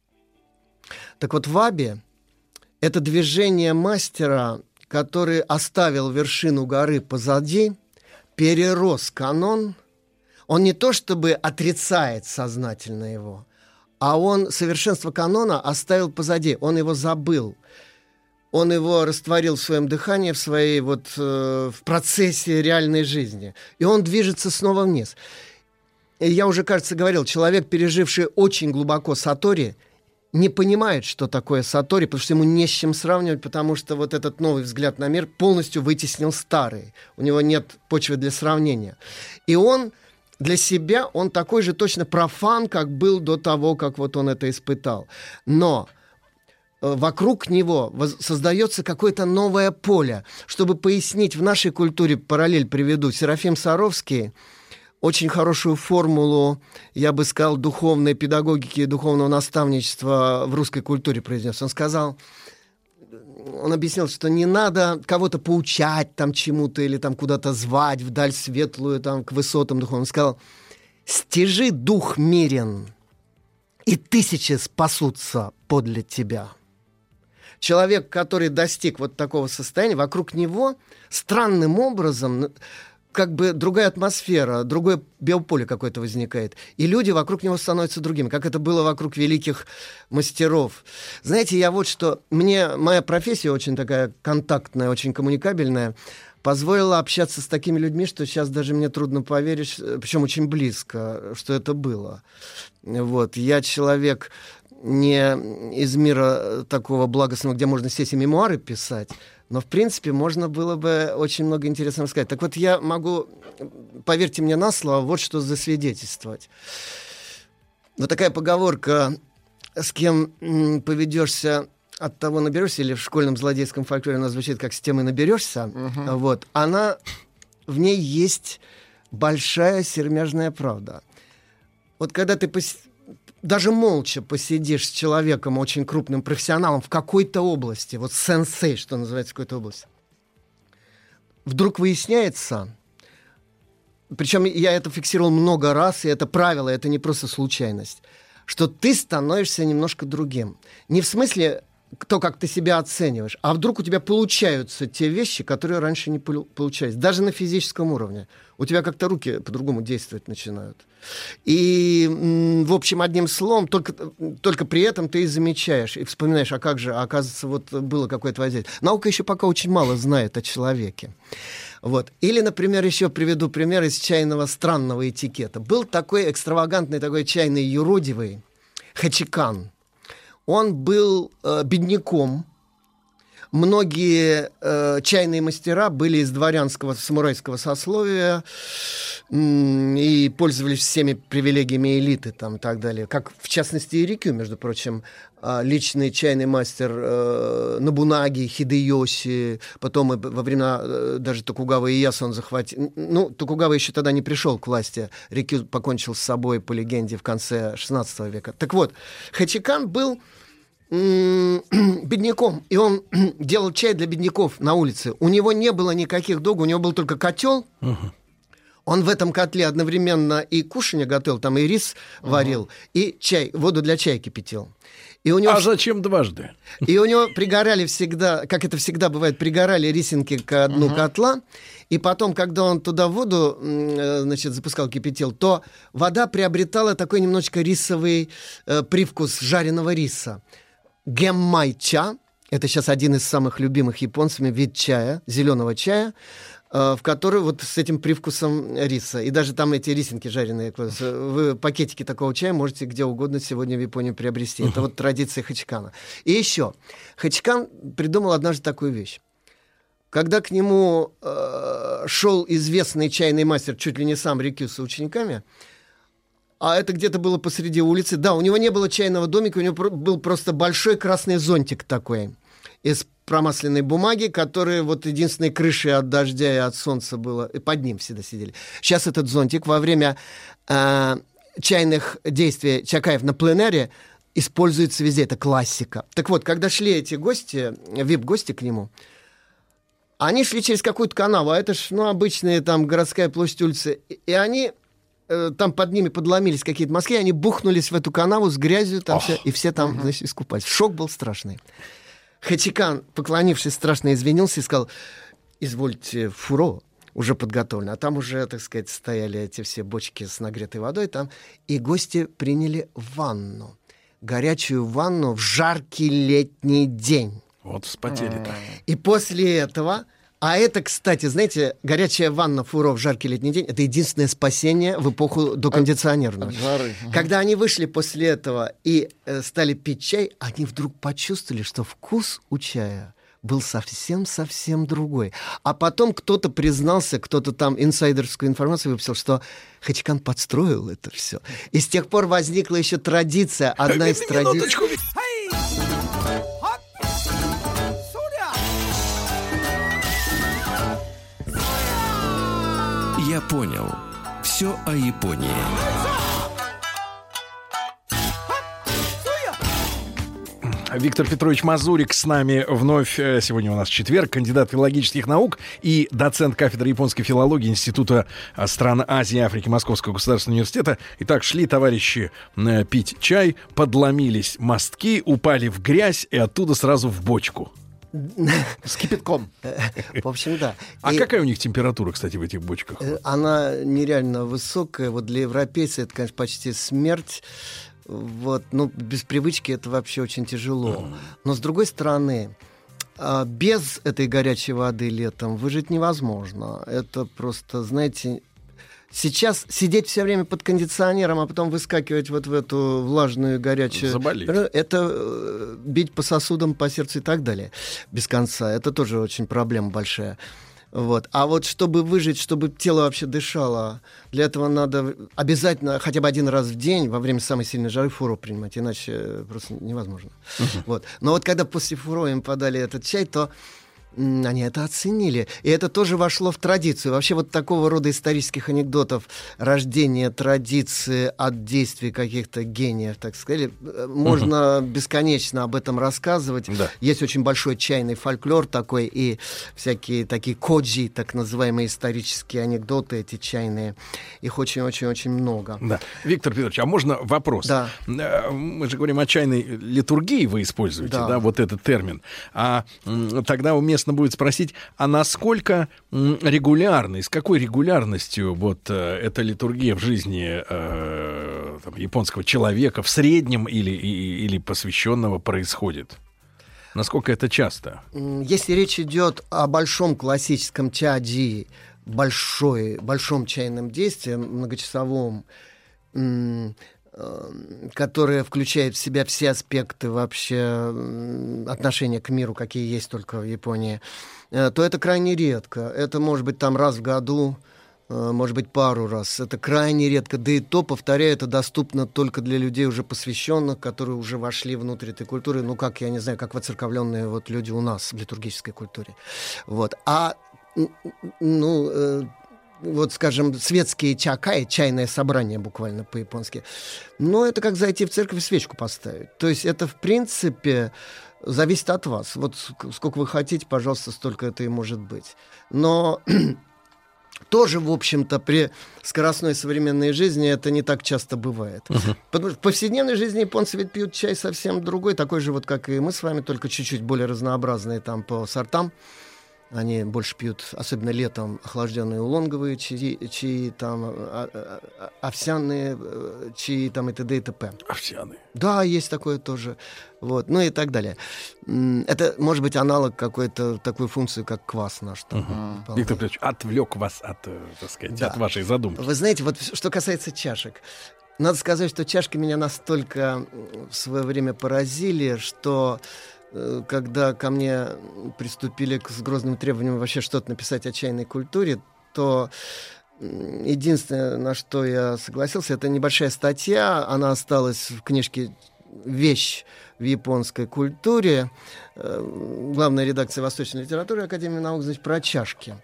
Так вот, ваби — это движение мастера, который оставил вершину горы позади, перерос канон. Он не то чтобы отрицает сознательно его, а он совершенство канона оставил позади, он его забыл. Он его растворил в своем дыхании, в своей вот э, в процессе реальной жизни. И он движется снова вниз. И я уже, кажется, говорил, человек, переживший очень глубоко сатори, не понимает, что такое сатори, потому что ему не с чем сравнивать, потому что вот этот новый взгляд на мир полностью вытеснил старый. У него нет почвы для сравнения. И он... Для себя он такой же точно профан, как был до того, как вот он это испытал. Но вокруг него создается какое-то новое поле. Чтобы пояснить, в нашей культуре параллель приведу. Серафим Саровский очень хорошую формулу, я бы сказал, духовной педагогики и духовного наставничества в русской культуре произнес. Он сказал... Он объяснил, что не надо кого-то поучать там чему-то или там куда-то звать вдаль светлую, там, к высотам духовным. Он сказал: «Стяжи дух мирен, и тысячи спасутся подле тебя». Человек, который достиг вот такого состояния, вокруг него странным образом... как бы другая атмосфера, другое биополе какое-то возникает. И люди вокруг него становятся другими, как это было вокруг великих мастеров. Знаете, я вот что... Мне моя профессия очень такая контактная, очень коммуникабельная, позволила общаться с такими людьми, что сейчас даже мне трудно поверить, причем очень близко, что это было. Вот. Я человек не из мира такого благостного, где можно сесть и мемуары писать, но, в принципе, можно было бы очень много интересного рассказать. Так вот, я могу, поверьте мне на слово, вот что засвидетельствовать. Вот такая поговорка: с кем м, поведешься, от того наберешься, или в школьном злодейском фольклоре она звучит как «с тем и наберешься». Uh-huh. Вот. Она, в ней есть большая сермяжная правда. Вот когда ты пос... даже молча посидишь с человеком, очень крупным профессионалом в какой-то области, вот сенсей, что называется, в какой-то области, вдруг выясняется, причем я это фиксировал много раз, и это правило, это не просто случайность, что ты становишься немножко другим. Не в смысле то, как ты себя оцениваешь. А вдруг у тебя получаются те вещи, которые раньше не полу- получались. Даже на физическом уровне. У тебя как-то руки по-другому действовать начинают. И, м, в общем, одним словом, только, только при этом ты и замечаешь, и вспоминаешь, а как же, а оказывается, вот было какое-то воздействие. Наука еще пока очень мало знает о человеке. Вот. Или, например, еще приведу пример из чайного странного этикета. Был такой экстравагантный, такой чайный юродивый Хачикан. Он был э, бедняком. Многие э, чайные мастера были из дворянского самурайского сословия м- и пользовались всеми привилегиями элиты там, и так далее. Как, в частности, и Рикю, между прочим, э, личный чайный мастер э, Нобунаги, Хидэёси, потом и во времена э, даже Токугавы Иэясу он захватил. Ну, Токугава еще тогда не пришел к власти. Рикю покончил с собой, по легенде, в конце шестнадцатого века. Так вот, Хачикан был бедняком, и он делал чай для бедняков на улице. У него не было никаких дог, у него был только котел. Uh-huh. Он в этом котле одновременно и кушанье готовил, там и рис uh-huh. варил, и чай, воду для чая кипятил. И у него... А зачем дважды? И у него пригорали всегда, как это всегда бывает, пригорали рисинки к дну uh-huh. котла. И потом, когда он туда воду, значит, запускал, кипятил, то вода приобретала такой немножечко рисовый э, привкус жареного риса. Геммай-ча, это сейчас один из самых любимых японцами вид чая, зеленого чая, э, в который вот с этим привкусом риса. И даже там эти рисинки жареные. Вы пакетики такого чая можете где угодно сегодня в Японии приобрести. Это вот традиция Хачикана. И еще. Хачикан придумал однажды такую вещь. Когда к нему э, шел известный чайный мастер, чуть ли не сам Рикю с учениками, а это где-то было посреди улицы. Да, у него не было чайного домика, у него про- был просто большой красный зонтик такой из промасленной бумаги, который вот единственной крышей от дождя и от солнца было, и под ним всегда сидели. Сейчас этот зонтик во время э, чайных действий Чакаев на пленэре используется везде, это классика. Так вот, когда шли эти гости, вип-гости к нему, они шли через какую-то канаву, а это ж, ну, обычная там городская площадь, улицы, и, и они... там под ними подломились какие-то мозги, они бухнулись в эту канаву с грязью, там все, и все там, значит, искупались. Шок был страшный. Хачикан, поклонившись, страшно извинился и сказал: извольте, фуро уже подготовлено. А там уже, так сказать, стояли эти все бочки с нагретой водой там, и гости приняли ванну. Горячую ванну в жаркий летний день. Вот вспотели-то. И после этого... А это, кстати, знаете, горячая ванна фуро в жаркий летний день — это единственное спасение в эпоху докондиционерного. От жары. Когда они вышли после этого и э, стали пить чай, они вдруг почувствовали, что вкус у чая был совсем-совсем другой. А потом кто-то признался, кто-то там инсайдерскую информацию выпустил, что Хачикан подстроил это все. И с тех пор возникла еще традиция, одна из традиций... Я понял. Все о Японии. Виктор Петрович Мазурик с нами вновь. Сегодня у нас четверг, кандидат филологических наук и доцент кафедры японской филологии Института стран Азии и Африки Московского государственного университета. Итак, шли товарищи пить чай, подломились мостки, упали в грязь и оттуда сразу в бочку. С кипятком. В общем, да. А И какая у них температура, кстати, в этих бочках? она нереально высокая. Вот для европейца это, конечно, почти смерть. Вот, ну, без привычки это вообще очень тяжело. Но, с другой стороны, без этой горячей воды летом выжить невозможно. Это просто, знаете... Сейчас сидеть все время под кондиционером, а потом выскакивать вот в эту влажную, горячую... Заболеть. Это э, бить по сосудам, по сердцу и так далее. Без конца. Это тоже очень проблема большая. Вот. А вот чтобы выжить, чтобы тело вообще дышало, для этого надо обязательно хотя бы один раз в день во время самой сильной жары фуро принимать, иначе просто невозможно. Uh-huh. Вот. Но вот когда после фуро им подали этот чай, то они это оценили. И это тоже вошло в традицию. Вообще вот такого рода исторических анекдотов, рождение традиции от действий каких-то гениев, так сказать, можно угу. бесконечно об этом рассказывать. Да. Есть очень большой чайный фольклор такой, и всякие такие коджи, так называемые исторические анекдоты, эти чайные. Их очень-очень-очень много. Да. Виктор Петрович, а можно вопрос? Да. Мы же говорим о чайной литургии, вы используете, да, да вот этот термин. А тогда уместно будет спросить, а насколько регулярно, с какой регулярностью вот эта литургия в жизни э, там, японского человека в среднем или, или посвященного происходит? Насколько это часто? Если речь идет о большом классическом чаджи, большой, большом чайном действии, многочасовом, которое включает в себя все аспекты вообще отношения к миру, какие есть только в Японии, то это крайне редко. Это может быть там раз в году, может быть пару раз. Это крайне редко. Да и то, повторяю, это доступно только для людей уже посвященных, которые уже вошли внутрь этой культуры, ну как, я не знаю, как воцерковленные вот люди у нас в литургической культуре. Вот. А ну, вот, скажем, светские чакаи, чайное собрание буквально по-японски, но это как зайти в церковь и свечку поставить. То есть это, в принципе, зависит от вас. Вот сколько вы хотите, пожалуйста, столько это и может быть. Но тоже, в общем-то, при скоростной современной жизни это не так часто бывает. Uh-huh. Потому что в повседневной жизни японцы ведь пьют чай совсем другой, такой же, вот как и мы с вами, только чуть-чуть более разнообразный там по сортам. Они больше пьют, особенно летом, охлажденные улонговые чаи, чаи там, овсяные чаи там, и т.д. и т.п. Овсяные? Да, есть такое тоже. Вот, ну и так далее. Это может быть аналог какой-то такой функции, как квас наш. Там, угу. Виктор Петрович, отвлек вас от, так сказать, да. от вашей задумки. Вы знаете, вот что касается чашек. Надо сказать, что чашки меня настолько в свое время поразили, что когда ко мне приступили с грозным требованием вообще что-то написать о чайной культуре, то единственное, на что я согласился, это небольшая статья, она осталась в книжке «Вещь в японской культуре», главная редакция Восточной литературы Академии наук, значит, про чашки.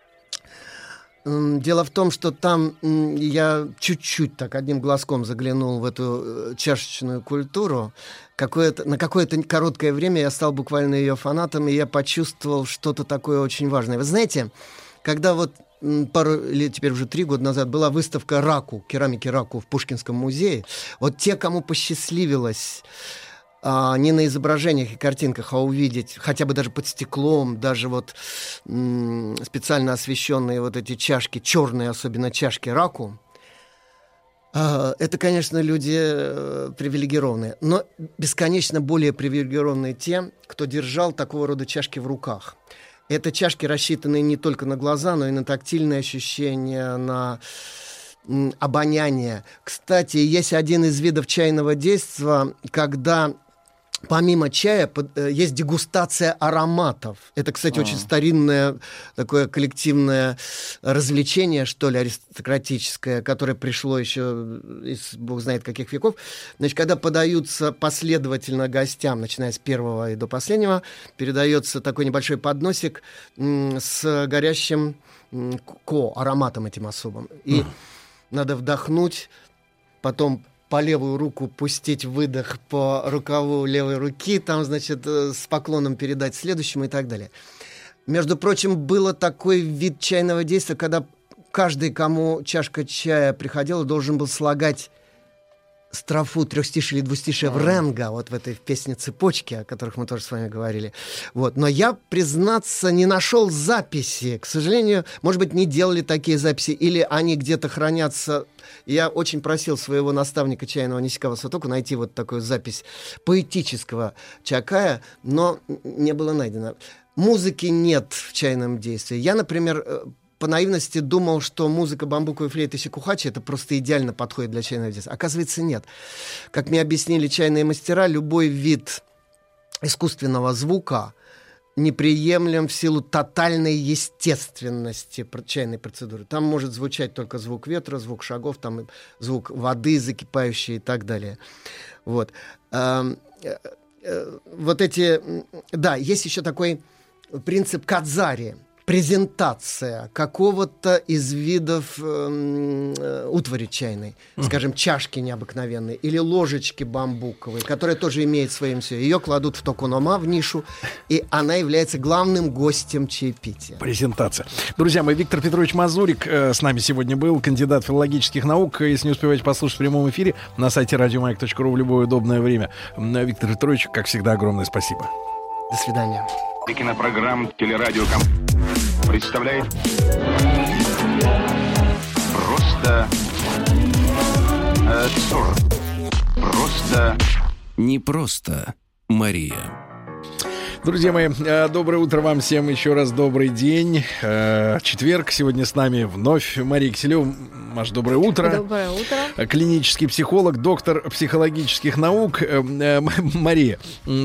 Дело в том, что там я чуть-чуть так одним глазком заглянул в эту чашечную культуру. Какое-то, на какое-то короткое время я стал буквально ее фанатом, и я почувствовал что-то такое очень важное. Вы знаете, когда вот пару лет, теперь уже три года назад, была выставка раку, керамики раку в Пушкинском музее, вот те, кому посчастливилось а, не на изображениях и картинках, а увидеть хотя бы даже под стеклом, даже вот м- специально освещенные вот эти чашки, черные особенно чашки раку, а, это, конечно, люди э, привилегированные, но бесконечно более привилегированные те, кто держал такого рода чашки в руках. Это чашки, рассчитанные не только на глаза, но и на тактильные ощущения, на м- обоняние. Кстати, есть один из видов чайного действа, когда помимо чая под, э, есть дегустация ароматов. Это, кстати, а. очень старинное такое коллективное развлечение, что ли, аристократическое, которое пришло еще из бог знает каких веков. Значит, когда подаются последовательно гостям, начиная с первого и до последнего, передается такой небольшой подносик м- с горящим м- ко, ароматом этим особым. И а. надо вдохнуть, потом по левую руку пустить выдох по рукаву левой руки, там, значит, с поклоном передать следующему и так далее. Между прочим, был такой вид чайного действия, когда каждый, кому чашка чая приходила, должен был слагать строфу трехстишия или двустишия в ренга, вот в этой в песне «Цепочки», о которых мы тоже с вами говорили. Вот. Но я, признаться, не нашел записи. К сожалению, может быть, не делали такие записи, или они где-то хранятся. Я очень просил своего наставника чайного Нисикава Сатоку найти вот такую запись поэтического чакая, но не было найдено. Музыки нет в чайном действии. Я, например, по наивности думал, что музыка бамбуковой флейты сикухачи это просто идеально подходит для чайного действия. Оказывается, нет. Как мне объяснили чайные мастера, любой вид искусственного звука неприемлем в силу тотальной естественности чайной процедуры. Там может звучать только звук ветра, звук шагов, там звук воды закипающей и так далее. Вот. Вот эти... Да, есть еще такой принцип Кадзари. Презентация какого-то из видов э, э, утвари чайной, mm. скажем, чашки необыкновенной или ложечки бамбуковой, которая тоже имеет своим все. Ее кладут в токонома, в нишу, и она является главным гостем чаепития. Презентация. Друзья мои, Виктор Петрович Мазурик э, с нами сегодня был, кандидат филологических наук. Если не успеваете послушать в прямом эфире, на сайте радиомаяк точка ру в любое удобное время. Виктор Петрович, как всегда, огромное спасибо. До свидания. Кинопрограмм «Телерадиоком» представляет просто абсурд. Просто не просто Мария. Друзья мои, доброе утро вам всем, еще раз добрый день. Четверг, сегодня с нами вновь Мария Киселева. Маш, доброе утро. Доброе утро. Клинический психолог, доктор психологических наук. Мария,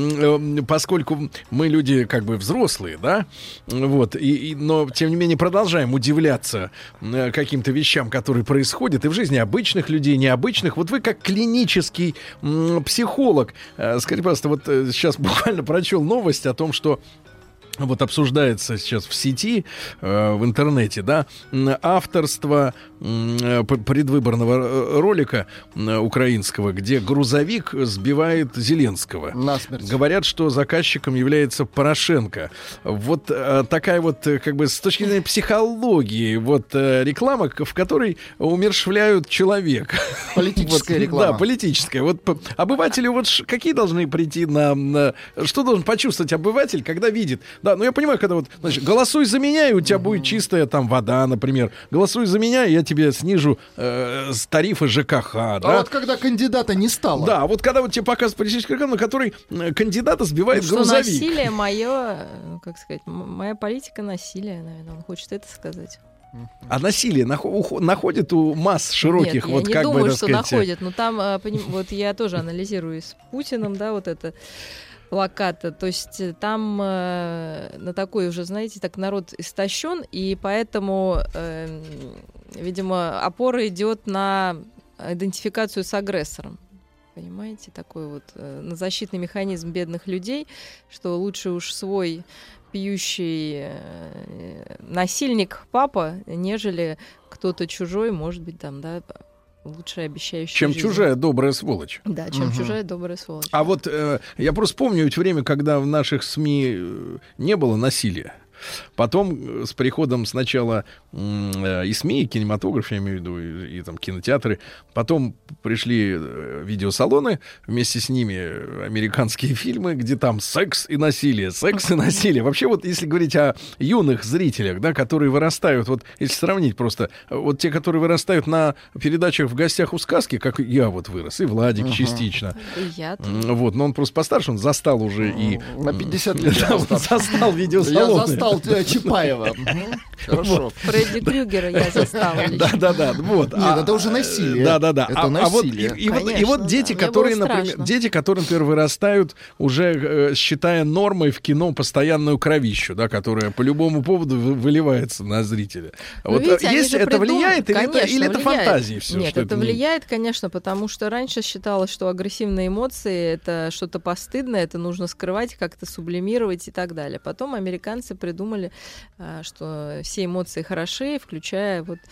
поскольку мы люди как бы взрослые, да, вот, и, и, но тем не менее продолжаем удивляться каким-то вещам, которые происходят и в жизни обычных людей, необычных. Вот вы как клинический психолог, скажите, пожалуйста, вот сейчас буквально прочел новость о том, что вот обсуждается сейчас в сети, э, в интернете, да, авторство э, предвыборного ролика э, украинского, где грузовик сбивает Зеленского. Насмерть. Говорят, что заказчиком является Порошенко. Вот э, такая вот, э, как бы, с точки зрения психологии, вот э, реклама, в которой умерщвляют человека. Политическая вот, реклама. Да, политическая. Вот обыватели вот ш, какие должны прийти на, на... Что должен почувствовать обыватель, когда видит... Да, ну я понимаю, когда вот, значит, голосуй за меня, и у тебя будет чистая там вода, например. Голосуй за меня, и я тебе снижу э, с тарифа ЖКХ. А да? вот когда кандидата не стало. Да, вот когда вот тебе показывают политическую рекламу, на которой кандидата сбивает ну, грузовик. Что насилие мое, как сказать, моя политика насилия, наверное, он хочет это сказать. А насилие нах- находит у масс широких, Нет, вот я не как думаю, бы, так что сказать... находит, но там, поним... вот я тоже анализирую с Путиным, да, вот это... плаката, то есть там э, на такой уже, знаете, так народ истощен, и поэтому, э, видимо, опора идет на идентификацию с агрессором. Понимаете, такой вот э, на защитный механизм бедных людей, что лучше уж свой пьющий э, насильник папа, нежели кто-то чужой, может быть, там, да, лучшая обещающая Чем жизнь. Чужая добрая сволочь. Да, чем угу. чужая добрая сволочь. А вот э, я просто помню ведь время, когда в наших СМИ э, не было насилия. Потом с приходом сначала э, и СМИ, и кинематограф, я имею в виду, и, и там кинотеатры, потом пришли э, видеосалоны, вместе с ними американские фильмы, где там секс и насилие, секс и насилие. Вообще вот если говорить о юных зрителях, да, которые вырастают, вот если сравнить просто, вот те, которые вырастают на передачах «В гостях у сказки», как я вот вырос, и Владик uh-huh. частично. И я вот, но он просто постарше, он застал уже и... На пятьдесят лет. Да, он застал видеосалоны. Я застал Чапаева. Хорошо. Фредди Крюгера я застала. Да-да-да. Вот. Нет, это уже насилие. Да-да-да. Это а, насилие. А вот, и, и, вот, и вот дети, которые, например, дети, которые, например, вырастают, уже э, считая нормой в кино постоянную кровищу, да, которая по любому поводу вы, выливается на зрителя. Ну, вот видите, есть это придум... влияет или, конечно, это, или это влияет. фантазии все? Нет, это, это влияет, конечно, потому что раньше считалось, что агрессивные эмоции — это что-то постыдное, это нужно скрывать, как-то сублимировать и так далее. Потом американцы придумали, что все эмоции хороши, включая вот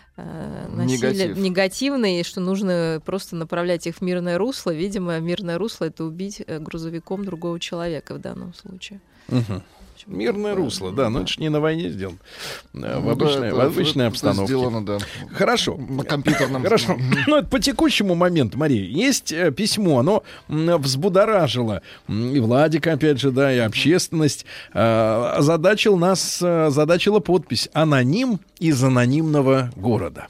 насилие Негатив. негативные, что нужно просто направлять их в мирное русло. Видимо, мирное русло — это убить грузовиком другого человека в данном случае. Угу. Мирное русло, да, но это же не на войне сделано, ну, в обычной, да, в обычной это обстановке. Сделано, да. Хорошо. На компьютерном. Хорошо. Ну, это по текущему моменту, Мария. Есть э, письмо, оно м, взбудоражило м, и Владика, опять же, да, и общественность. Э, озадачил нас, э, озадачила подпись «Аноним из анонимного города».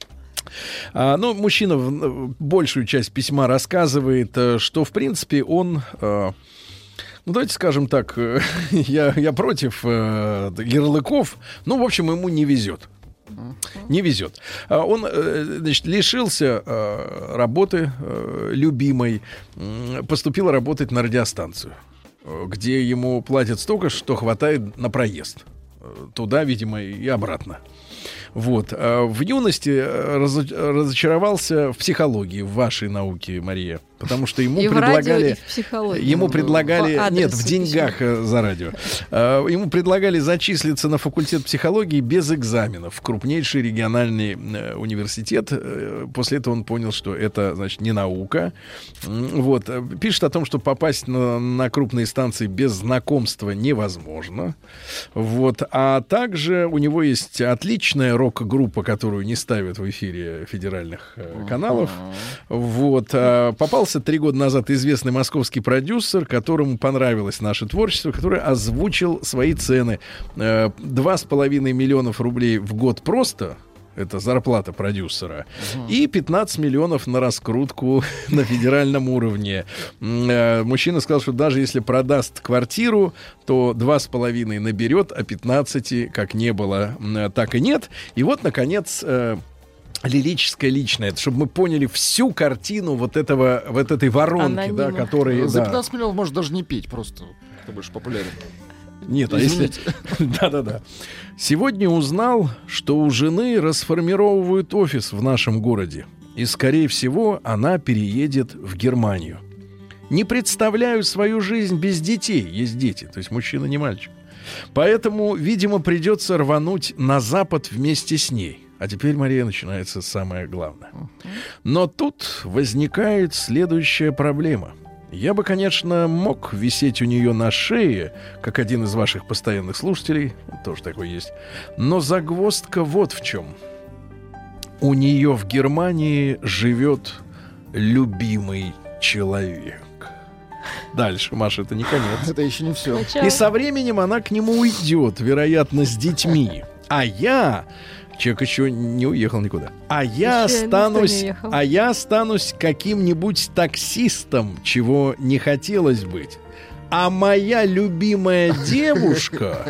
А, ну, мужчина в, большую часть письма рассказывает, э, что, в принципе, он... Э, Ну, давайте скажем так, я, я против э, ярлыков, ну, в общем, ему не везет. Не везет. Он, значит, лишился э, работы э, любимой, э, поступил работать на радиостанцию, где ему платят столько, что хватает на проезд. Туда, видимо, и обратно. Вот. В юности разочаровался в психологии, в вашей науке, Мария. потому что ему и в радио, предлагали... и в психологии. Ему предлагали... По Нет, в адресу деньгах письма. э, за радио. Э, Ему предлагали зачислиться на факультет психологии без экзаменов в крупнейший региональный э, университет. Э, После этого он понял, что это, значит, не наука. М, Вот. Э, Пишет о том, что попасть на, на крупные станции без знакомства невозможно. Вот. А также у него есть отличная рок-группа, которую не ставят в эфире федеральных э, каналов. Вот. А попался три года назад известный московский продюсер, которому понравилось наше творчество, который озвучил свои цены. Э, Два с половиной миллионов рублей в год просто. Это зарплата продюсера. Uh-huh. И пятнадцать миллионов на раскрутку на федеральном уровне. М, э, Мужчина сказал, что даже если продаст квартиру, то два с половиной наберет, а пятнадцати как не было, м, так и нет. И вот, наконец, э, лирическое личное, это чтобы мы поняли всю картину вот этого, вот этой воронки, да, которая... За да. пятнадцать миллионов может даже не петь, просто ты будешь популярен. Нет, а если... Да-да-да. Сегодня узнал, что у жены расформировывают офис в нашем городе. И, скорее всего, она переедет в Германию. Не представляю свою жизнь без детей. Есть дети, то есть мужчина не мальчик. Поэтому, видимо, придется рвануть на Запад вместе с ней. А теперь, Мария, начинается самое главное. Но тут возникает следующая проблема. Я бы, конечно, мог висеть у нее на шее, как один из ваших постоянных слушателей, тоже такой есть. Но загвоздка вот в чем. У нее в Германии живет любимый человек. Дальше, Маша, это не конец. Это еще не все. И со временем она к нему уйдет, вероятно, с детьми. А я... Человек еще не уехал никуда. А я Еще останусь, никто не уехал. а я останусь каким-нибудь таксистом, чего не хотелось быть. А моя любимая девушка,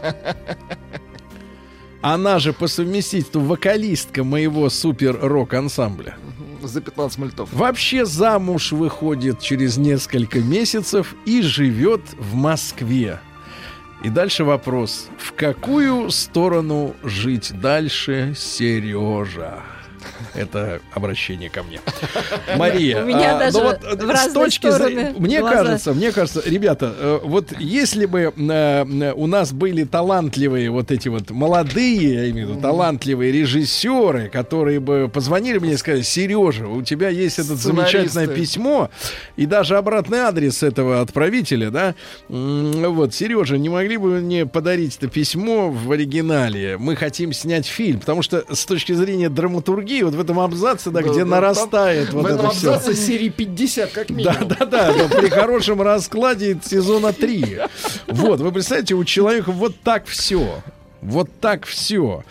она же по совместительству вокалистка моего супер-рок-ансамбля, За пятнадцать мультов. вообще замуж выходит через несколько месяцев и живет в Москве. И дальше вопрос. В какую сторону жить дальше, Сережа? Это обращение ко мне. Мария, У меня а, даже ну вот, в с разные точки стороны зрения, мне глаза. кажется, мне кажется, ребята, э, вот если бы э, у нас были талантливые вот эти вот молодые, я имею в виду, талантливые режиссеры, которые бы позвонили мне и сказали: Сережа, у тебя есть это замечательное письмо и даже обратный адрес этого отправителя, да? М, Вот, Сережа, не могли бы вы мне подарить это письмо в оригинале? Мы хотим снять фильм, потому что с точки зрения драматургии, вот в этом абзаце, да, Да, где да, нарастает там, вот в этом это все. абзаце серии пятьдесят как минимум. Да, да, да, да, при хорошем раскладе сезона три. Вот, вы представляете, у человека вот так все. Вот так все.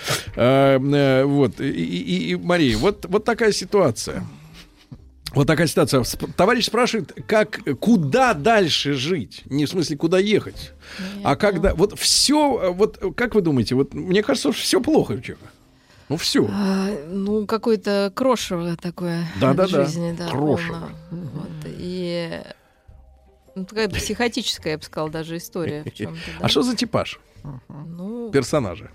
Вот, и, и, и, Мария, вот, вот такая ситуация. Вот такая ситуация. Сп- Товарищ спрашивает, как, куда дальше жить? Не в смысле, куда ехать. Нет, А когда... Вот все... Вот как вы думаете? Вот мне кажется, что все плохо у человека. Ну, все. А, ну, какое-то крошево такое Да-да-да. от жизни. Да, Крошево. полно. Вот. И ну, такая психотическая, я бы сказала, даже история в чем-то. Да. А что за типаж Ну, персонажа?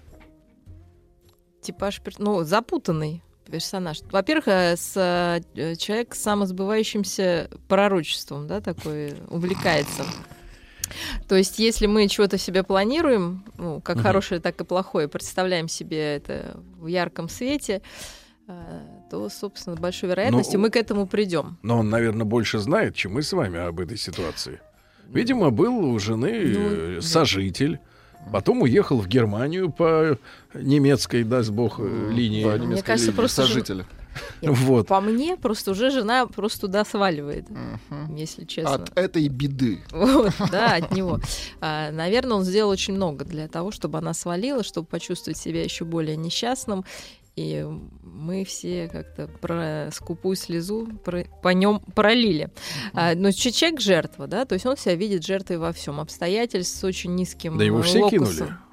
типаж, пер- ну, запутанный персонаж. Во-первых, э, с, э, человек с самосбывающимся пророчеством, да, такой увлекается. То есть, если мы чего-то себе планируем, ну, как Мгм. хорошее, так и плохое, представляем себе это в ярком свете, э, то, собственно, большой вероятностью Ну, мы к этому придем. Но он, наверное, больше знает, чем мы с вами об этой ситуации. Видимо, был у жены э, Ну, сожитель. Потом уехал в Германию по немецкой, даст бог, э, линии. По Мне немецкой кажется, линии, просто жен- сожителя. Нет, Вот. По мне, просто уже жена просто туда сваливает, если честно. От этой беды. Вот, да, от него. А, наверное, он сделал очень много для того, чтобы она свалила, чтобы почувствовать себя еще более несчастным. И мы все как-то про скупую слезу про, по нем пролили. А, но человек жертва, да, то есть он себя видит жертвой во всем. Обстоятельств с очень низким Да его все локусом. кинули.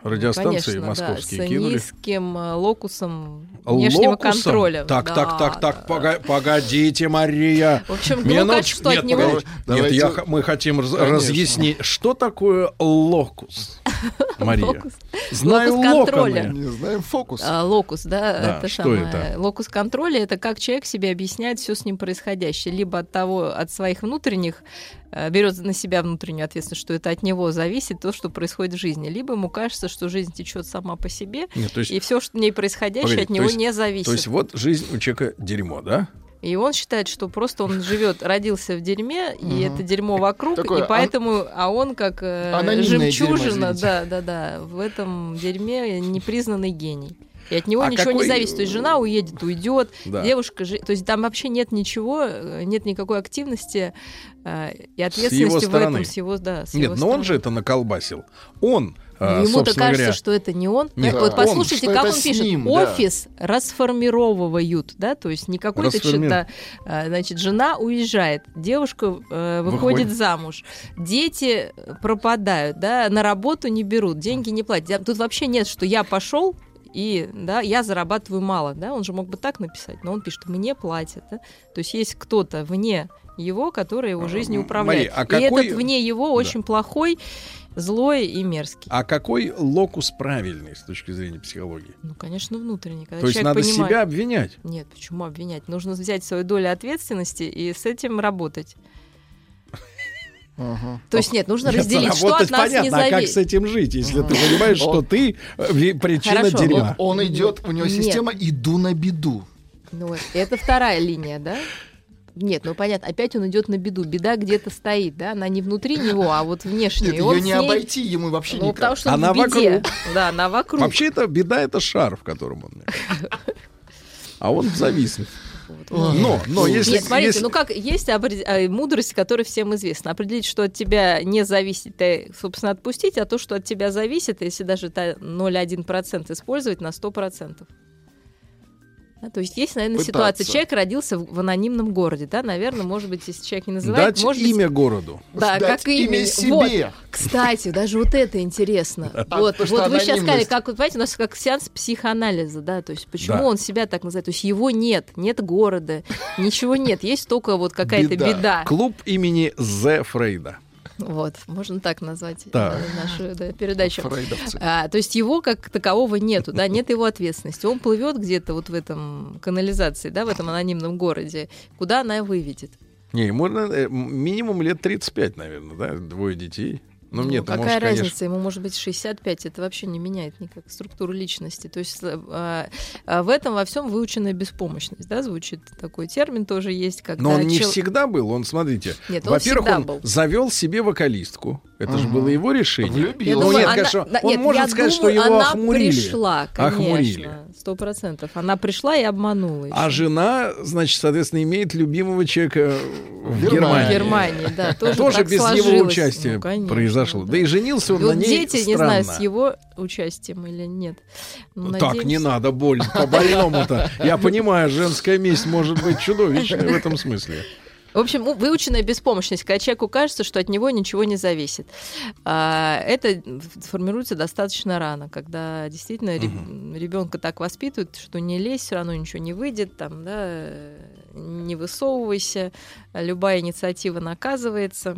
радиостанции Конечно, московские да, с кинули. низким э, локусом внешнего Локусом? контроля. Так, Да, так, так, так, да. пога- погодите, Мария. В общем, Минут- ну, качество Нет, от него... погодите. Нет, Давайте- я х- мы хотим раз- Конечно. разъяснить, что такое локус, Мария. Локус. Знаю Локус контроля. локоны. Не знаем фокус. А, локус, да, Да, это что самое. это? Локус контроля — это как человек себе объясняет все с ним происходящее. Либо от того, от своих внутренних, э, берет на себя внутреннюю ответственность, что это от него зависит, то, что происходит в жизни. Либо ему кажется, что жизнь течет сама по себе, Нет, то есть- и все, что в ней происходящее, Погоди, от то него есть- не зависит. То есть вот жизнь у человека дерьмо, да? И он считает, что просто он живет, родился в дерьме, и Мгм. это дерьмо вокруг, Такое и поэтому, а он как э, Анонимное жемчужина, дерьмо, извините. да, да, да, в этом дерьме непризнанный гений. И от него А ничего какой- не зависит. То есть жена уедет, уйдет, Да. девушка жи- то есть там вообще нет ничего, э, нет никакой активности э, и ответственности его в стороны. этом, с его, да, с Нет, его но он стороны. же это наколбасил. Он, Ну, э, ему-то собственно кажется, говоря... что это не он. Нет, вот он, послушайте, что как это он с пишет. ним, да. Офис расформировывают, да, то есть не какой-то Расформи- что-то, а, значит, жена уезжает, девушка э, выходит, Выходит. замуж, дети пропадают, да, на работу не берут, деньги не платят. Тут вообще нет, что я пошел и, да, я зарабатываю мало, да, он же мог бы так написать, но он пишет, мне платят, да? То есть есть кто-то вне его, который его жизнью управляет. Мария, а и какой- этот вне его Да. очень плохой, злой и мерзкий. А какой локус правильный с точки зрения психологии? Ну, конечно, внутренний. Когда То есть человек надо понимает- себя обвинять? Нет, почему обвинять? Нужно взять свою долю ответственности и с этим работать. Ага. То есть нет, нужно Нет, разделить, что работать от нас понятно, не а как зависит. с этим жить, если ты понимаешь, что ты э, ви- причина Хорошо, дерьма? Он, он идет, у него Нет. система «иду на беду». Ну, это вторая линия, да? Нет, ну понятно, опять он идет на беду. Беда где-то стоит, да? Она не внутри него, а вот внешне. Нет, И он ее не с ней- обойти ему вообще Ну, никак. потому что он Она в беде. вокруг. Да, она вокруг. Вообще это беда, это шар, в котором он. А он зависнет. Но, но если... Нет, смотрите, если- ну как, есть опред- а, мудрость, которая всем известна. Определить, что от тебя не зависит, и, собственно, отпустить, а то, что от тебя зависит, если даже это ноль целых одна десятая процента использовать на сто процентов. Да, то есть есть, наверное, Пытаться. ситуация. Человек родился в, в анонимном городе, да, наверное, может быть, если человек не называет, Дать может имя быть, городу. да, Дать как имя, имя себе. Вот. Кстати, даже вот это интересно. А, Вот, потому что вот вы сейчас сказали, анонимность. как, вот, понимаете, у нас как сеанс психоанализа, да, то есть почему Да. он себя так называет, то есть его нет, нет города, ничего нет, есть только вот какая-то Беда. беда. Клуб имени Зе Фрейда. Вот, можно так назвать Так. э, нашу да, передачу. Фрейдовцы. А, то есть его как такового нету, да, нет его ответственности. Он плывет где-то вот в этом канализации, да, в этом анонимном городе. Куда она выведет? Не, ему наверное, минимум лет тридцать пять, наверное, да? Двое детей. Ну, Ну, нет, какая может, разница? конечно... Ему может быть шестьдесят пять, это вообще не меняет никак структуру личности. То есть э, э, в этом во всем выученная беспомощность, да, звучит такой термин тоже есть, когда Но он не чел- всегда был. Он, смотрите, Нет, он во-первых, всегда он был. завел себе вокалистку. Это же Ага. было его решение. Влюбился. Я Ну, думаю, нет, она- конечно, да, он нет, может я сказать, что думаю, его она охмурили. пришла, Охмурили. конечно, сто процентов. Она пришла и обманула. А ещё. жена, значит, соответственно, имеет любимого человека в Германии. В Германии. Германии, да, тоже, Тоже так без его сложилось. участия Ну, конечно, произошло. да. Да и женился он И вот на ней дети, не странно. знаю, с его участием или нет. Ну, Так, не надеемся. надо, больно, по-больному-то. Я понимаю, женская месть может быть чудовищной в этом смысле. В общем, у- выученная беспомощность, когда человеку кажется, что от него ничего не зависит. А, Это формируется достаточно рано, когда действительно ребенка так воспитывают, что не лезь, все равно ничего не выйдет, там, да, э, не высовывайся, любая инициатива наказывается.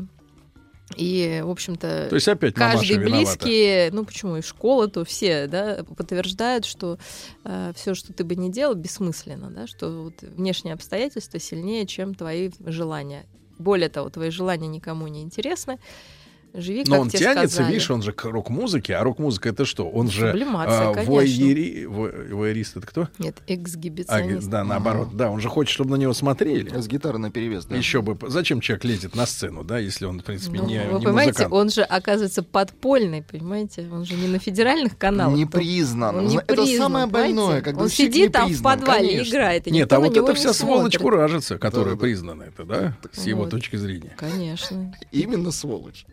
И, в общем-то, То есть опять мамаша каждый виновата. близкий, ну почему и школа, то все, да, подтверждают, что все, что ты бы ни делал, бессмысленно, да, что вот внешние обстоятельства сильнее, чем твои желания. Более того, твои желания никому не интересны. Живи, Но как он тебе тянется, сказали. видишь, он же к рок-музыке, а рок-музыка это что? Он же Сублимация, а, конечно. вуайери- ву- вуайерист, это кто? Нет, А, эксгибиционист. да, наоборот, да, он же хочет, чтобы на него смотрели. С гитарой наперевес, да. Еще бы, зачем человек лезет на сцену, да, если он, в принципе, Ну, не, вы не понимаете, музыкант. он же оказывается подпольный, понимаете? Он же не на федеральных каналах. Не то- признан. Он не Это признан, самое понимаете? больное, когда он человек сидит не там в признан, подвале, конечно. играет, и Нет, никто а на вот него это не вся сволочь смотрит. куражится, которая Да-да-да. признана, это, да, с его Вот. точки зрения. Конечно. Именно сволочь.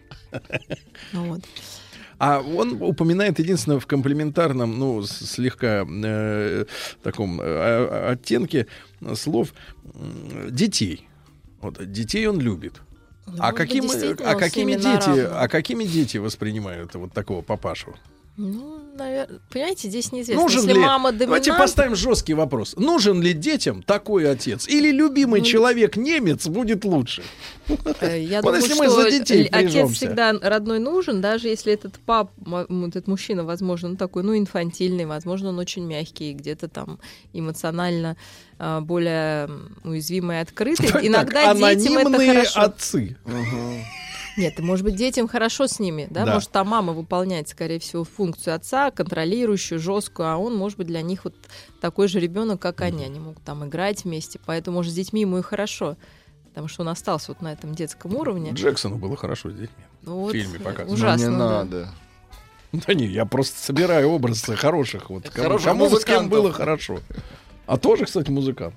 Ну вот. А он упоминает единственное в комплиментарном, ну, с- слегка э, таком э, оттенке слов э, детей. Вот, детей он любит. Ну, а может быть, каким, действительно а он с какими ними на дети, равных. а какими дети воспринимают вот такого папашу? Ну, наверное, понимаете, здесь неизвестно. Нужен Если ли, мама доминант... давайте поставим жесткий вопрос. Нужен ли детям такой отец? Или любимый Ну, человек немец будет лучше? Я Вот думаю, если мы что за детей отец прижемся. всегда родной нужен, даже если этот пап, м, этот мужчина, возможно, ну, такой, ну, инфантильный, возможно, он очень мягкий, где-то там эмоционально а, более м, уязвимый и открытый. Так, Иногда детям это анонимные хорошо. отцы. Нет, и, может быть, детям хорошо с ними, да? Да. Может, та мама выполняет, скорее всего, функцию отца, контролирующую, жесткую, а он, может быть, для них вот такой же ребенок, как они. Они могут там играть вместе, поэтому, может, с детьми ему и хорошо, потому что он остался вот на этом детском уровне. Джексону было хорошо с детьми. Ну, вот В фильме показывают. ужасно, Ну, не да. надо. Да не, я просто собираю образы хороших. Вот, кому, Хороших кому с кем музыкантов. было хорошо. А тоже, кстати, музыкант.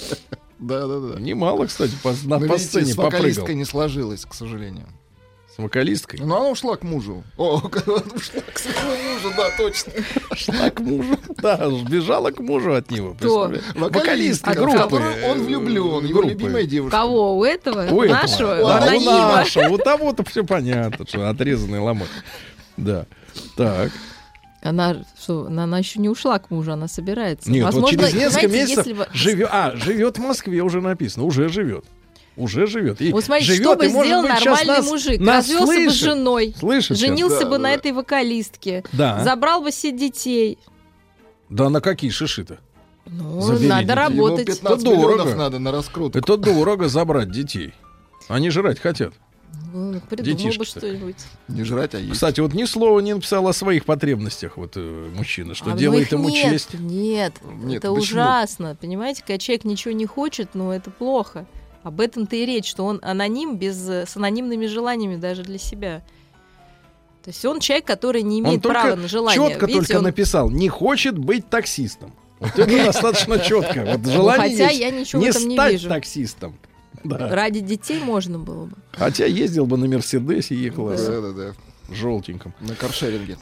Да, да, да. Немало, кстати, по, на, Но по видите, сцене с попрыгал. вокалисткой не сложилось, к сожалению. С вокалисткой? Ну, она ушла к мужу. О, ушла к своему мужу, да, точно. Шла к мужу. Да, сбежала к мужу от него. Кто? представляете? Вокалистка, Вокалистка в группы. которую он влюблен, его группы. любимая девушка. Кого? У этого? У У этого. нашего? Да, у Анонима? нашего. У того-то все понятно, что отрезанный ломоть. Да. Так. Она, что, она, она еще не ушла к мужу, она собирается. Нет, Возможно, вот через несколько знаете, месяцев если бы- живет. А, живет в Москве, уже написано. Уже живет. Уже живет. И Вот смотрите, живет, что бы и, может сделал быть, сейчас нормальный нас- мужик? нас Развелся бы с слышит. женой, Слышит женился сейчас? бы Да, на да. этой вокалистке, Да. забрал бы себе детей. Да на какие шиши-то? Ну, Забери надо детей. работать. Ему пятнадцать Это дорого. миллионов надо на раскрутку. Это дорого забрать детей. Они жрать хотят. Ну, придумал бы Детишки-то. что-нибудь. Не жрать, а есть. Кстати, вот ни слова не написал о своих потребностях вот э, мужчина, что А, ну, делает их ему нет, честь. Нет, Нет, это почему? ужасно. Понимаете, когда человек ничего не хочет, ну это плохо. Об этом-то и речь, что он аноним без, с анонимными желаниями даже для себя. То есть он человек, который не Он имеет права только на желание. четко Видите, только он- написал, не хочет быть таксистом. Вот это достаточно четко. Вот желание хотя есть я ничего в не этом не стать вижу. таксистом. Да. Ради детей можно было бы. Хотя ездил бы на Мерседесе, ехал Да, да, да. желтеньком. На каршеринге.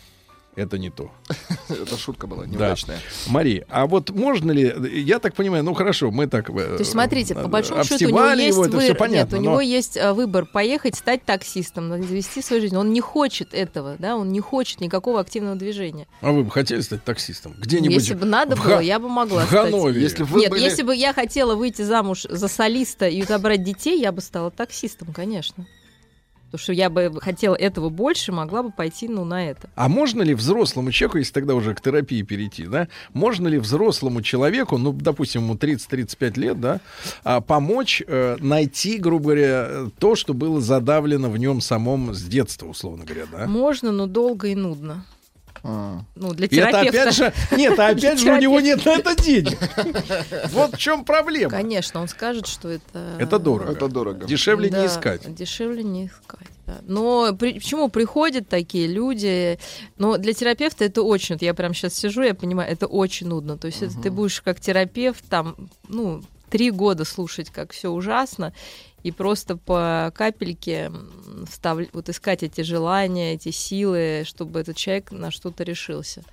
Это не то. Это шутка была Да. неудачная. Мария, а вот можно ли, я так понимаю, ну хорошо, мы так... То есть, смотрите, по большому счету, у него обстебали есть его, это все выбор. понятно, Нет, у но- него есть а, выбор поехать, стать таксистом, завести свою жизнь. Он не хочет этого, да, он не хочет никакого активного движения. А вы бы хотели стать таксистом? Где-нибудь Если бы надо в было, Га- я бы могла в стать. Ганновере. Если вы Нет, были- если бы я хотела выйти замуж за солиста и забрать детей, я бы стала таксистом, конечно. Потому что я бы хотела этого больше, могла бы пойти, ну, на это. А можно ли взрослому человеку, если тогда уже к терапии перейти, да, можно ли взрослому человеку, ну, допустим, ему тридцать-тридцать пять лет, да, а, помочь э, найти, грубо говоря, то, что было задавлено в нем самом с детства, условно говоря, да? Можно, но долго и нудно. А. Ну, для И это терапевта. опять же, нет, а опять же у него нет на это денег. Вот в чем проблема. Конечно, он скажет, что это... Это дорого. Это дорого. Дешевле не Да, искать. Дешевле не искать. Да. Но при- почему приходят такие люди? Но для терапевта это очень... Вот я прям сейчас сижу, я понимаю, это очень нудно. То есть это ты будешь как терапевт там, ну, три года слушать, как все ужасно, и просто по капельке встав... вот искать эти желания, эти силы, чтобы этот человек на что-то решился.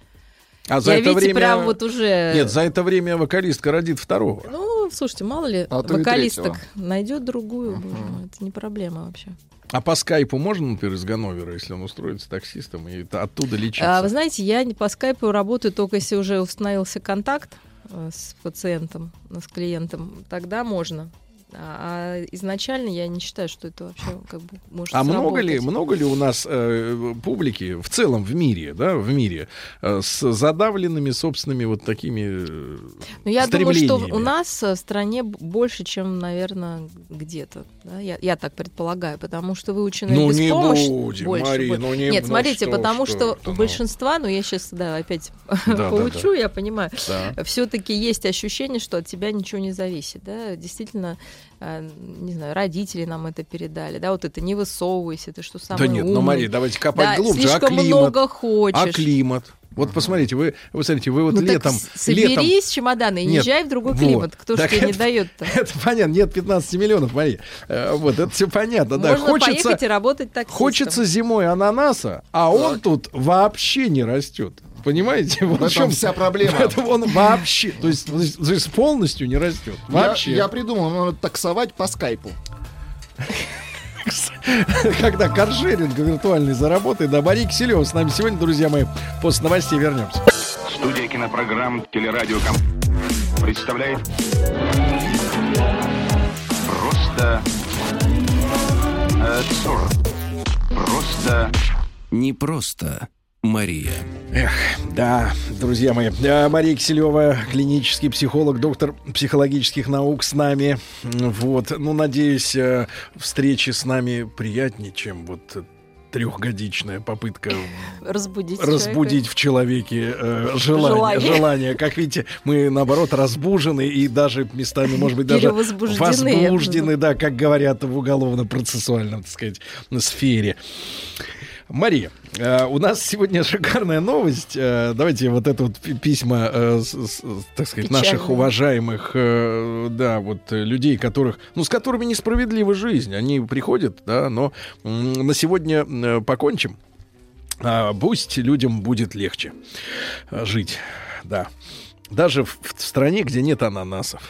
А за я, это видите, время... прям вот уже... Нет, за это время вокалистка родит второго. Ну, слушайте, мало ли А то и вокалисток третьего. найдет другую, боже мой, это не проблема вообще. А по скайпу можно, например, из Ганновера, если он устроится таксистом, и т- оттуда лечиться? А, вы знаете, я не- по скайпу работаю только если уже установился контакт э, с пациентом, э, с клиентом, тогда можно. А, а изначально я не считаю, что это вообще как бы может А много сработать. ли, много ли у нас э, публики в целом в мире, да, в мире э, с задавленными собственными вот такими э, Ну, я думаю, что стремлениями? у нас э, в стране б- больше, чем, наверное, где-то. Да? Я, я так предполагаю, потому что выученные Ну, без не помощи будем, больше. Мария, будет. ну, не- Нет, ну, смотрите, что- потому что что, это, ну. у большинства, ну я сейчас, да, опять Да, поучу, да. я понимаю, Да. все-таки есть ощущение, что от тебя ничего не зависит. Да? Действительно, э, не знаю, родители нам это передали, да, вот это не высовывайся, ты что самый Да нет, умный. ну, Мария, давайте копать Да, глубже. слишком а климат? много хочешь. А климат? Вот посмотрите, вы, вы смотрите, вы вот Ну, так летом... с- летом... соберись с чемодана и Нет, езжай в другой вот. климат. Кто ж Так тебе не это- дает-то? Это понятно, нет пятнадцати миллионов, Мария. Э, Вот, это все понятно, да. Можно Хочется, поехать и работать таксистом. хочется зимой ананаса, а он тут вообще не растет. Понимаете? Вот В этом вся проблема. В этом он вообще, то есть, то есть- то есть полностью не растет. Я, Вообще. я придумал, надо таксовать по скайпу. секс. Когда каршеринг виртуальный заработает. Да, Мария Киселева с нами сегодня, друзья мои. После новостей вернемся. Студия кинопрограмм «Телерадиоком» представляет просто абсурд. Просто не просто Мария. Эх, да, друзья мои. Мария Киселева, клинический психолог, доктор психологических наук с нами. Вот, ну, надеюсь, встречи с нами приятнее, чем вот трехгодичная попытка разбудить, разбудить человека. в человеке э, желание, желание. желание. Как видите, мы, наоборот, разбужены и даже местами, может быть, даже возбуждены, да, как говорят в уголовно-процессуальном, так сказать, сфере. Мария, э, у нас сегодня шикарная новость. Э, давайте вот это вот письма, э, с, с, так сказать, Печальные. наших уважаемых, э, да, вот людей, которых, ну, с которыми несправедлива жизнь. Они приходят, да, но э, на сегодня э, покончим. А пусть людям будет легче э, жить, да. Даже в, в стране, где нет ананасов.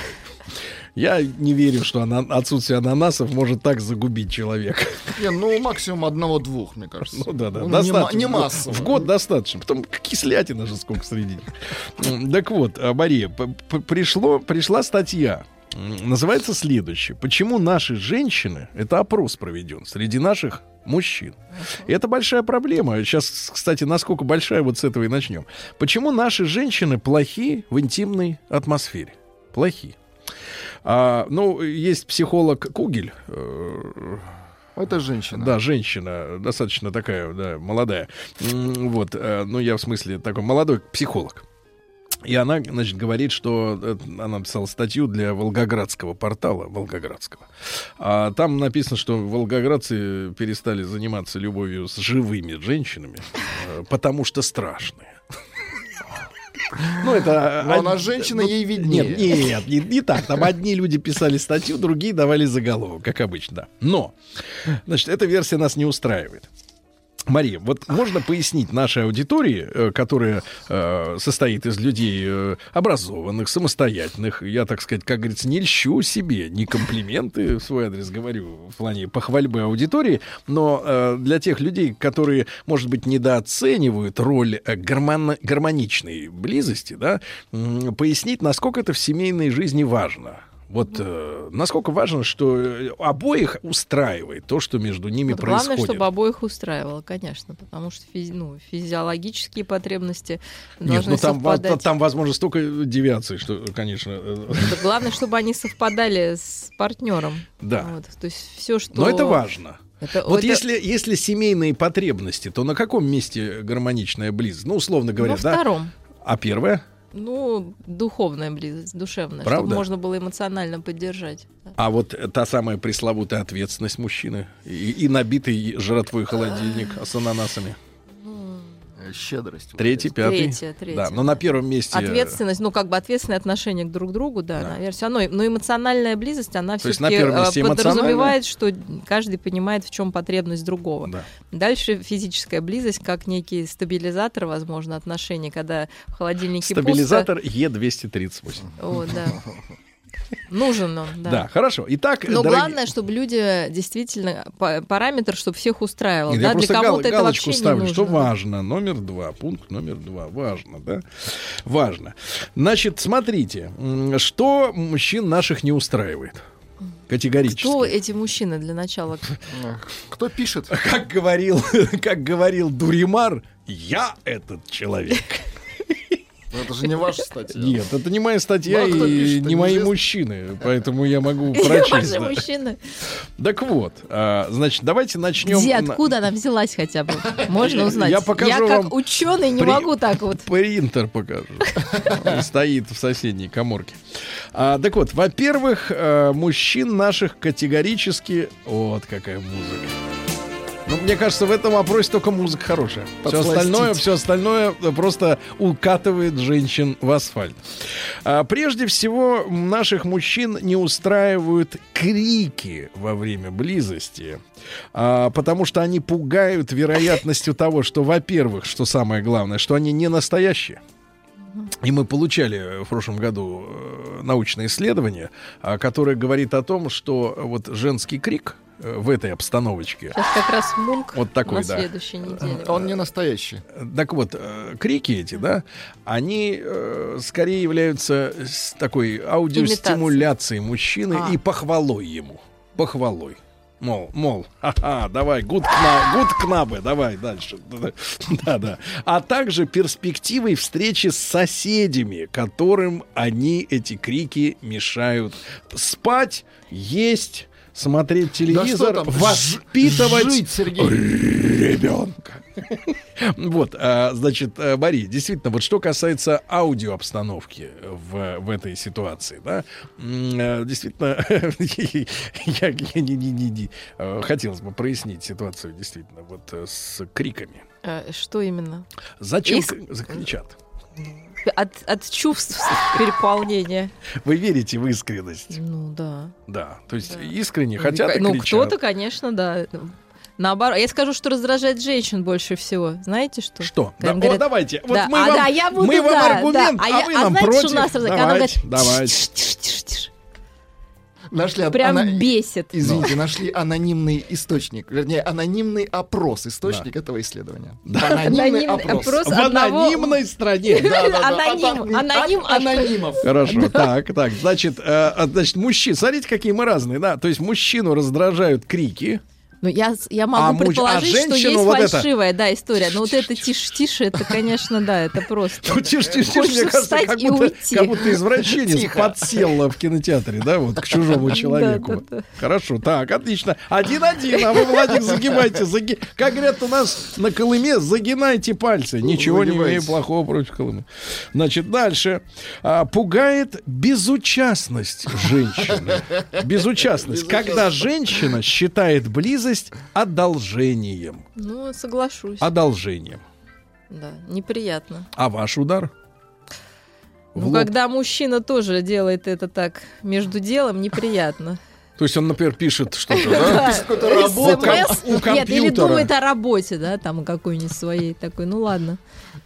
Я не верю, что ана- отсутствие ананасов может так загубить человека. Не, ну, максимум одного-двух, мне кажется. Ну да, да. Ну, достаточно. Не, не массово. В год достаточно. Потом кислятина же сколько среди них. Так вот, Мария, пришло, пришла статья. Называется следующее. Почему наши женщины, это опрос проведен среди наших мужчин. И это большая проблема. Сейчас, кстати, насколько большая, вот с этого и начнем. Почему наши женщины плохи в интимной атмосфере? Плохи. А, ну, есть психолог Кугель. Это женщина. Да, женщина, достаточно такая, да, молодая. Вот, ну, я в смысле такой молодой психолог. И она, значит, говорит, что она написала статью для волгоградского портала, волгоградского. А там написано, что волгоградцы перестали заниматься любовью с живыми женщинами, потому что страшные. Ну, это... Но она женщина, ей виднее. Нет, нет, не, не так. Там одни люди писали статью, другие давали заголовок, как обычно, да. Но, значит, эта версия нас не устраивает. Мария, вот можно пояснить нашей аудитории, которая э, состоит из людей э, образованных, самостоятельных, я, так сказать, как говорится, не льщу себе, не комплименты в свой адрес говорю в плане похвальбы аудитории, но э, для тех людей, которые, может быть, недооценивают роль э, гармон- гармоничной близости, да, э, пояснить, насколько это в семейной жизни важно. Вот э, насколько важно, что обоих устраивает то, что между ними вот происходит. Главное, чтобы обоих устраивало, конечно, потому что физи- ну, физиологические потребности Нет, должны ну, там, совпадать. Там, там, возможно, столько девиаций, что, конечно... Это главное, чтобы они совпадали с партнером. Да. Вот, то есть все, что... Но это важно. Это, вот это... если, если семейные потребности, то на каком месте гармоничная близость? Ну, условно говоря, на да? втором. А первое? Ну, духовная близость, душевная, правда? Чтобы можно было эмоционально поддержать. А вот та самая пресловутая ответственность мужчины и, и набитый жратвой холодильник с ананасами. Щедрость. Третий, пятый. Третье, третье. Да, но на первом месте... Ответственность, ну, как бы ответственное отношение к друг другу, да, да. наверное, все равно. Но эмоциональная близость, она все-таки подразумевает, что каждый понимает, в чем потребность другого. Да. Дальше физическая близость, как некий стабилизатор, возможно, отношений, когда в холодильнике стабилизатор пусто. Е двести тридцать восемь. О, да. Нужен он, да. Да, хорошо. Итак, но дорогие... главное, чтобы люди действительно параметр, чтобы всех устраивал. Нет, да? я Для просто кого-то гал- это вообще ставлю, не нужно. что важно. Номер два, пункт номер два, важно, да? Важно. Значит, смотрите, что мужчин наших не устраивает. Категорически. Кто эти мужчины для начала? Кто пишет? Как говорил, как говорил Дуримар, я этот человек. Но это же не ваша статья. Нет, это не моя статья Ну, а и пишет, не мои неизвестно. мужчины, поэтому я могу прочесть. Ваши Да. мужчины. Так вот, а, значит, давайте начнем. Где, откуда она взялась хотя бы? Можно узнать. Я покажу Я как вам ученый не при- могу так вот. Принтер покажу. Он стоит в соседней каморке. А, так вот, во-первых, а, мужчин наших категорически... Вот какая музыка. Ну, мне кажется, в этом вопросе только музыка хорошая. Все Подсластить. остальное, все остальное просто укатывает женщин в асфальт. А, прежде всего, наших мужчин не устраивают крики во время близости, а, потому что они пугают вероятностью того, что, во-первых, что самое главное, что они не настоящие. И мы получали в прошлом году э, научное исследование, а, которое говорит о том, что вот женский крик, э, в этой обстановочке. Сейчас как раз Мунк вот такой, на да. следующей неделе. Он не настоящий. Так вот, э, крики эти, да, они э, скорее являются с такой аудиостимуляцией мужчины А. и похвалой ему. Похвалой. Мол, мол, ха-ха, давай, гуд кна, гуд кнабе, давай дальше. Да-да. А также перспективой встречи с соседями, которым они, эти крики, мешают спать, есть, смотреть телевизор, Да что там, воспитывать жить, Сергей. ребенка. Вот, а, значит, а, Мария, действительно, вот что касается аудиообстановки в, в этой ситуации, да, м, а, действительно, я, я не, не, не, не, а, хотелось бы прояснить ситуацию, действительно, вот э, с криками. А, что именно? Зачем Иск- к- закричат? От, от чувств переполнения. Вы верите в искренность? Ну да. Да, то есть искренне хотят и Ну, кричат. кто-то, конечно, да. Наоборот, я скажу, что раздражает женщин больше всего. Знаете что? Что? Когда Да, им говорят, о, давайте. Вот да, мы а, вам, да, я буду, мы вам да, аргумент, да. а, я- вы а нам знаете, против. что у нас раздражает? Когда Давайте, говорят, давайте. «Тш, тш, тш, тш». Нашли Прям ана- бесит. Извините, нашли анонимный источник, вернее, анонимный опрос, источник этого исследования. Анонимный Анонимный опрос. опрос В одного- анонимной стране. Да-да-да. Аноним, От- аноним, от анонимов. Хорошо, так, так, значит, э, значит, мужчин, смотрите, какие мы разные, да, то есть мужчину раздражают крики. Ну, я, я А могу муж- предположить, а что женщину есть вот это- фальшивая, да, история. Но вот это тише-тише, это, конечно, да, это просто. Ну, тише, тише, Хочется мне кажется, встать как и будто, уйти. как будто извращенец Тихо. подсел в кинотеатре, да, вот к чужому человеку. Да-да-да. Хорошо, так, отлично. Один-один, а вы, Владик, загибайте. заги- Как говорят у нас на Колыме, загинайте пальцы. Ничего не Загибайте. имею плохого против Колымы. Значит, дальше. А, пугает безучастность женщины. Безучастность. Когда женщина считает близость одолжением. Ну, соглашусь. Одолжением. Да, неприятно. А ваш удар? В Ну, лоб. когда мужчина тоже делает это так между делом, неприятно. То есть он, например, пишет что-то, да? СМС, У ком- у нет, или компьютера. думает о работе, да, там какой-нибудь своей такой, ну ладно.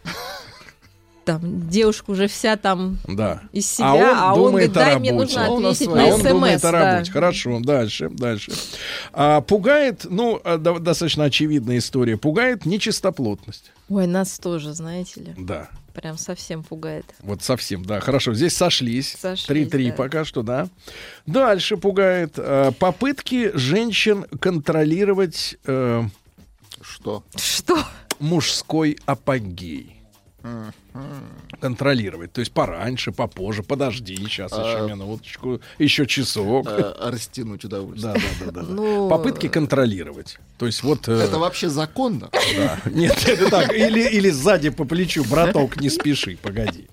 Там девушка уже вся там Да. из себя, а он, говорит, дай мне нужно А он ответить а на он думает СМС. о да. работе. Хорошо, дальше, дальше. А, пугает, ну, а, до- достаточно очевидная история, пугает нечистоплотность. Ой, нас тоже, знаете ли, Да. прям совсем пугает. Вот совсем, да. Хорошо, здесь сошлись. Сошлись, три-три да. пока что, да. Дальше пугает а, попытки женщин контролировать э, Что? Что? мужской апогей. Контролировать. То есть пораньше, попозже, подожди, сейчас А, еще минуточку, еще часок. Э, Растянуть удовольствие. Да, да, да, да. Ну, Попытки контролировать. То есть вот. э, Это вообще законно? да. Нет, это так. Или, или сзади по плечу, браток, не спеши, погоди.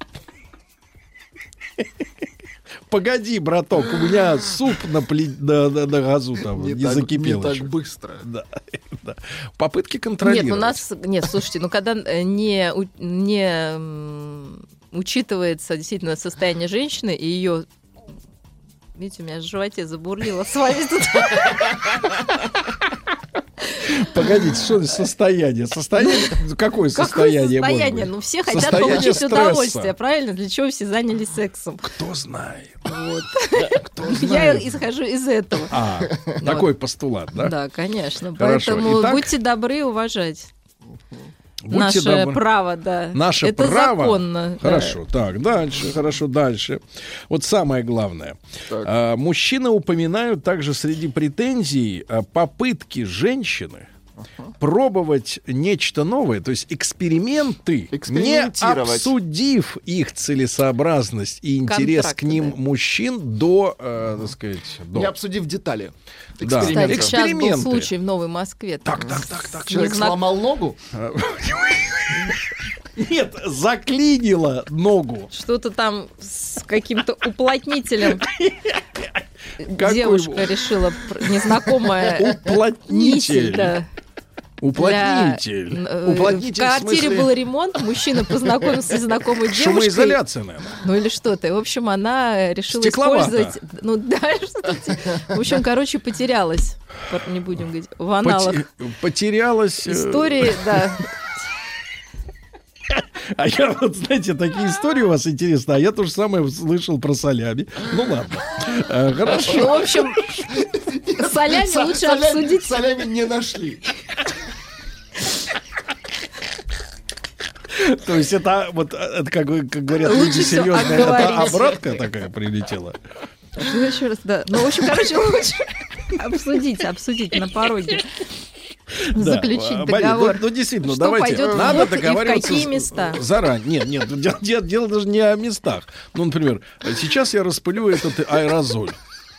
Погоди, браток, у меня суп на, пле- на, на- на газу там не, Не так- закипел. не так еще. быстро. Да, да. Попытки контролировать. Нет, у нас... Нет, слушайте, ну когда э, не, у- не м, учитывается действительно состояние женщины и ее... Видите, у меня в животе забурлило с вами тут. Погодите, что за состояние? Состояние? Какое состояние? Какое может состояние? быть? Ну все хотят Состояние получить стресса. удовольствие, правильно? Для чего все занялись сексом? Кто знает? Вот. Кто Я знает? исхожу из этого. А, такой постулат, да? Да, конечно. Хорошо. Поэтому Итак, будьте добры уважать. будьте Наше добры. право, да. Наше Это право. законно. да. Хорошо, так, дальше, хорошо, дальше. Вот самое главное. Так. А, мужчины упоминают также среди претензий а, попытки женщины пробовать нечто новое, то есть эксперименты, не Экспериментировать. обсудив их целесообразность и интерес Контракты, к ним да. мужчин до, э, так сказать, до... Не обсудив детали. Да. Кстати, Экспериментов. сейчас был Эксперименты. случай в Новой Москве. Так, там так, так, так. Человек Незнак- сломал ногу? Нет, заклинило ногу. Что-то там с каким-то уплотнителем. Какой Девушка решила, пр- незнакомая, Уплотнитель. нитель, да. Уплотнитель. Для- э, Уплотнитель В в квартире смысле был ремонт, мужчина познакомился с знакомой девушкой. шумоизоляция, наверное. Ну или что-то. И, в общем, она решила Стекловато. использовать... Ну да, что-то. В общем, короче, потерялась. Не будем говорить. В аналах Поте- Потерялась. э, истории, да. А я вот, знаете, такие истории у вас интересные. А я то же самое слышал про солями. Ну ладно. Э, Ну, в Хорошо. общем, Солями Со- лучше солями- обсудить. Солями не нашли. То есть это вот, это, как, вы- как говорят Лучше люди всё серьезные, это обговорить. обратка такая прилетела. Ну, еще раз, да. Ну, в общем, короче, лучше обсудить, обсудить на пороге. Да. Заключить Мария, договор. Ну, ну, действительно, Что давайте. пойдет в Надо ход и в договариваться какие с- места? заранее. Нет, нет, дело, дело- дело даже не о местах. Ну, например, сейчас я распылю этот аэрозоль.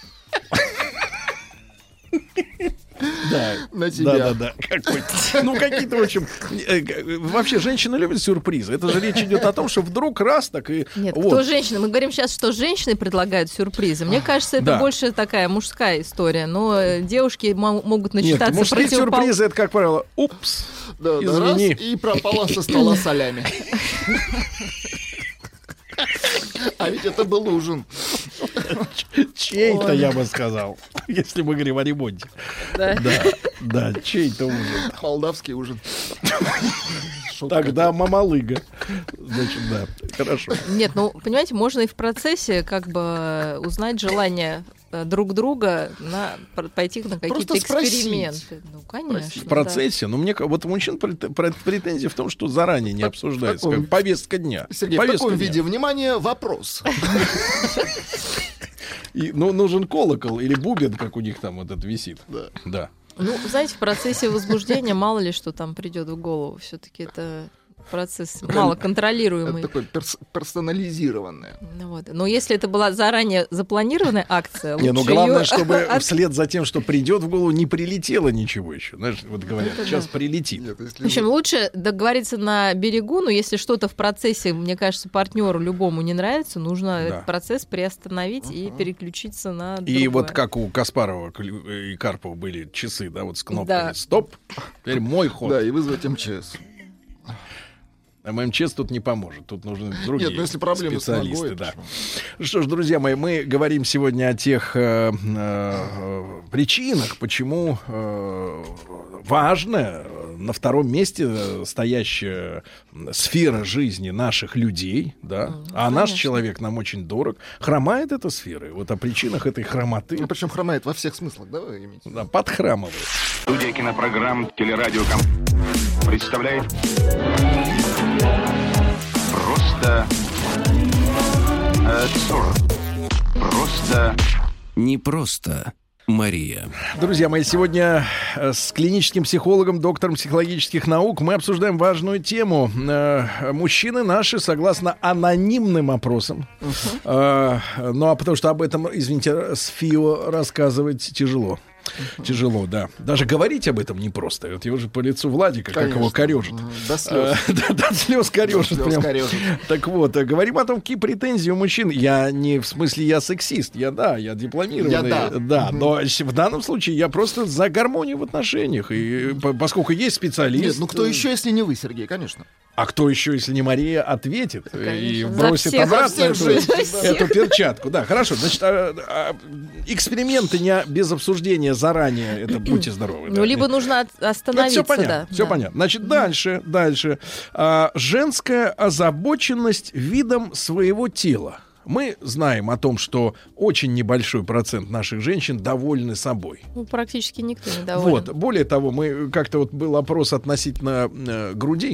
Да, На тебя. да, да, да. Какой-то. Ну, какие-то, в общем, э, э, вообще женщины любят сюрпризы. Это же речь идет о том, что вдруг раз так и Нет, вот. кто женщины? Мы говорим сейчас, что женщины предлагают сюрпризы. Мне кажется, это Да. больше такая мужская история. Но э, девушки мо- могут Нет, начитаться мужские противопол- сюрпризы это, как правило, упс, Да, да, извини. раз, и пропала со стола солями. А ведь это был ужин. Чей-то, Ой. я бы сказал, если мы говорим о ремонте. Да. Да, да, чей-то ужин. Молдавский ужин. Тогда мамалыга. Значит, да, хорошо. Нет, ну, понимаете, можно и в процессе как бы узнать желание э, друг друга, на, пр- пойти на какие-то Просто спросить. эксперименты. Ну, конечно. В процессе, но мне ка- вот у мужчин прет- прет- претензия в том, что заранее не обсуждается. каком- Как повестка дня. Сергей, в Повестка каком дня. виде? Внимание, вопрос. И, ну, нужен колокол или бубен, как у них там вот этот висит. Да. Да. Да. Ну, знаете, в процессе возбуждения мало ли что там придет в голову. Все-таки это процесс мало Это контролируемый. такое перс- персонализированное. Ну вот. Но если это была заранее запланированная акция, лучше Не, ну главное, её чтобы от- вслед за тем, что придет в голову, не прилетело ничего еще. Знаешь, вот говорят, Это сейчас да. прилетит. Нет, если В общем, лучше договориться на берегу, но если что-то в процессе, мне кажется, партнеру любому не нравится, нужно Да. этот процесс приостановить и переключиться на другое. И вот как у Каспарова и Карпова были часы, да, вот с кнопками Да. «Стоп», теперь мой ход. Да, и вызвать эм че эс. А МЧС тут не поможет, тут нужны другие Нет, ну если проблемы с специалисты. ногой, Да. почему? Что ж, друзья мои, мы говорим сегодня о тех э, э, причинах, почему э, важная, на втором месте стоящая сфера жизни наших людей, да, Ну, а наш конечно. человек нам очень дорог, хромает эта сфера. И вот о причинах этой хромоты, Ну, причем хромает во всех смыслах, да, вы имеете? да, подхрамывает. Студия кинопрограмм «Телерадиоком» представляет просто абсурд. Просто Не просто Мария. Друзья мои, сегодня э, с клиническим психологом, доктором психологических наук мы обсуждаем важную тему. Э, Мужчины наши, согласно анонимным опросам, э, ну а потому что об этом, извините, с ФИО рассказывать тяжело. Тяжело, да. Даже говорить об этом непросто. Вот его же по лицу Владика, как его Конечно. корежит. Мгм. До слез. Э, да, До слез корежит. До слез прям. корежит. Так вот, э, говорим о том, какие претензии у мужчин. Я не в смысле я сексист. Я да, я дипломированный. Я да. Да, но с- в данном случае я просто за гармонию в отношениях. И по- поскольку есть специалист. Нет, ну кто еще, если не вы, Сергей, конечно. А кто еще, если не Мария, ответит и Конечно. За бросит всех, обратно за эту, всех женщин, да. эту перчатку. Да, хорошо. Значит, а, а, эксперименты не без обсуждения заранее. Это будьте здоровы. Ну, да. либо нужно от- остановиться, все понятно, да. все да. понятно. Значит, дальше, дальше. А, женская озабоченность видом своего тела. Мы знаем о том, что очень небольшой процент наших женщин довольны собой. Ну, практически никто не доволен. Вот. Более того, мы как-то вот был опрос относительно э, груди.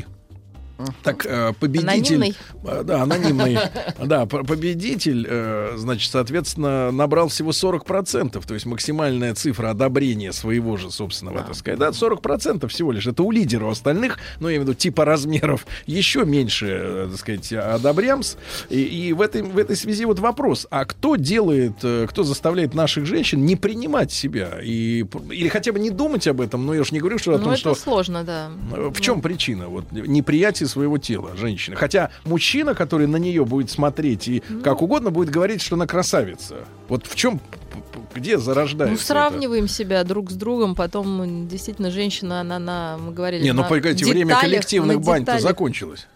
Так, э, победитель... Анонимный? э, Да, анонимный. Да, п- победитель, э, значит, соответственно, набрал всего сорок процентов. То есть максимальная цифра одобрения своего же собственного, так сказать. Да, сорок процентов всего лишь. Это у лидера, у остальных, ну, я имею в виду, типа размеров, еще меньше, э, так сказать, одобрямс. И, и в, этой, в этой связи вот вопрос. А кто делает, э, кто заставляет наших женщин не принимать себя? И, п- или хотя бы не думать об этом? Но я уж не говорю, что о Ну, том, это что... сложно, да. Э, В чем причина вот, неприятия своего тела женщины? Хотя мужчина, который на нее будет смотреть и Ну. как угодно будет говорить, что она красавица. Вот в чем, где зарождается Ну, это? сравниваем себя друг с другом, потом м, действительно женщина, она на, мы говорили, Не, ну на погодите, время деталях, коллективных на бань-то деталях. закончилось.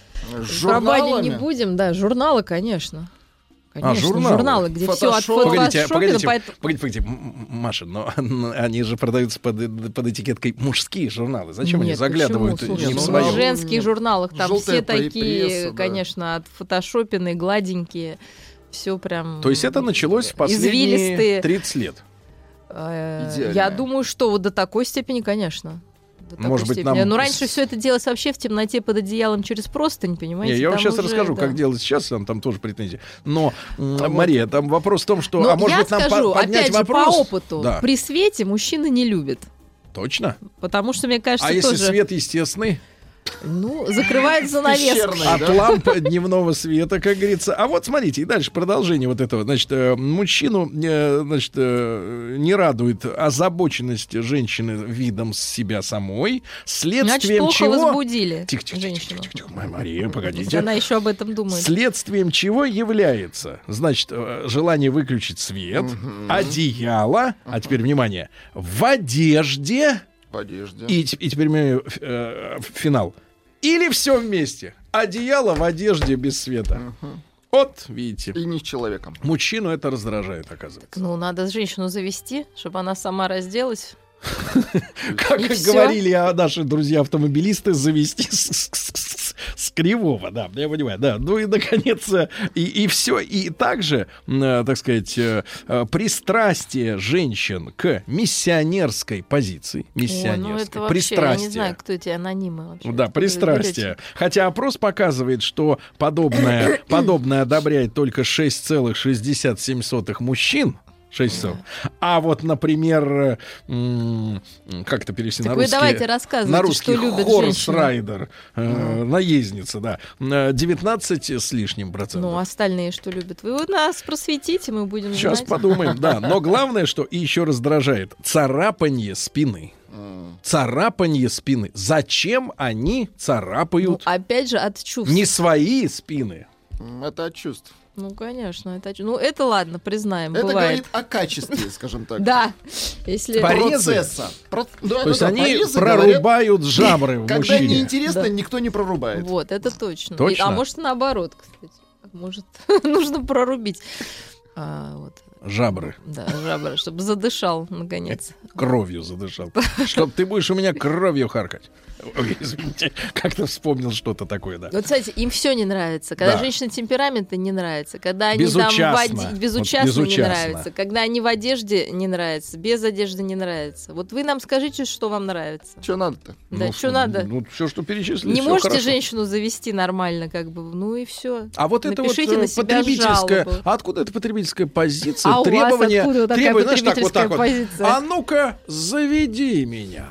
Про баню не будем, да, журналы, конечно. Конечно, А, журналы. журналы, где все от Фотошоп. Погодите, а, фотошопина, погодите, поэтому... погодите, погодите, М- М- Маша, но они же продаются под, под этикеткой мужские журналы. Зачем они Нет, заглядывают почему? не Слушай, в ну, своем? в женских журналах там Желтая все такие, пресса, да. конечно, отфотошопенные, гладенькие, все прям... То есть это началось в последние извилистые. тридцать лет. Э, Идеальная. Я думаю, что вот до такой степени, конечно. До такой Может быть, степени. нам Но с- раньше все это делалось вообще в темноте под одеялом через простынь, понимаете? Не, я вам Там сейчас уже, расскажу, да. как делать сейчас, там, там тоже претензии. Но, м, А вот- Мария, там вопрос в том, что, Но а может я быть, нам по- скажу, поднять опять же, вопрос? по опыту, Да. при свете мужчины не любят. Точно? Потому что, мне кажется, А если тоже... свет естественный? Ну, закрывает занавеску. От ламп дневного света, как говорится. А вот смотрите, и дальше продолжение вот этого. Значит, э, мужчину э, значит, э, не радует озабоченность женщины видом себя самой. Значит, Следствием плохо чего... возбудили Тихо, тихо, женщину. Мария, Если погодите. она еще об этом думает. Следствием чего является, значит, э, желание выключить свет, одеяло, а теперь, внимание, в одежде, В одежде. и, т- и теперь мы, э, финал, или все вместе, одеяло в одежде без света. Вот, видите. И не с человеком. Мужчину это раздражает, оказывается. Ну, надо женщину завести, чтобы она сама разделась. Как И как всё. говорили а, наши друзья-автомобилисты, завести с, с- с- с кривого, да, я понимаю, да. Ну и, наконец, э, и, и все. И также, э, так сказать, э, э, пристрастие женщин к миссионерской позиции, О, ну миссионерской, это вообще, пристрастие. я не знаю, кто эти анонимы вообще. Да, Кто вы пристрастие. берете? Хотя опрос показывает, что подобное, подобное одобряет только шесть целых шестьдесят семь сотых мужчин. шесть целых. А вот, например, м, как это перевести Так на вы русский? давайте рассказывайте, на русский что любят хорс-райдер, э, наездница, да. Э, девятнадцать с лишним процентов. Ну, остальные что любят? Вы вот нас просветите, мы будем Сейчас знать. подумаем, да. Но главное, что и еще раздражает, царапанье спины. Царапанье спины. Зачем они Ну, царапают опять же, от чувств. не свои спины? М, Это от чувств. Ну, конечно, это... от чу- Ну, это ладно, признаем, Это бывает. говорит о качестве, скажем так. Да, если... Порезы? Процесса. Про- да, То есть да, они порезы прорубают жабры в говорят, когда мужчине. неинтересно, Да. никто не прорубает. Вот, это точно. Точно? И- а может, наоборот, кстати. Может, нужно прорубить. А, вот. Жабры. Да, жабры, чтобы задышал, наконец. Кровью задышал. Чтоб ты будешь у меня кровью харкать. Ой, извините, как-то вспомнил что-то такое, да. Вот, кстати, им все не нравится. Когда Да. женщина темперамента не нравится, когда они Безучастно. там в оде- Вот безучастно, не безучастно. нравится, когда они в одежде не нравится, без одежды не нравится. Вот вы нам скажите, что вам нравится. Что надо-то? Да, Ну, что надо? Ну, все, что перечислили, Не всё можете хорошо. женщину завести нормально, как бы, ну и все. А вот это вот Напишите э, на себя потребительская... жалобу. А откуда это потребительская позиция? А у вас требование, откуда вот такая требование, знаешь, так вот так потребительская вот. позиция? А ну-ка, заведи меня.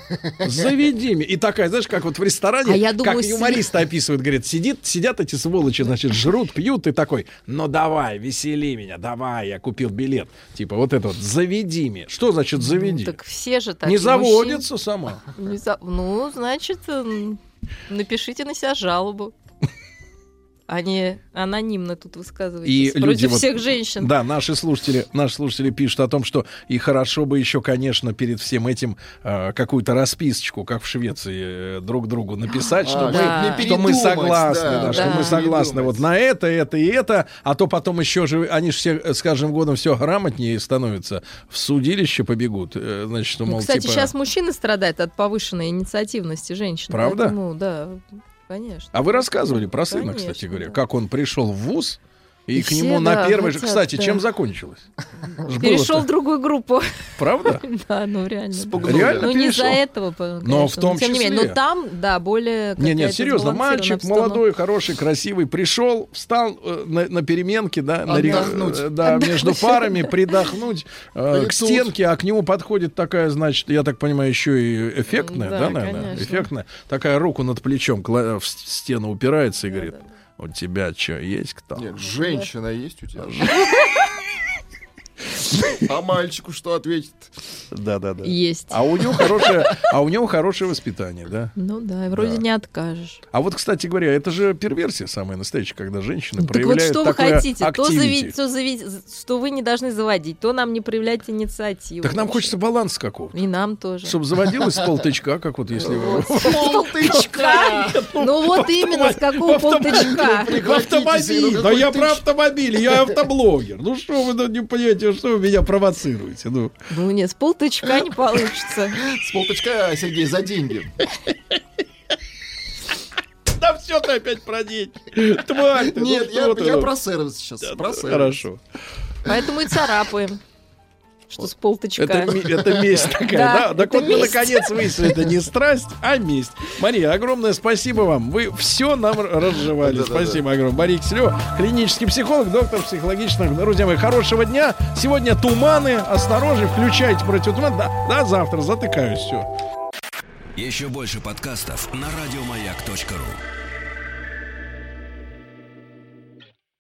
Заведи меня. И такая, знаешь, как вот в ресторане, А я думаю, как с- юмористы описывают, говорят, сидит, сидят эти сволочи, значит, жрут, пьют, и такой, ну давай, весели меня, давай, я купил билет. Типа вот это вот, заведи меня. Что значит заведи? Так все же так. Не и заводится сама. мужчины. Не за- Ну, значит, м, напишите на себя жалобу. А не анонимно тут высказываетесь И против люди вот- всех женщин. Да, наши слушатели, наши слушатели пишут о том, что и хорошо бы еще, конечно, перед всем этим э, какую-то расписочку, как в Швеции, э, друг другу написать, что, А, мы, да. не что мы передумать, согласны, да, да, что да. мы согласны Передумать. вот на это, это и это, а то потом еще же, они же все с каждым годом все грамотнее становятся, в судилище побегут, э, значит, что, Ну, мол, кстати, типа... сейчас мужчины страдают от повышенной инициативности женщин. Правда? Поэтому, да, конечно. А вы рассказывали про сына, Конечно, кстати говоря, да. как он пришел в вуз, и, И к все, нему да, на первый же... хотят, Кстати, да. чем закончилось? Ж Перешел было-то- в другую группу. Правда? Да, ну реально. Спугнули. Реально Ну, не перешел? из-за этого, по- Но в конечно, том тем не менее. числе. Но там, да, более Не, нет, какая-то серьезно, сбалансированная мальчик обстановка. молодой, хороший, красивый, пришел, встал э, на, на переменке, да, на ре- Отдохнуть. э, да, между парами, придохнуть э, И к тут. стенке, а к нему подходит такая, значит, я так понимаю, еще и эффектная, да, Да, наверное, конечно. эффектная, такая руку над плечом кла- в с- стену упирается и Да, говорит, да, да. у тебя что, есть кто? Нет, женщина есть у тебя? А мальчику что ответит? Да, да, да. Есть. А у него хорошее, а у него хорошее воспитание, да. Ну да, и вроде Да. не откажешь. А вот, кстати говоря, это же перверсия самая настоящая, когда женщины Так вот, проявляют что вы такое хотите? То, activity. зави- то зави- что вы не должны заводить, то нам не проявлять инициативу. Так нам вообще. хочется баланса какого-то. И нам тоже. Чтобы заводилось с полтычка, как вот если вы... Полтычка! Ну вот именно, с какого полтычка. В автомобиле. Да я про автомобиль, я автоблогер. Ну что вы ну, не понимаете, что вы меня провоцируете? Ну, Ну нет, с полтычка не получится. С полтычка, Сергей, за деньги. да все ты опять про деньги. Тварь ты, ну Нет, что я, ты, я ну. про сервис сейчас. Да, Про да, сервис. Хорошо. Поэтому и царапаем. что с полточка. Это, это месть такая, да? Так вот мы наконец выяснили, это не страсть, а месть. Мария, огромное спасибо вам. Вы все нам разжевали. Спасибо огромное. Мария Киселева, клинический психолог, доктор психологических. Друзья мои, хорошего дня. Сегодня туманы. Осторожней, включайте противотуман. Да, да, завтра затыкаюсь. Все. Еще больше подкастов на радиомаяк точка ру.